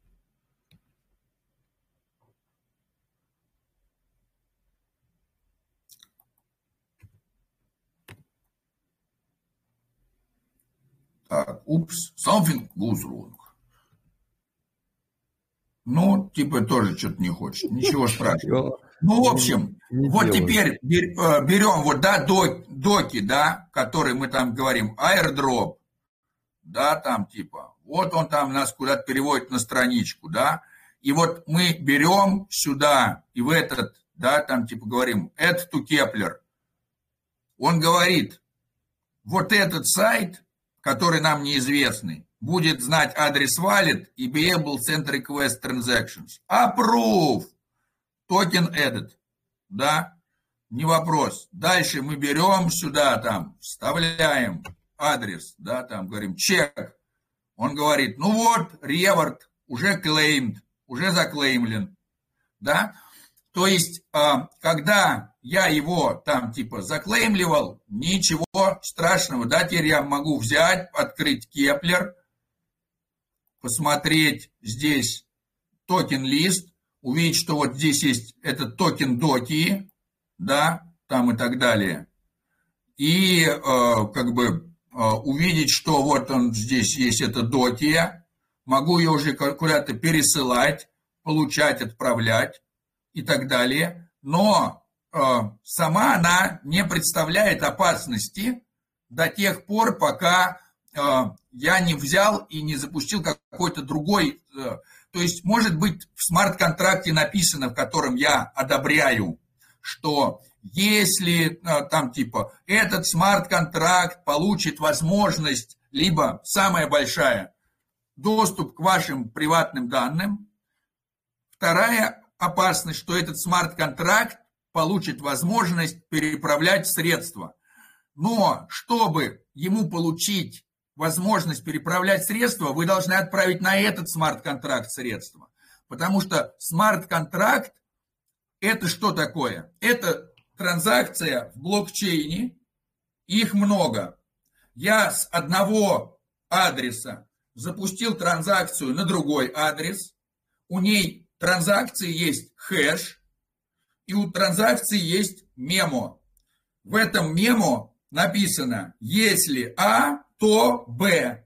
Так, упс, something goes wrong. Ну, типа тоже что-то не хочет, ничего страшного. Ну, в общем, вот теперь берем вот, да, доки, да, которые мы там говорим, airdrop, да, там типа, вот он там нас куда-то переводит на страничку, да, и вот мы берем сюда и в этот, да, там типа говорим, add to Kepler. Он говорит, вот этот сайт, который нам неизвестный, будет знать адрес wallet и be able to send request transactions. Approve. Токен edit. Да? Не вопрос. Дальше мы берем сюда, там, вставляем адрес, да, там, говорим, чек. Он говорит, ну вот, reward уже claimed, уже заклеймлен. Да? То есть, когда я его там типа заклеймливал, ничего страшного. Да, теперь я могу взять, открыть Kepler, посмотреть здесь токен-лист, увидеть, что вот здесь есть этот токен Doki, да, там и так далее. и как бы увидеть, что вот он здесь есть эта Дотия, могу ее уже куда-то пересылать, получать, отправлять и так далее. Но сама она не представляет опасности до тех пор, пока я не взял и не запустил какой-то другой. То есть, может быть, в смарт-контракте написано, в котором я одобряю, что если там типа этот смарт-контракт получит возможность, либо самая большая, доступ к вашим приватным данным. Вторая опасность, что этот смарт-контракт получит возможность переправлять средства. Но чтобы ему получить возможность переправлять средства, вы должны отправить на этот смарт-контракт средства. Потому что смарт-контракт – это что такое? Это транзакция в блокчейне, их много. Я с одного адреса запустил транзакцию на другой адрес, у ней транзакции есть хэш, и у транзакции есть мемо. В этом мемо написано, если А, то Б.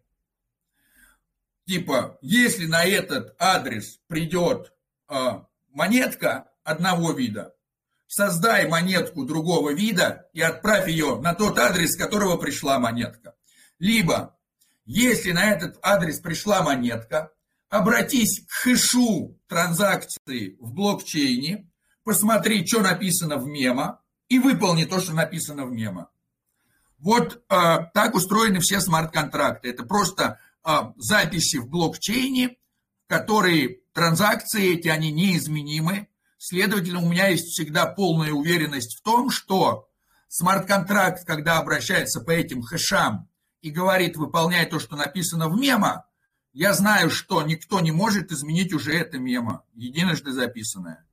Типа, если на этот адрес придет монетка одного вида, создай монетку другого вида и отправь ее на тот адрес, с которого пришла монетка. Либо, если на этот адрес пришла монетка, обратись к хэшу транзакции в блокчейне, посмотри, что написано в мемо, и выполни то, что написано в мемо. Вот так устроены все смарт-контракты. Это просто записи в блокчейне, которые транзакции эти, они неизменимы. Следовательно, у меня есть всегда полная уверенность в том, что смарт-контракт, когда обращается по этим хэшам и говорит, выполняй то, что написано в мемо, я знаю, что никто не может изменить уже это мемо, единожды записанное.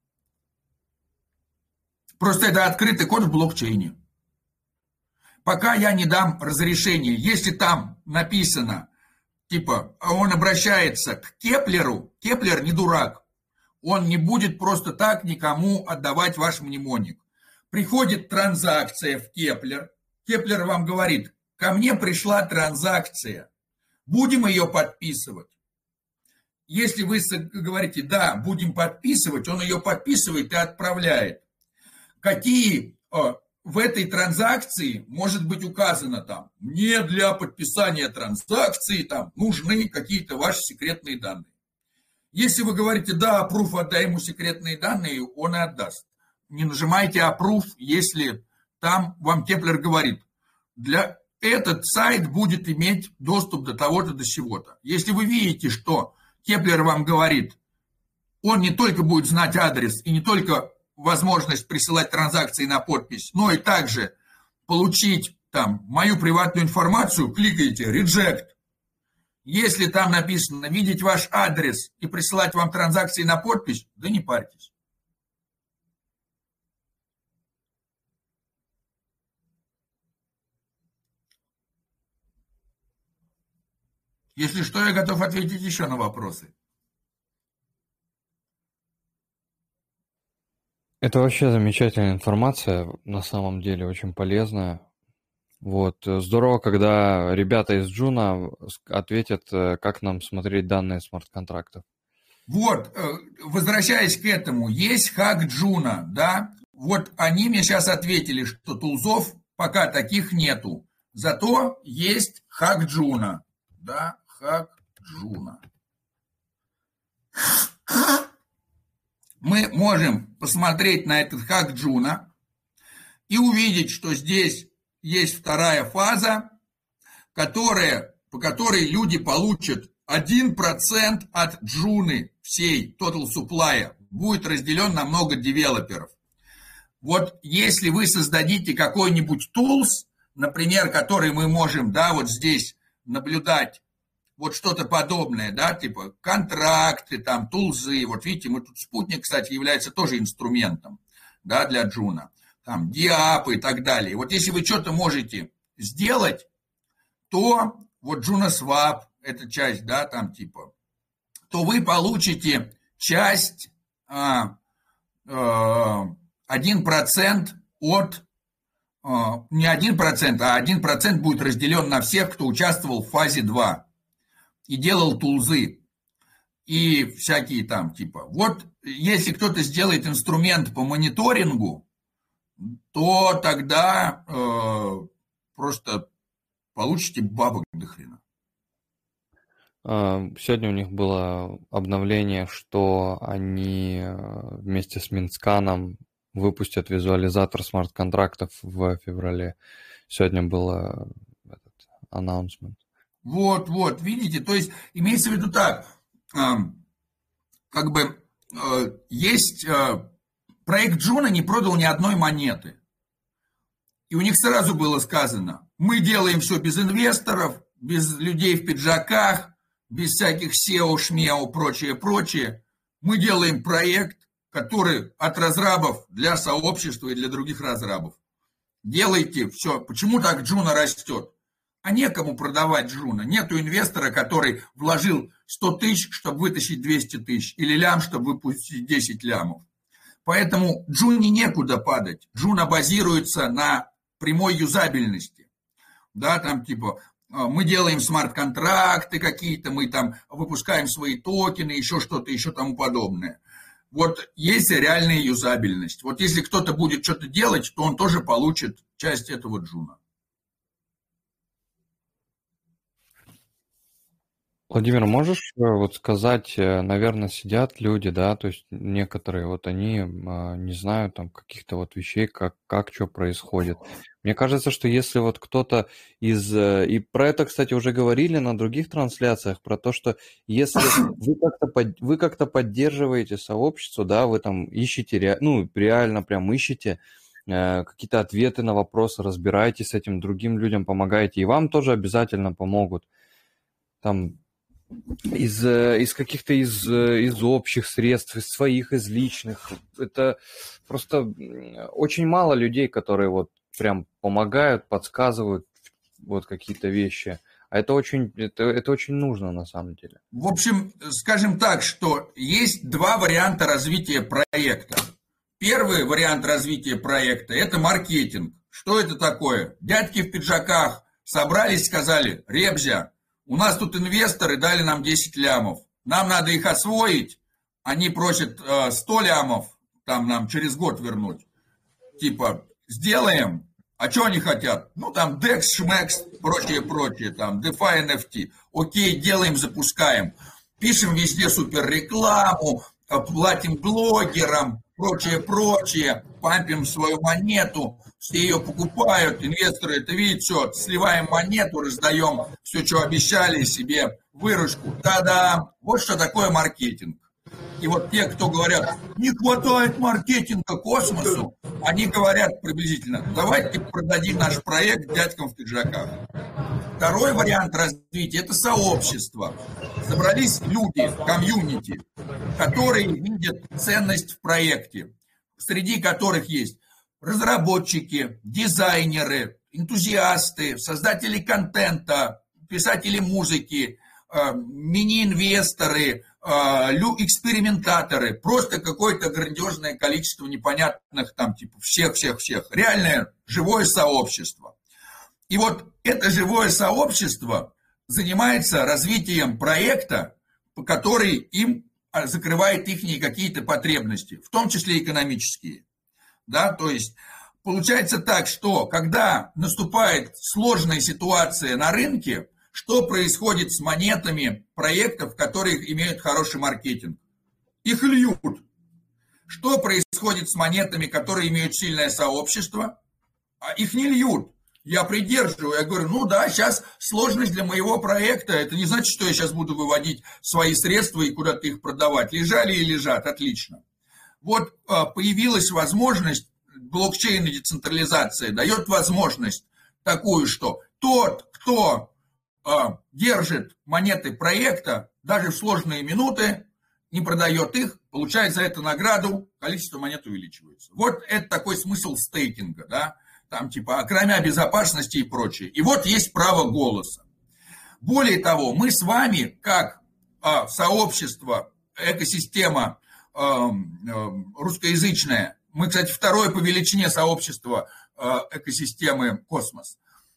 Просто это открытый код в блокчейне. Пока я не дам разрешение, если там написано, типа, он обращается к Кеплеру, Кеплер не дурак, он не будет просто так никому отдавать ваш мнемоник. Приходит транзакция в Кеплер, Кеплер вам говорит, ко мне пришла транзакция, будем ее подписывать. Если вы говорите, да, будем подписывать, он ее подписывает и отправляет. Какие в этой транзакции может быть указано там, мне для подписания транзакции там нужны какие-то ваши секретные данные. Если вы говорите, да, approve, отдай ему секретные данные, он и отдаст. Не нажимайте approve, если там вам Кеплер говорит, этот сайт будет иметь доступ до того-то, до сего-то. Если вы видите, что Кеплер вам говорит, он не только будет знать адрес и не только возможность присылать транзакции на подпись, но и также получить там мою приватную информацию, кликайте reject. Если там написано видеть ваш адрес и присылать вам транзакции на подпись, да не парьтесь. Если что, я готов ответить еще на вопросы. Это вообще замечательная информация, на самом деле очень полезная. Вот. Здорово, когда ребята из Джуна ответят, как нам смотреть данные смарт-контрактов. Вот, возвращаясь к этому, есть хак Джуна, да? Вот они мне сейчас ответили, что тулзов пока таких нету. Зато есть хак Джуна, да? Хак Джуна. Мы можем посмотреть на этот хак Джуна и увидеть, что здесь есть вторая фаза, по которой люди получат 1% от Джуны всей Total Supply, будет разделен на много девелоперов. Вот если вы создадите какой-нибудь tools, например, который мы можем, да, вот здесь наблюдать, вот что-то подобное, да, типа контракты, там, тулзы, вот видите, мы тут спутник, кстати, является тоже инструментом, да, для Джуна, там, диапы и так далее. Вот если вы что-то можете сделать, то вот JunaSwap, эта часть, да, там, типа, то вы получите часть, 1% от не 1%, а 1% будет разделен на всех, кто участвовал в фазе 2 и делал тулзы и всякие там типа. Вот если кто-то сделает инструмент по мониторингу, то тогда просто получите бабок до хрена. Сегодня у них было обновление, что они вместе с Минсканом выпустят визуализатор смарт-контрактов в феврале. Сегодня было этот announcement. Вот, видите, то есть имеется в виду так, как бы есть проект Джуна не продал ни одной монеты. И у них сразу было сказано, мы делаем все без инвесторов, без людей в пиджаках, без всяких SEO, шмео, прочее. Мы делаем проект, который от разрабов для сообщества и для других разрабов. Делайте все. Почему так Джуна растет? А некому продавать Джуна. Нету инвестора, который вложил 100 тысяч, чтобы вытащить 200 тысяч, или лям, чтобы выпустить 10 лямов. Поэтому Джуне некуда падать. Джуна базируется на прямой юзабельности. Да, там типа мы делаем смарт-контракты какие-то, мы там выпускаем свои токены, еще что-то, еще тому подобное. Вот есть реальная юзабельность. Вот если кто-то будет что-то делать, то он тоже получит часть этого Джуна. Владимир, можешь вот сказать, наверное, сидят люди, да, то есть некоторые вот они не знают там каких-то вот вещей, как что происходит. Мне кажется, что если вот кто-то и про это, кстати, уже говорили на других трансляциях, про то, что если вы как-то поддерживаете сообщество, да, вы там ищете, реально прям ищете какие-то ответы на вопросы, разбираетесь с этим, другим людям помогаете, и вам тоже обязательно помогут. Там из каких-то из общих средств, из своих, из личных. Это просто очень мало людей, которые вот прям помогают, подсказывают вот какие-то вещи. А это очень нужно на самом деле. В общем, скажем так, что есть два варианта развития проекта. Первый вариант развития проекта – это маркетинг. Что это такое? Дядьки в пиджаках собрались, сказали: Ребзя, у нас тут инвесторы дали нам 10 лямов. Нам надо их освоить. Они просят 100 лямов там нам через год вернуть. Типа, сделаем. А что они хотят? Ну, там DEX, Шмекс, прочее, там, DeFi, NFT. Окей, делаем, запускаем. Пишем везде суперрекламу, платим блогерам, прочее. Пампим свою монету. Все ее покупают, инвесторы это видят, все, сливаем монету, раздаем все, что обещали себе, выручку. Та-да! Вот что такое маркетинг. И вот те, кто говорят, не хватает маркетинга космосу, они говорят приблизительно, давайте продадим наш проект дядькам в пиджаках. Второй вариант развития – это сообщество. Собрались люди, комьюнити, которые видят ценность в проекте, среди которых есть разработчики, дизайнеры, энтузиасты, создатели контента, писатели музыки, мини-инвесторы, экспериментаторы, просто какое-то грандиозное количество непонятных там типа всех. Реальное живое сообщество. И вот это живое сообщество занимается развитием проекта, который им закрывает их какие-то потребности, в том числе экономические. Да, то есть получается так, что когда наступает сложная ситуация на рынке, что происходит с монетами проектов, которые имеют хороший маркетинг? Их льют. Что происходит с монетами, которые имеют сильное сообщество? Их не льют. Я придерживаю, я говорю, ну да, сейчас сложность для моего проекта, это не значит, что я сейчас буду выводить свои средства и куда-то их продавать. Лежали и лежат, отлично. Вот появилась возможность, блокчейн и децентрализация дает возможность такую, что тот, кто держит монеты проекта, даже в сложные минуты, не продает их, получает за это награду, количество монет увеличивается. Вот это такой смысл стейкинга, да, там типа окромя безопасности и прочее. И вот есть право голоса. Более того, мы с вами, как сообщество, экосистема русскоязычная, мы, кстати, второе по величине сообщество экосистемы космос.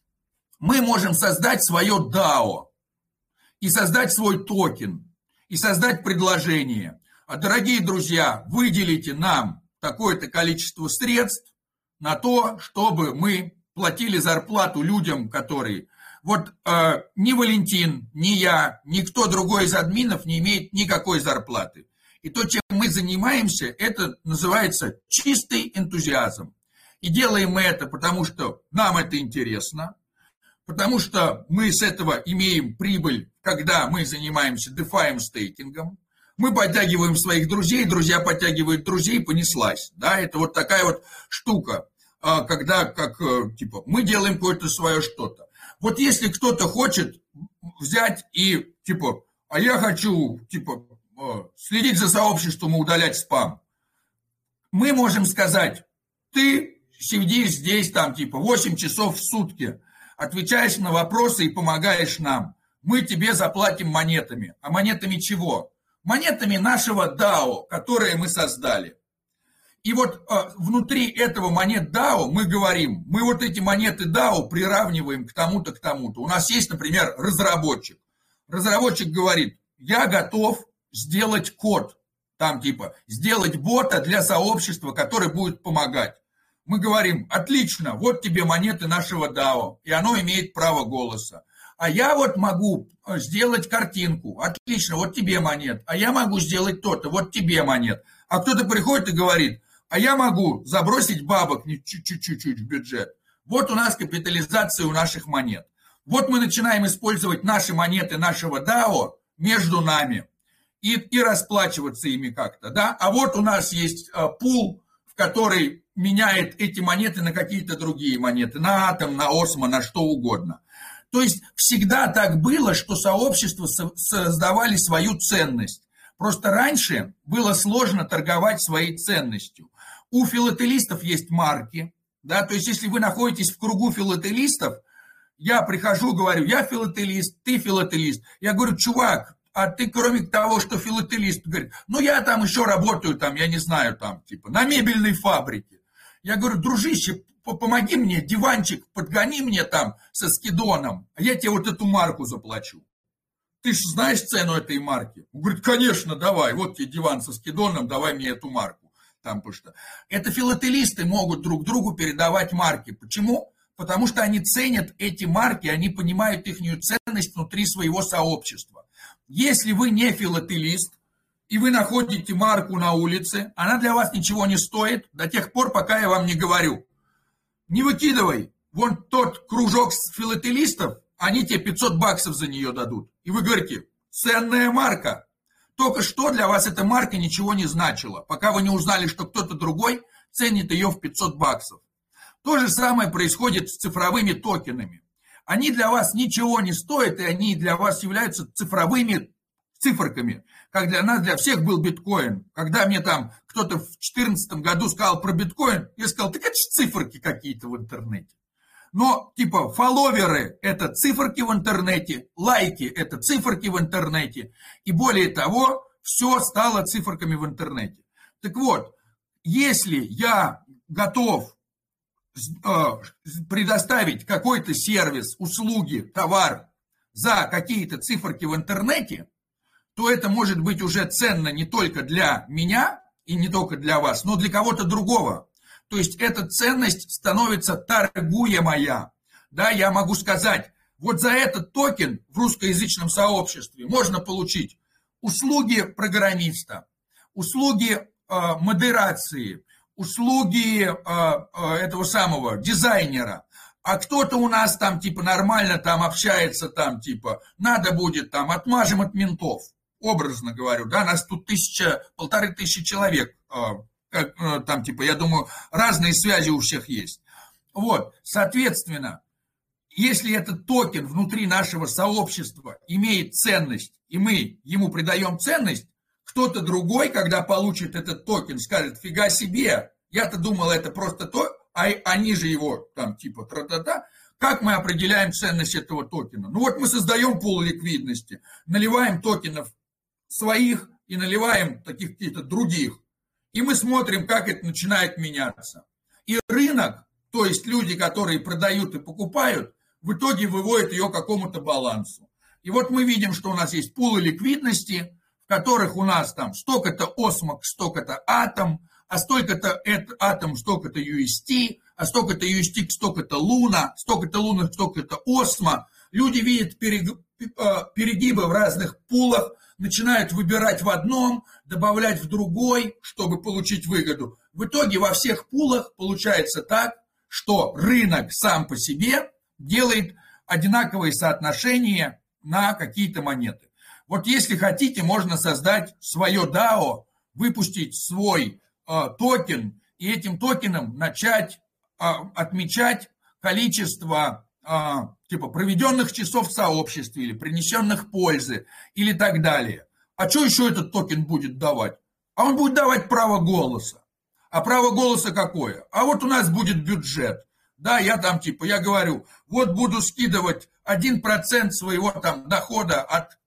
Мы можем создать свое DAO и создать свой токен, и создать предложение. Дорогие друзья, выделите нам такое-то количество средств на то, чтобы мы платили зарплату людям, которые... Вот ни Валентин, ни я, никто другой из админов не имеет никакой зарплаты. И то, чем мы занимаемся, это называется чистый энтузиазм. И делаем мы это, потому что нам это интересно, потому что мы с этого имеем прибыль, когда мы занимаемся DeFi стейкингом. Мы подтягиваем своих друзей, друзья подтягивают друзей, понеслась. Да? Это вот такая вот штука, когда типа, мы делаем какое-то свое что-то. Вот если кто-то хочет взять и, типа, а я хочу, типа, следить за сообществом и удалять спам, мы можем сказать, ты сидишь здесь, там, типа, 8 часов в сутки, отвечаешь на вопросы и помогаешь нам. Мы тебе заплатим монетами. А монетами чего? Монетами нашего DAO, которые мы создали. И вот внутри этого монет DAO мы говорим, мы вот эти монеты DAO приравниваем к тому-то, к тому-то. У нас есть, например, разработчик. Разработчик говорит, я готов сделать код, там типа, сделать бота для сообщества, который будет помогать. Мы говорим, отлично, вот тебе монеты нашего DAO, и оно имеет право голоса. А я вот могу сделать картинку, отлично, вот тебе монет. А я могу сделать то-то, вот тебе монет. А кто-то приходит и говорит, а я могу забросить бабок чуть-чуть в бюджет. Вот у нас капитализация у наших монет. Вот мы начинаем использовать наши монеты нашего DAO между нами и расплачиваться ими как-то. Да? А вот у нас есть пул, в который меняет эти монеты на какие-то другие монеты, на атом, на осмо, на что угодно. То есть всегда так было, что сообщества создавали свою ценность. Просто раньше было сложно торговать своей ценностью. У филателистов есть марки. Да? То есть если вы находитесь в кругу филателистов, я прихожу, говорю, я филателист, ты филателист. Я говорю, чувак, а ты кроме того, что филателист, говорит, ну я там еще работаю, там, я не знаю, там, типа, на мебельной фабрике. Я говорю, дружище, помоги мне, диванчик, подгони мне там со скидоном, а я тебе вот эту марку заплачу. Ты же знаешь цену этой марки? Он говорит, конечно, давай, вот тебе диван со скидоном, давай мне эту марку. Там, потому что это филателисты могут друг другу передавать марки. Почему? Потому что они ценят эти марки, они понимают их ценность внутри своего сообщества. Если вы не филателист, и вы находите марку на улице, она для вас ничего не стоит до тех пор, пока я вам не говорю. Не выкидывай. Вон тот кружок филателистов, они тебе 500 баксов за нее дадут. И вы говорите, ценная марка. Только что для вас эта марка ничего не значила, пока вы не узнали, что кто-то другой ценит ее в 500 баксов. То же самое происходит с цифровыми токенами. Они для вас ничего не стоят, и они для вас являются цифровыми циферками, как для нас, для всех был биткоин. Когда мне там кто-то в 2014 году сказал про биткоин, я сказал, так это же циферки какие-то в интернете. Но типа фолловеры – это циферки в интернете, лайки – это циферки в интернете. И более того, все стало циферками в интернете. Так вот, если я готов предоставить какой-то сервис, услуги, товар за какие-то циферки в интернете, то это может быть уже ценно не только для меня и не только для вас, но для кого-то другого. То есть эта ценность становится торгуемая. Да, я могу сказать, вот за этот токен в русскоязычном сообществе можно получить услуги программиста, услуги модерации, услуги этого самого дизайнера. А кто-то у нас там типа нормально там общается, там типа надо будет там отмажем от ментов. Образно говорю, да, нас тут 1500 человек, там типа, я думаю, разные связи у всех есть. Вот, соответственно, если этот токен внутри нашего сообщества имеет ценность, и мы ему придаем ценность, кто-то другой, когда получит этот токен, скажет, фига себе, я-то думал, это просто то, а они же его там типа тра-та-та. Как мы определяем ценность этого токена? Ну вот мы создаем пул ликвидности, наливаем токенов своих и наливаем таких каких-то других. И мы смотрим, как это начинает меняться. И рынок то есть люди, которые продают и покупают, в итоге выводят ее к какому-то балансу. И вот мы видим, что у нас есть пулы ликвидности, в которых у нас там столько-то осмок, столько-то атом, а столько-то атом, столько-то UST, а столько-то UST, столько-то луна, столько-то осма. Люди видят перегибы в разных пулах, начинают выбирать в одном, добавлять в другой, чтобы получить выгоду. В итоге во всех пулах получается так, что рынок сам по себе делает одинаковые соотношения на какие-то монеты. Вот если хотите, можно создать свое DAO, выпустить свой токен и этим токеном начать отмечать количество типа проведенных часов в сообществе или принесенных пользы или так далее. А что еще этот токен будет давать? А он будет давать право голоса. А право голоса какое? А вот у нас будет бюджет. Да, я там типа, я говорю, вот буду скидывать 1% своего там дохода от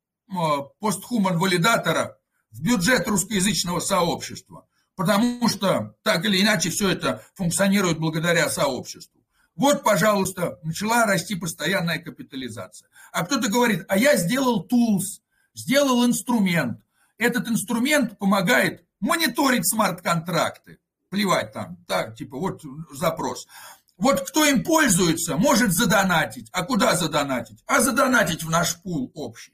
постхуман-валидатора в бюджет русскоязычного сообщества. Потому что так или иначе все это функционирует благодаря сообществу. Вот, пожалуйста, начала расти постоянная капитализация. А кто-то говорит, а я сделал tools, сделал инструмент. Этот инструмент помогает мониторить смарт-контракты. Плевать там, так, типа, вот запрос. Вот кто им пользуется, может задонатить. А куда задонатить? А задонатить в наш пул общий.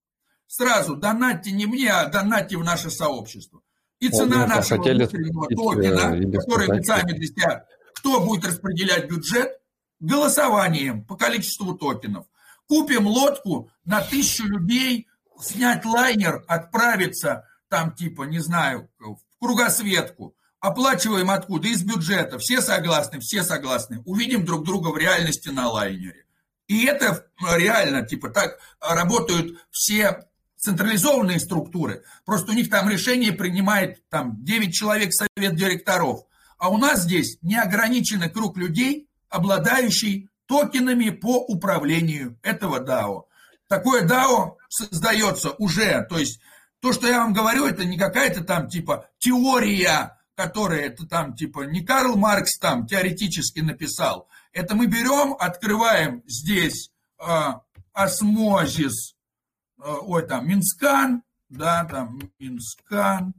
Сразу донатьте не мне, а донатьте в наше сообщество. И цена нашего внутреннего токена, который мы сами для себя, кто будет распределять бюджет? Голосованием по количеству токенов. Купим лодку на 1000 людей, снять лайнер, отправиться там типа, не знаю, в кругосветку. Оплачиваем откуда? Из бюджета. Все согласны, все согласны. Увидим друг друга в реальности на лайнере. И это реально, типа, так работают все централизованные структуры. Просто у них там решение принимает там 9 человек совет директоров. А у нас здесь неограниченный круг людей, обладающий токенами по управлению этого DAO. Такое DAO создается уже. То есть то, что я вам говорю, это не какая-то там типа теория, которая это там типа не Карл Маркс там теоретически написал. Это мы берем, открываем здесь осмозис, там Минскан, да, там Минскан,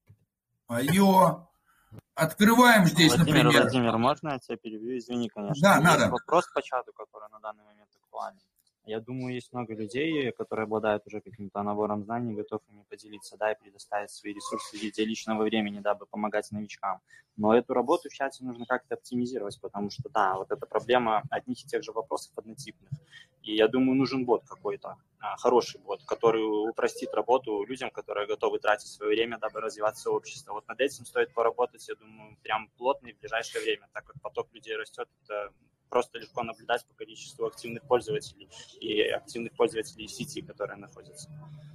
IO. Открываем здесь, например... Владимир, можно я тебя перебью? Извини, конечно. Да, есть надо. Вопрос по чату, который на данный момент актуален. Я думаю, есть много людей, которые обладают уже каким-то набором знаний, готовы ими поделиться, да, и предоставить свои ресурсы в виде личного времени, дабы помогать новичкам. Но эту работу в чате нужно как-то оптимизировать, потому что, да, вот эта проблема одних и тех же вопросов однотипных. И я думаю, нужен бот какой-то, хороший бот, который упростит работу людям, которые готовы тратить свое время, дабы развивать сообщество. Вот над этим стоит поработать, я думаю, прям плотно и в ближайшее время, так как поток людей растет, это просто легко наблюдать по количеству активных пользователей и активных пользователей сети, которые находятся.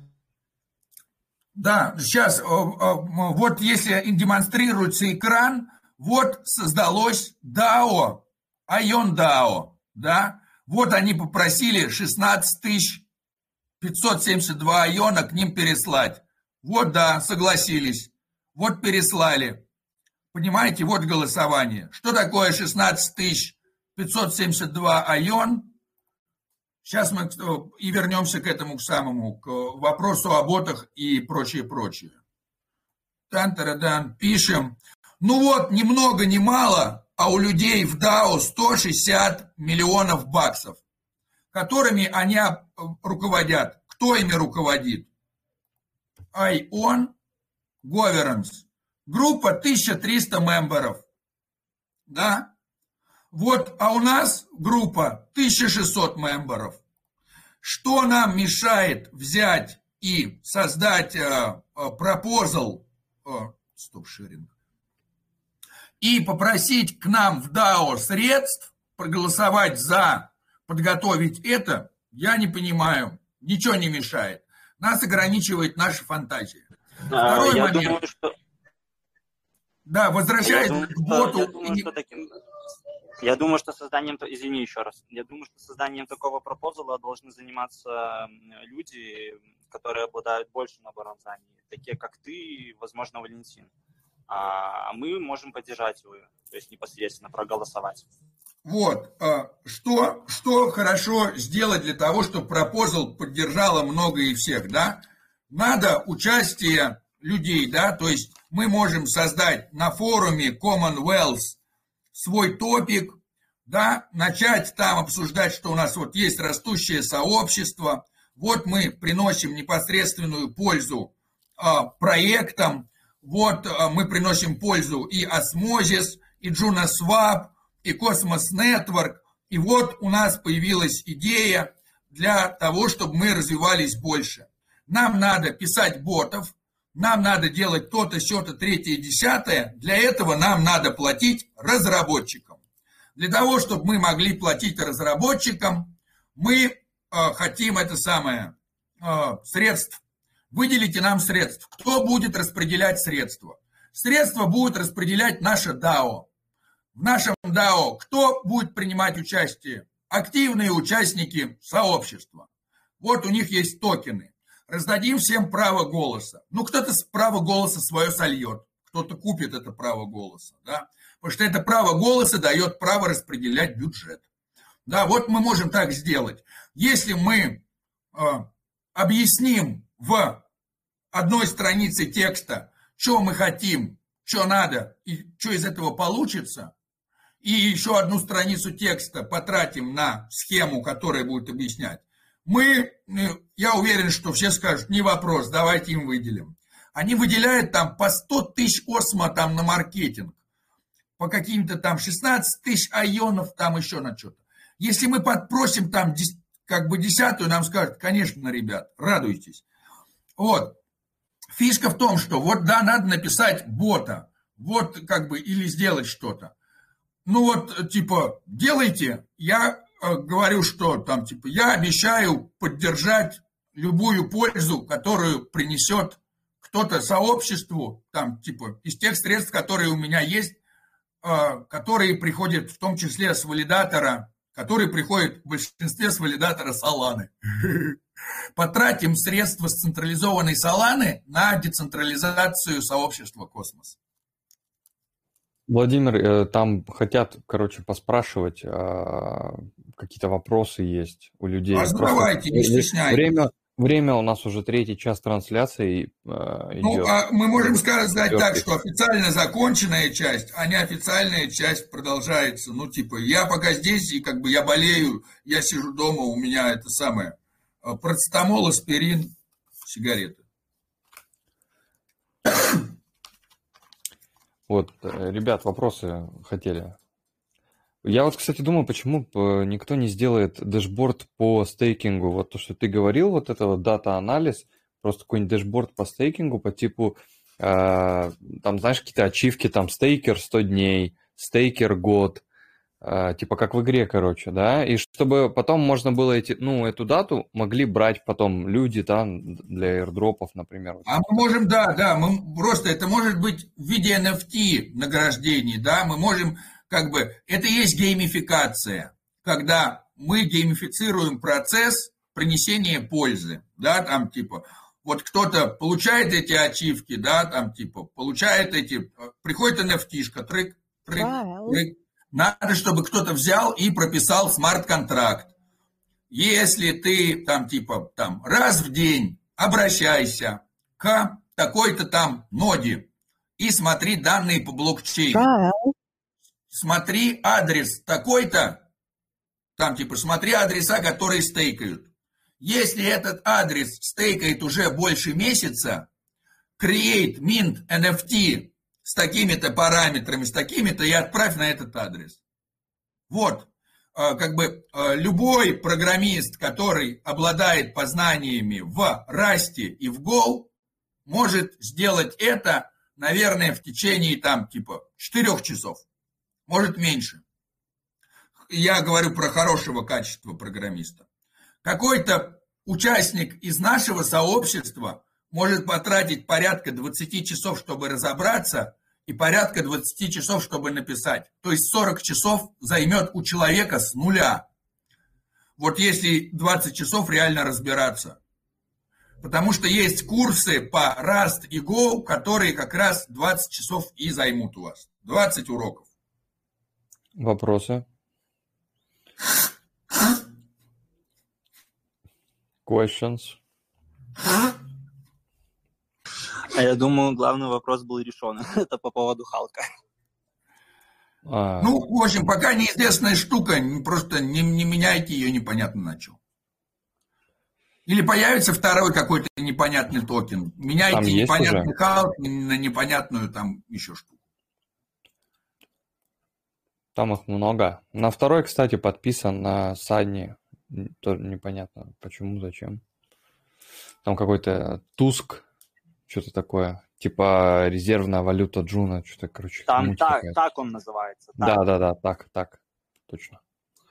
Да, сейчас, вот если демонстрируется экран, вот создалось DAO, Ion DAO, да, вот они попросили 16 572 айона к ним переслать. Вот, да, согласились, вот переслали. Понимаете, вот голосование. Что такое 16 572 айон? Сейчас мы и вернемся к этому, к самому, к вопросу о ботах и прочее. Тан-тарадан, пишем. Ну вот, ни много ни мало, а у людей в DAO 160 миллионов баксов, которыми они руководят. Кто ими руководит? Ion Governance. Группа 1300 мемберов. Да? Вот, а у нас группа 1600 мемберов. Что нам мешает взять и создать пропозал, стоп-шеринг, и попросить к нам в DAO средств, проголосовать за, подготовить это, я не понимаю, ничего не мешает. Нас ограничивает наша фантазия. Второй момент. Думаю, что... Да, возвращаясь к боту... Я думаю, что созданием... Извини еще раз. Я думаю, что созданием такого пропозала должны заниматься люди, которые обладают большим набором знаний, такие как ты и, возможно, Валентин. А мы можем поддержать его, то есть непосредственно проголосовать. Вот, что хорошо сделать для того, чтобы пропозал поддержало много и всех, да? Надо участие людей, да, то есть мы можем создать на форуме Commonwealth свой топик, да, начать там обсуждать, что у нас вот есть растущее сообщество, вот мы приносим непосредственную пользу проектам, вот мы приносим пользу и Osmosis, и JunoSwap, и Cosmos Network, и вот у нас появилась идея для того, чтобы мы развивались больше. Нам надо писать ботов, нам надо делать то-то, сё-то, третье, десятое, для этого нам надо платить разработчикам. Для того, чтобы мы могли платить разработчикам, мы хотим средств. Выделите нам средств. Кто будет распределять средства? Средства будет распределять наше DAO. В нашем DAO кто будет принимать участие? Активные участники сообщества. Вот у них есть токены. Раздадим всем право голоса. Ну, кто-то право голоса свое сольет, кто-то купит это право голоса, да? Потому что это право голоса дает право распределять бюджет. Да, вот мы можем так сделать. Если мы объясним в одной странице текста, что мы хотим, что надо и что из этого получится, и еще одну страницу текста потратим на схему, которая будет объяснять, я уверен, что все скажут, не вопрос, давайте им выделим. Они выделяют там по 100 тысяч осмо там на маркетинг, по каким-то там 16 тысяч айонов там еще на что-то. Если мы подпросим там как бы десятую, нам скажут, конечно, ребят, радуйтесь. Вот. Фишка в том, что вот да, надо написать бота, вот как бы или сделать что-то. Ну вот, типа, делайте, я говорю, что там, типа, я обещаю поддержать любую пользу, которую принесет кто-то сообществу, там, типа, из тех средств, которые у меня есть, которые приходят в том числе с валидатора, которые приходят в большинстве с валидатора Solana. Потратим средства с централизованной Solana на децентрализацию сообщества Космос. Владимир, там хотят, короче, поспрашивать, какие-то вопросы есть у людей. Задавайте, не стесняйтесь. Время у нас уже третий час трансляции идет. Ну, мы можем сказать так, что официально законченная часть, а неофициальная часть продолжается. Ну, типа, я пока здесь, и как бы я болею, я сижу дома, у меня это самое, парацетамол, аспирин, сигареты. Вот, ребят, вопросы хотели. Я вот, кстати, думаю, почему никто не сделает дэшборд по стейкингу. Вот то, что ты говорил, вот это вот дата-анализ, просто какой-нибудь дэшборд по стейкингу, по типу, там, знаешь, какие-то ачивки, там, стейкер 100 дней, стейкер год, типа как в игре, короче, да, и чтобы потом можно было эту дату могли брать потом люди, там, для airdropов, например. А мы можем, да, мы просто, это может быть в виде NFT награждений, да, мы можем, как бы, это и есть геймификация, когда мы геймифицируем процесс принесения пользы, да, там, типа, вот кто-то получает эти ачивки, да, там, типа, получает приходит NFT-шка, трык, надо, чтобы кто-то взял и прописал смарт-контракт. Если ты, там, типа, там, раз в день обращайся к такой-то там ноде и смотри данные по блокчейну. Смотри адрес такой-то, там, типа, смотри адреса, которые стейкают. Если этот адрес стейкает уже больше месяца, create mint NFT с такими-то параметрами, с такими-то, и отправь на этот адрес. Вот, как бы любой программист, который обладает познаниями в Rust и в Go, может сделать это, наверное, в течение, там, типа, 4 часов. Может, меньше. Я говорю про хорошего качества программиста. Какой-то участник из нашего сообщества может потратить порядка 20 часов, чтобы разобраться, и порядка 20 часов, чтобы написать. То есть 40 часов займет у человека с нуля. Вот если 20 часов реально разбираться. Потому что есть курсы по Rust и Go, которые как раз 20 часов и займут у вас. 20 уроков. Вопросы? Questions? Я думаю, главный вопрос был решен. Это по поводу Халка. Ну, в общем, пока неизвестная штука, просто не меняйте ее непонятно на что. Или появится второй какой-то непонятный токен. Меняйте непонятный Халк на непонятную там еще штуку. Там их много. На второй, кстати, подписан на Санни. Тоже непонятно, почему, зачем. Там какой-то Туск, что-то такое. Типа резервная валюта Джуна, что-то, короче. Там так он называется. Да, так, точно.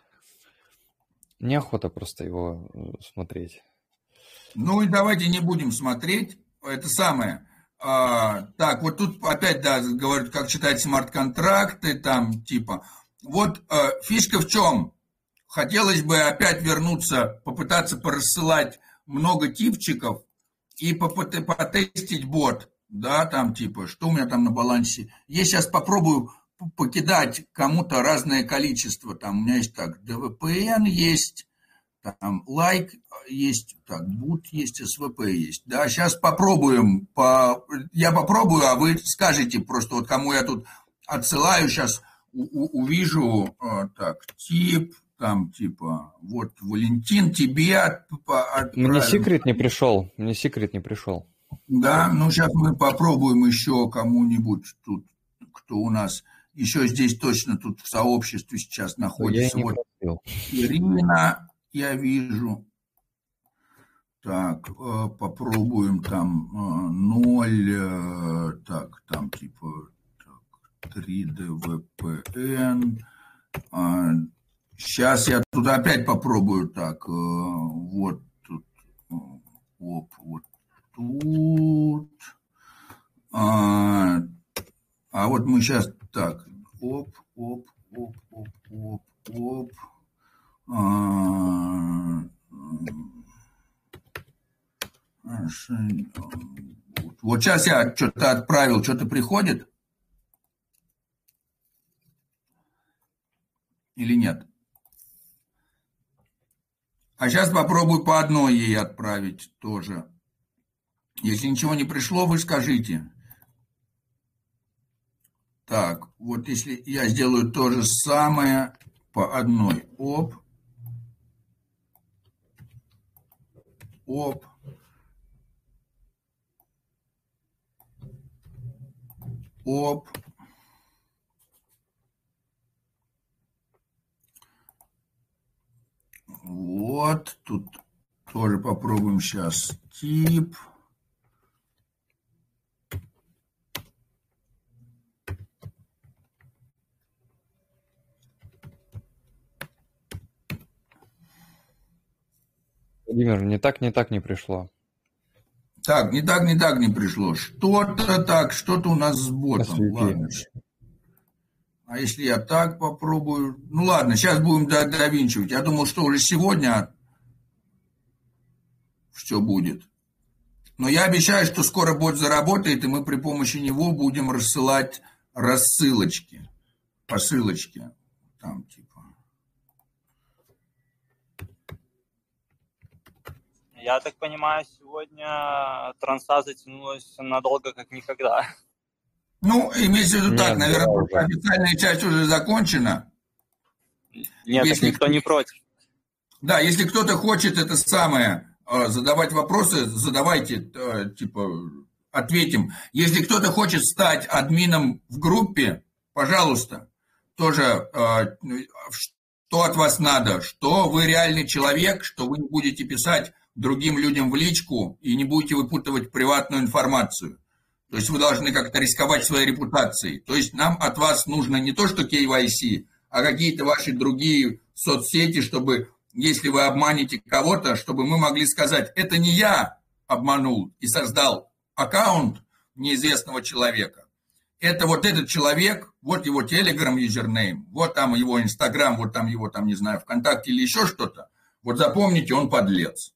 Неохота просто его смотреть. Ну и давайте не будем смотреть. Это самое. Так, вот тут опять, да, говорят, как читать смарт-контракты, там, типа. Вот фишка в чем? Хотелось бы опять вернуться, попытаться порассылать много типчиков и потестить бот. Да, там типа, что у меня там на балансе. Я сейчас попробую покидать кому-то разное количество. Там у меня есть так, DVPN есть, там лайк есть, так, boot есть, SVP есть. Да, сейчас попробуем. Я попробую, а вы скажете просто, вот кому я тут отсылаю, сейчас увижу, так, тип, там типа, вот, Валентин, тебе отправим. Мне секрет не пришел. Да, ну сейчас мы попробуем еще кому-нибудь тут, кто у нас еще здесь точно тут в сообществе сейчас находится. Вот Ирина, я вижу. Так, попробуем там 0, так, там типа 3D VPN. Сейчас я тут опять попробую так, вот тут, вот тут. А вот мы сейчас так, оп. Вот сейчас я что-то отправил, что-то приходит? Или нет? А сейчас попробую по одной ей отправить тоже. Если ничего не пришло, вы скажите. Так, вот если я сделаю то же самое по одной. Оп. Вот, тут тоже попробуем сейчас тип. Владимир, не так не пришло. Так, не не пришло. Что-то так, что-то у нас с ботом. Ладно. А если я так попробую? Ну ладно, сейчас будем довинчивать. Я думал, что уже сегодня все будет. Но я обещаю, что скоро бот заработает, и мы при помощи него будем рассылать рассылочки. Посылочки. Там типа. Я так понимаю, сегодня транса затянулась надолго, как никогда. Ну, имеется в виду так, наверное, официальная часть уже закончена. Нет, если никто не против. Да, если кто-то хочет это самое, задавать вопросы, задавайте, типа, ответим. Если кто-то хочет стать админом в группе, пожалуйста, тоже, что от вас надо, что вы реальный человек, что вы не будете писать другим людям в личку и не будете выпутывать приватную информацию. То есть вы должны как-то рисковать своей репутацией. То есть нам от вас нужно не то, что KYC, а какие-то ваши другие соцсети, чтобы, если вы обманете кого-то, чтобы мы могли сказать, это не я обманул и создал аккаунт неизвестного человека. Это вот этот человек, вот его Telegram юзернейм, вот там его Instagram, вот там его, там, не знаю, ВКонтакте или еще что-то. Вот запомните, он подлец.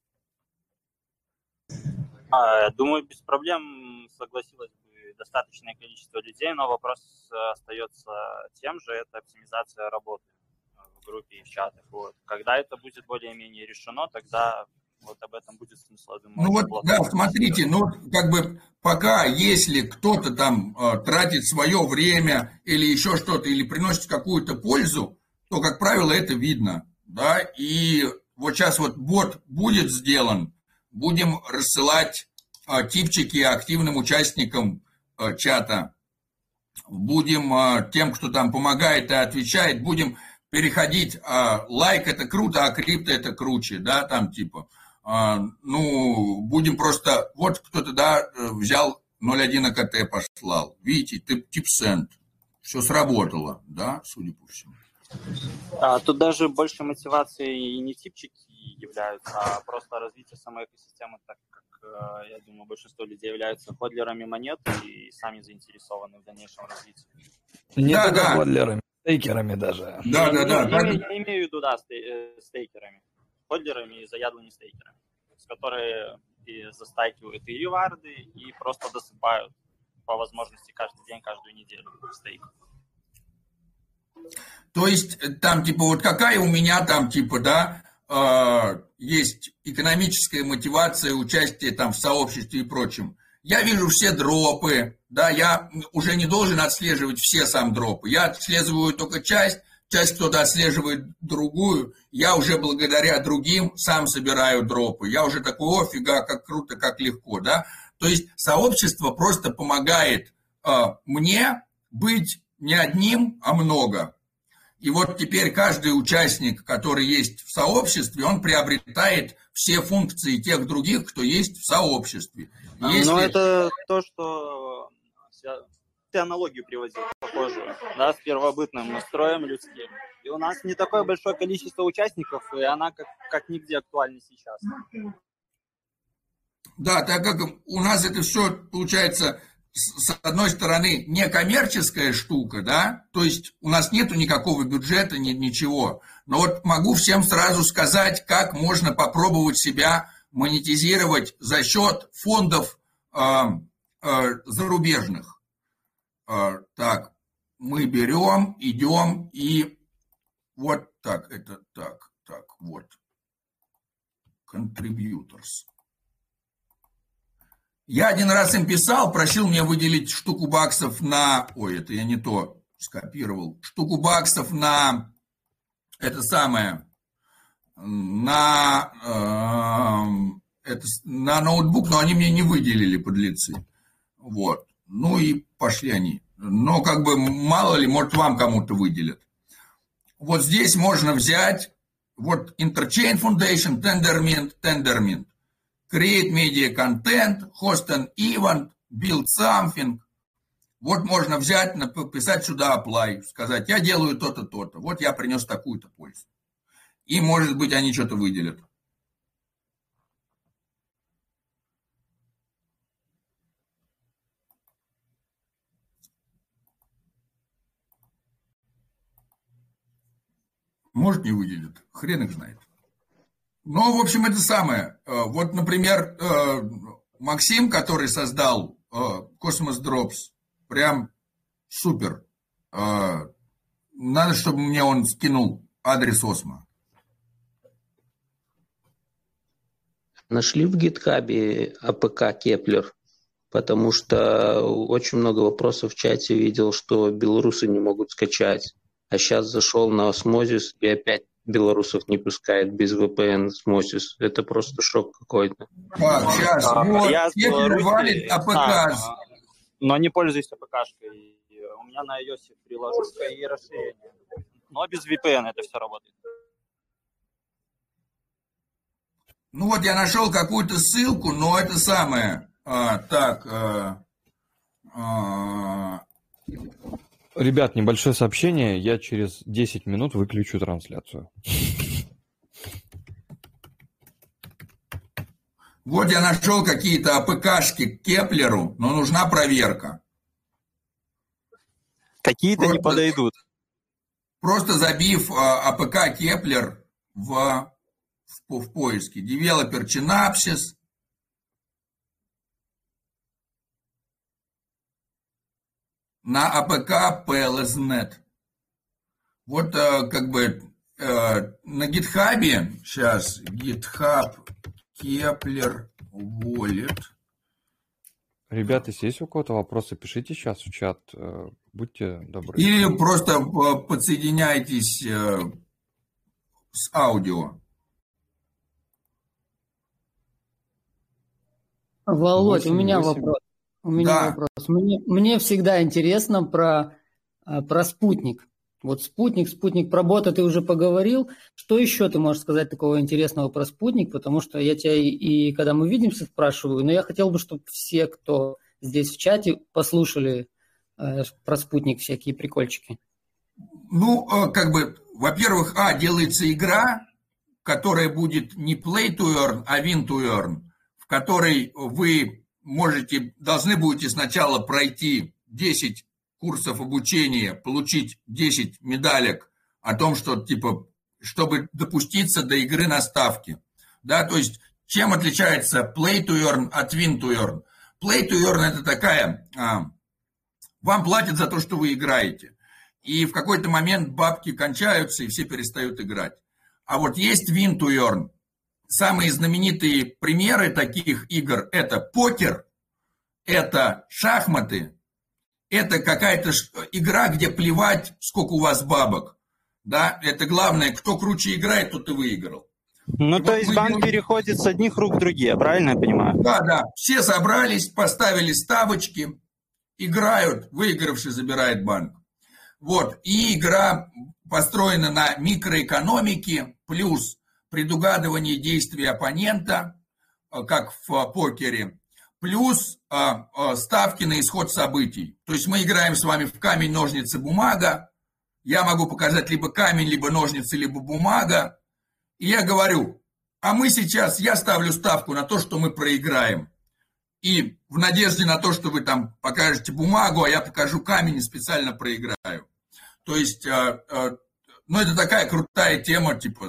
Думаю, без проблем согласилось бы достаточное количество людей, но вопрос остается тем же, это оптимизация работы в группе и в чатах. Вот. Когда это будет более-менее решено, тогда Вот об этом будет смысл, я думаю. Ну вот, да, смотрите, ну как бы пока, если кто-то там тратит свое время или еще что-то, или приносит какую-то пользу, то, как правило, это видно, да, и вот сейчас вот бот будет сделан, будем рассылать типчики активным участникам чата, будем тем, кто там помогает и отвечает, будем переходить, лайк это круто, а крипто это круче, да, там типа, ну, будем просто, вот кто-то, да, взял 0.1 АКТ послал, видите, типсент, все сработало, да, судя по всему. Тут даже больше мотивации и не типчики являются, а просто развитие самой экосистемы, так как, я думаю, большинство людей являются ходлерами монет и сами заинтересованы в дальнейшем развитии. Не только ходлерами, стейкерами даже. Я имею в виду, да, стейкерами. Ходлерами и заядлыми стейкерами, которые и застайкивают и реварды, и просто досыпают по возможности каждый день, каждую неделю стейк. То есть там типа вот какая у меня там типа, да, есть экономическая мотивация участия там в сообществе и прочем. Я вижу все дропы, да, я уже не должен отслеживать все сам дропы, я отслеживаю только часть кто-то отслеживает другую, я уже благодаря другим сам собираю дропы, я уже такой, офига, как круто, как легко, да. То есть сообщество просто помогает мне быть не одним, а много. И вот теперь каждый участник, который есть в сообществе, он приобретает все функции тех других, кто есть в сообществе. Но это то, что ты аналогию приводил, похожую, да, с первобытным строем людским. И у нас не такое большое количество участников, и она как нигде актуальна сейчас. Да, так как у нас это все получается, с одной стороны, некоммерческая штука, да, то есть у нас нету никакого бюджета, ничего. Но вот могу всем сразу сказать, как можно попробовать себя монетизировать за счет фондов зарубежных. Так, мы берем, идем и вот так, это так, вот. Contributors. Я один раз им писал, просил мне выделить штуку баксов на... Ой, это я не то скопировал. Штуку баксов на... Это самое... На ноутбук, но они мне не выделили подлецы. Вот. Ну и пошли они. Но как бы мало ли, может вам кому-то выделят. Вот здесь можно взять вот Interchain Foundation, Tendermint. Create media content, host an event, build something. Вот можно взять, написать сюда apply, сказать, я делаю то-то, то-то. Вот я принес такую-то пользу. И, может быть, они что-то выделят. Может, не выделят. Хрен их знает. Ну, в общем, это самое. Вот, например, Максим, который создал Cosmos Drops, прям супер. Надо, чтобы мне он скинул адрес Осмо. Нашли в гитхабе АПК Кеплер? Потому что очень много вопросов в чате видел, что белорусы не могут скачать. А сейчас зашел на Osmosis и опять белорусов не пускает без VPN Osmosis. Это просто шок какой-то. Так, сейчас. Вот, Кеплер валит АПК. Но не пользуюсь АПКшкой. У меня на iOS приложушка и расширение. Но без VPN это все работает. Ну вот я нашел какую-то ссылку, но это самое. Ребят, небольшое сообщение. Я через 10 минут выключу трансляцию. Вот я нашел какие-то АПКшки к Кеплеру, но нужна проверка. Какие-то не подойдут. Просто забив АПК Кеплер в поиске. Developer Synapses. На АПК PLSnet. Вот как бы на гитхабе, сейчас, GitHub Кеплер Wallet. Ребята, если есть у кого-то вопросы, пишите сейчас в чат. Будьте добры. Или просто подсоединяйтесь с аудио. Володь, у меня вопрос. Мне всегда интересно про спутник. Вот спутник про бота ты уже поговорил. Что еще ты можешь сказать такого интересного про спутник? Потому что я тебя и когда мы видимся, спрашиваю, но я хотел бы, чтобы все, кто здесь в чате, послушали про спутник всякие прикольчики. Ну, как бы, во-первых, делается игра, которая будет не play to earn, а win to earn, в которой вы должны будете сначала пройти 10 курсов обучения, получить 10 медалек о том, что, типа, чтобы допуститься до игры на ставке. Да, то есть, чем отличается play to earn от win to earn? Play to earn – это такая, вам платят за то, что вы играете. И в какой-то момент бабки кончаются, и все перестают играть. А вот есть win to earn. Самые знаменитые примеры таких игр – это покер, это шахматы, это какая-то игра, где плевать, сколько у вас бабок. Да? Это главное, кто круче играет, тот и выиграл. Ну, то есть банк переходит с одних рук в другие, правильно я понимаю? Да. Все собрались, поставили ставочки, играют, выигравший забирает банк. Вот. И игра построена на микроэкономике, плюс предугадывание действий оппонента, как в покере, плюс ставки на исход событий. То есть мы играем с вами в камень, ножницы, бумага. Я могу показать либо камень, либо ножницы, либо бумага. И я говорю, я ставлю ставку на то, что мы проиграем. И в надежде на то, что вы там покажете бумагу, а я покажу камень и специально проиграю. То есть, это такая крутая тема, типа,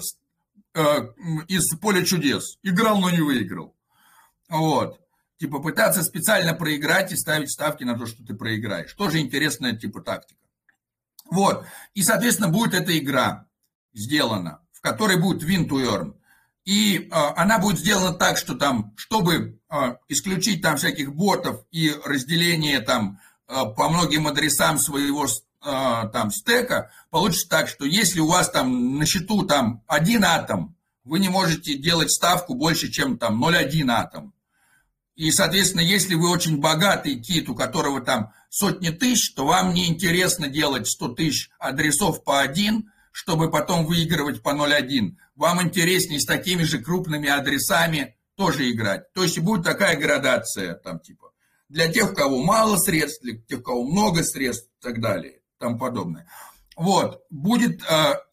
из поля чудес. Играл, но не выиграл. Вот. Типа, пытаться специально проиграть и ставить ставки на то, что ты проиграешь. Тоже интересная, типа, тактика. Вот. И, соответственно, будет эта игра сделана, в которой будет win to earn. И она будет сделана так, что там, чтобы исключить там всяких ботов и разделение там по многим адресам своего там стека, получится так, что если у вас там на счету там 1 атом, вы не можете делать ставку больше, чем там 0,1 атом. И, соответственно, если вы очень богатый кит, у которого там сотни тысяч, то вам не интересно делать 100 тысяч адресов по 1, чтобы потом выигрывать по 0,1. Вам интереснее с такими же крупными адресами тоже играть. То есть будет такая градация, там типа, для тех, у кого мало средств, для тех, у кого много средств и так далее, и тому подобное. Вот, будет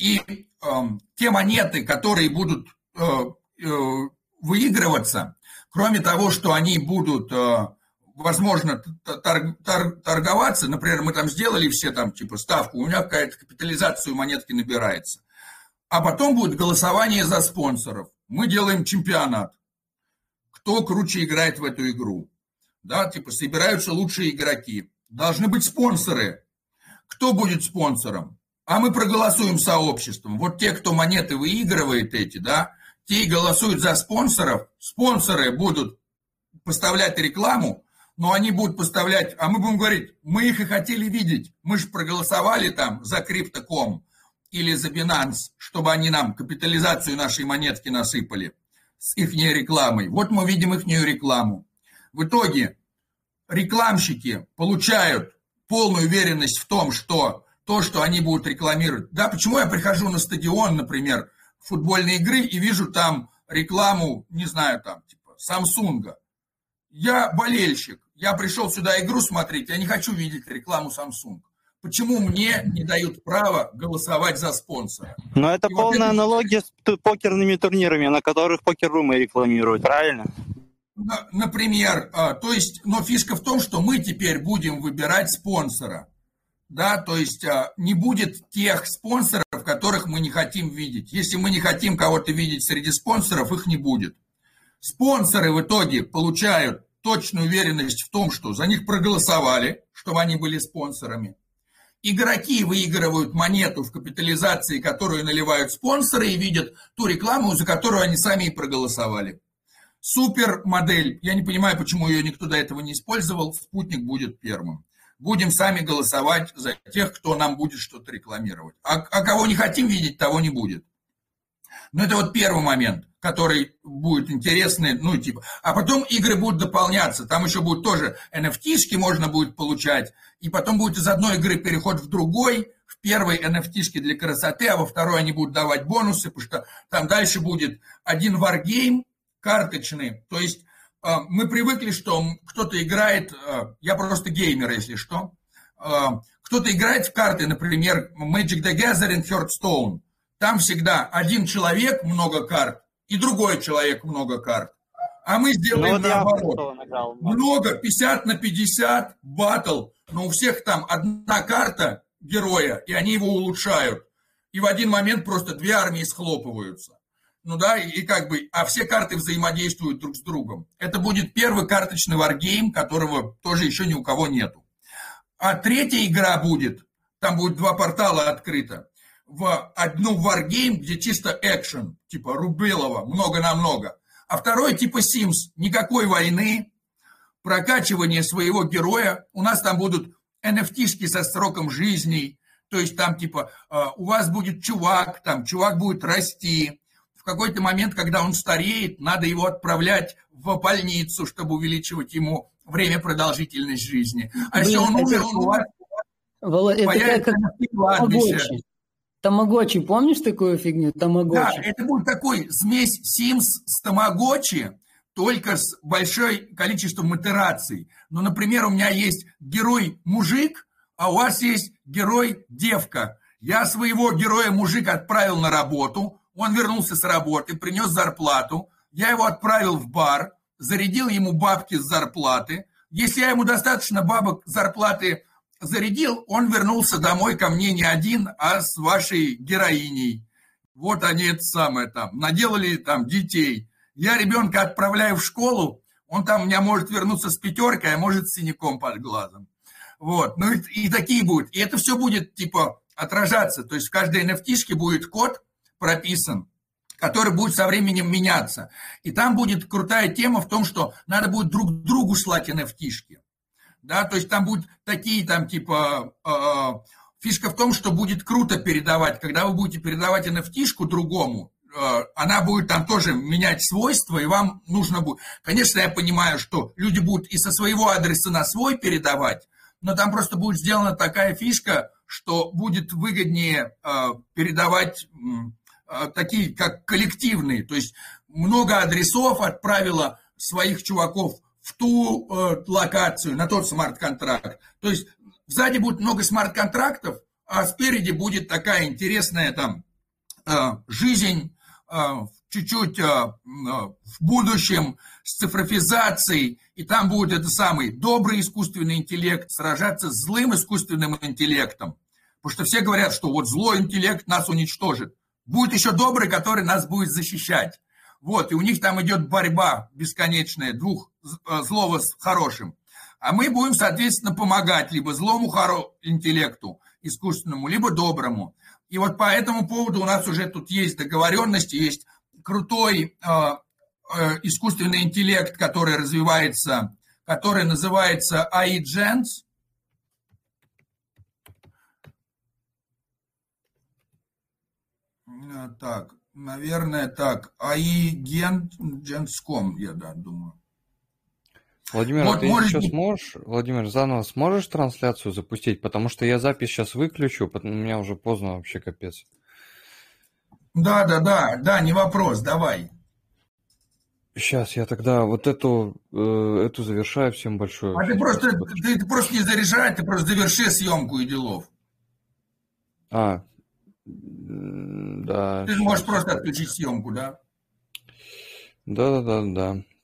те монеты, которые будут выигрываться, кроме того, что они будут, возможно, торговаться, например, мы там сделали все там, типа, ставку, у меня какая-то капитализация у монетки набирается. А потом будет голосование за спонсоров. Мы делаем чемпионат. Кто круче играет в эту игру. Да, типа, собираются лучшие игроки. Должны быть спонсоры. Кто будет спонсором? А мы проголосуем сообществом. Вот те, кто монеты выигрывает эти, да, те и голосуют за спонсоров. Спонсоры будут поставлять рекламу, но они будут поставлять, а мы будем говорить, мы их и хотели видеть. Мы же проголосовали там за Crypto.com или за Binance, чтобы они нам капитализацию нашей монетки насыпали с их рекламой. Вот мы видим их рекламу. В итоге рекламщики получают полную уверенность в том, что то, что они будут рекламировать. Да, почему я прихожу на стадион, например, футбольной игры и вижу там рекламу, не знаю, там, типа, Samsung. Я болельщик, я пришел сюда игру смотреть, я не хочу видеть рекламу Samsung. Почему мне не дают права голосовать за спонсора? Но это полная аналогия с покерными турнирами, на которых покер-румы рекламируют, правильно? Например, то есть, но фишка в том, что мы теперь будем выбирать спонсора. Да, то есть не будет тех спонсоров, которых мы не хотим видеть. Если мы не хотим кого-то видеть среди спонсоров, их не будет. Спонсоры в итоге получают точную уверенность в том, что за них проголосовали, чтобы они были спонсорами. Игроки выигрывают монету в капитализации, которую наливают спонсоры, и видят ту рекламу, за которую они сами и проголосовали. Супер модель. Я не понимаю, почему ее никто до этого не использовал. Спутник будет первым. Будем сами голосовать за тех, кто нам будет что-то рекламировать. А кого не хотим видеть, того не будет. Но это вот первый момент, который будет интересный, ну, типа. А потом игры будут дополняться. Там еще будут тоже NFT-шки можно будет получать. И потом будет из одной игры переход в другой. В первой NFT-шки для красоты, а во второй они будут давать бонусы, потому что там дальше будет один варгейм карточный. То есть мы привыкли, что кто-то играет, я просто геймер, если что, кто-то играет в карты, например, Magic the Gathering, Hearthstone. Там всегда один человек много карт и другой человек много карт. А мы сделаем наоборот. Много, 50 на 50, баттл, но у всех там одна карта героя, и они его улучшают. И в один момент просто две армии схлопываются. Ну да, и как бы, а все карты взаимодействуют друг с другом. Это будет первый карточный варгейм, которого тоже еще ни у кого нету. А третья игра будет, там будет 2 портала открыто, в одну варгейм, где чисто экшен, типа Рубилова, много на много. А второй типа Sims, никакой войны, прокачивание своего героя. У нас там будут NFT-шки со сроком жизни, то есть там типа у вас будет чувак, там чувак будет расти. В какой-то момент, когда он стареет, надо его отправлять в больницу, чтобы увеличивать ему время продолжительности жизни. А если он умер, он у вас появится на кладбище. Тамагочи, помнишь такую фигню? Тамагочи. Да, это будет такой смесь Sims с Тамагочи, только с большим количеством итераций. Ну, например, у меня есть герой-мужик, а у вас есть герой-девка. Я своего героя-мужик отправил на работу, он вернулся с работы, принес зарплату, я его отправил в бар, зарядил ему бабки с зарплаты. Если я ему достаточно бабок зарплаты зарядил, он вернулся домой ко мне не один, а с вашей героиней. Вот они это самое там, наделали там детей. Я ребенка отправляю в школу, он там у меня может вернуться с 5, а может с синяком под глазом. Вот, ну и такие будут. И это все будет типа отражаться. То есть в каждой NFT-шке будет код прописан, который будет со временем меняться. И там будет крутая тема в том, что надо будет друг другу слать NFT-шки. Да, то есть там будут такие там типа... фишка в том, что будет круто передавать. Когда вы будете передавать NFT-шку другому, она будет там тоже менять свойства, и вам нужно будет... Конечно, я понимаю, что люди будут и со своего адреса на свой передавать, но там просто будет сделана такая фишка, что будет выгоднее передавать такие, как коллективные. То есть много адресов отправило своих чуваков в ту локацию, на тот смарт-контракт. То есть сзади будет много смарт-контрактов, а спереди будет такая интересная там жизнь, чуть-чуть в будущем с цифровизацией, и там будет это самый добрый искусственный интеллект сражаться с злым искусственным интеллектом. Потому что все говорят, что вот злой интеллект нас уничтожит. Будет еще добрый, который нас будет защищать. Вот, и у них там идет борьба бесконечная, двух злого с хорошим. А мы будем, соответственно, помогать либо злому интеллекту искусственному, либо доброму. И вот по этому поводу у нас уже тут есть договоренности, есть крутой искусственный интеллект, который развивается, который называется AI-Gens. Так, наверное, так, AI-Gens.com, я думаю. Владимир, вот, а ты еще сможешь, Владимир, заново сможешь трансляцию запустить? Потому что я запись сейчас выключу, у меня уже поздно вообще, капец. Да, не вопрос, давай. Сейчас я тогда вот эту завершаю. Всем большое. А ты просто не заряжай, ты просто заверши съемку и делов. Да. Ты можешь просто отключить съемку, да? Да.